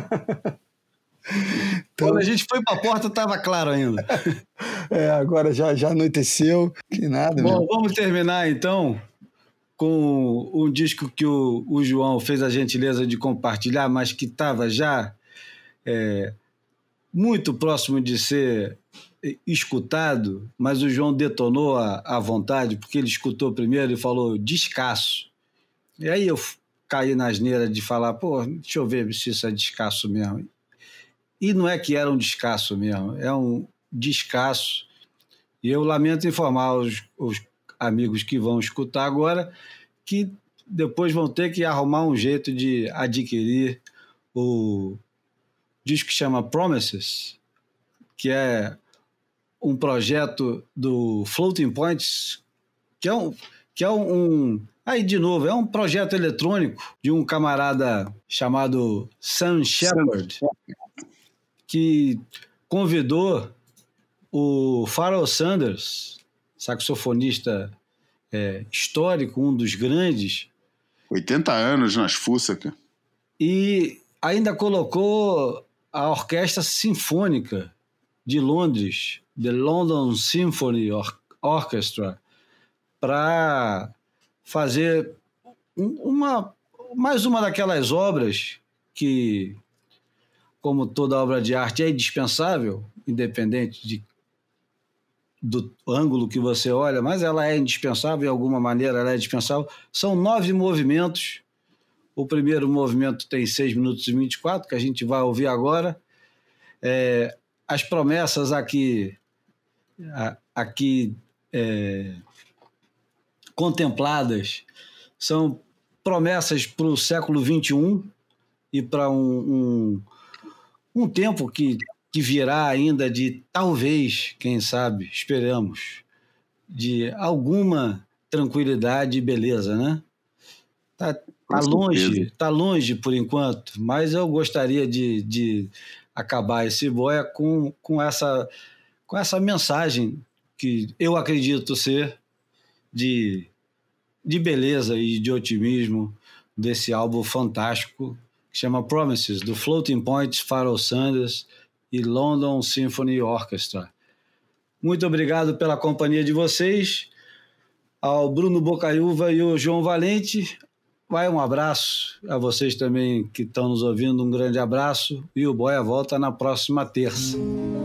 Então, quando a gente foi para a porta, estava claro ainda. É, agora já, já anoiteceu, que nada. Bom, mesmo. Vamos terminar então com um disco que o, o João fez a gentileza de compartilhar, mas que estava já é, muito próximo de ser escutado, mas o João detonou a, a vontade, porque ele escutou primeiro e falou descasso. E aí eu caí na asneira de falar, pô, deixa eu ver se isso é descasso mesmo. E não é que era um descasso mesmo, é um descasso. E eu lamento informar os, os amigos que vão escutar agora que depois vão ter que arrumar um jeito de adquirir o disco que chama Promises, que é um projeto do Floating Points, que é um, que é um, um... Aí, de novo, é um projeto eletrônico de um camarada chamado Sam Shepard, que convidou o Pharoah Sanders, saxofonista é, histórico, um dos grandes. oitenta anos nas fuças, cara. E ainda colocou a Orquestra Sinfônica de Londres, The London Symphony Or- Orchestra, para fazer uma, mais uma daquelas obras que, como toda obra de arte, é indispensável, independente de, do ângulo que você olha, mas ela é indispensável, de alguma maneira ela é indispensável. São nove movimentos. O primeiro movimento tem seis minutos e vinte e quatro, que a gente vai ouvir agora. É, as promessas aqui, aqui é, contempladas são promessas para o século vinte e um e para um, um, um tempo que, que virá ainda de, talvez, quem sabe, esperamos, de alguma tranquilidade e beleza, né? Tá, tá longe, tá longe por enquanto, mas eu gostaria de, de acabar esse boia com, com, essa, com essa mensagem que eu acredito ser de, de beleza e de otimismo desse álbum fantástico que chama Promises, do Floating Points, Pharoah Sanders e London Symphony Orchestra. Muito obrigado pela companhia de vocês, ao Bruno Bocaiúva e ao João Valente. Vai um abraço a vocês também que estão nos ouvindo, um grande abraço, e o Boia volta na próxima terça.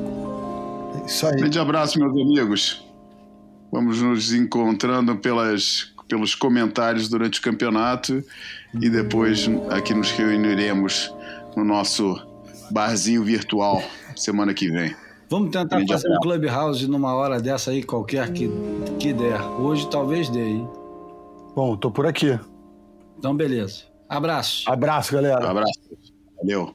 Isso aí. Grande abraço, meus amigos. Vamos nos encontrando pelas, pelos comentários durante o campeonato e depois aqui nos reuniremos no nosso barzinho virtual semana que vem. Vamos tentar grande fazer abraço. Um Clubhouse numa hora dessa aí, qualquer que, que der. Hoje talvez dê, hein? Bom, tô por aqui. Então, beleza. Abraço. Abraço, galera. Um abraço. Valeu.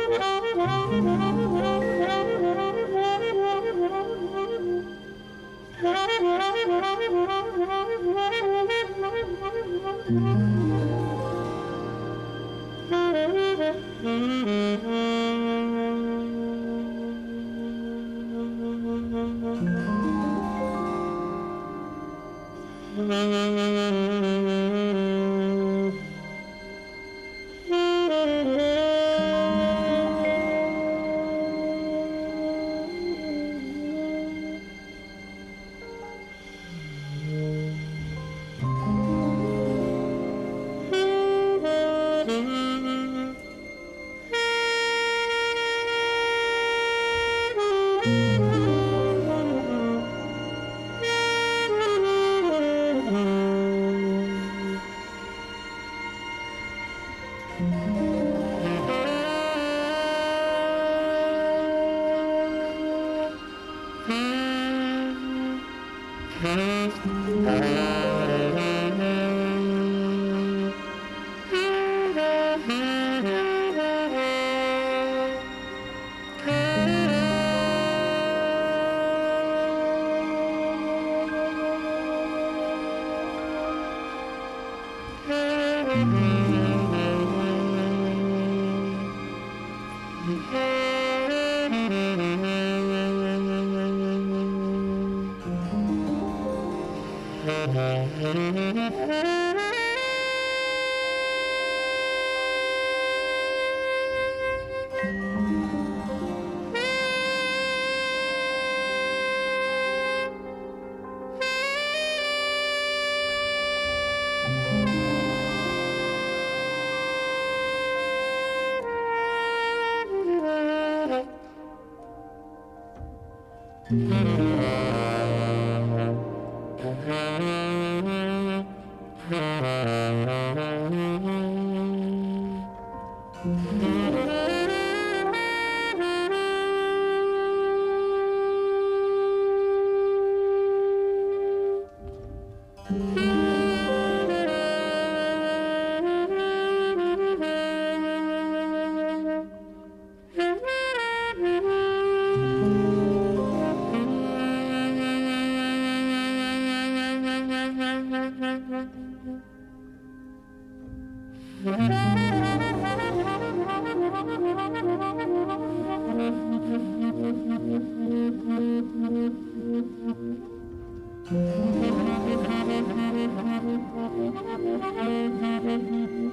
Thank you.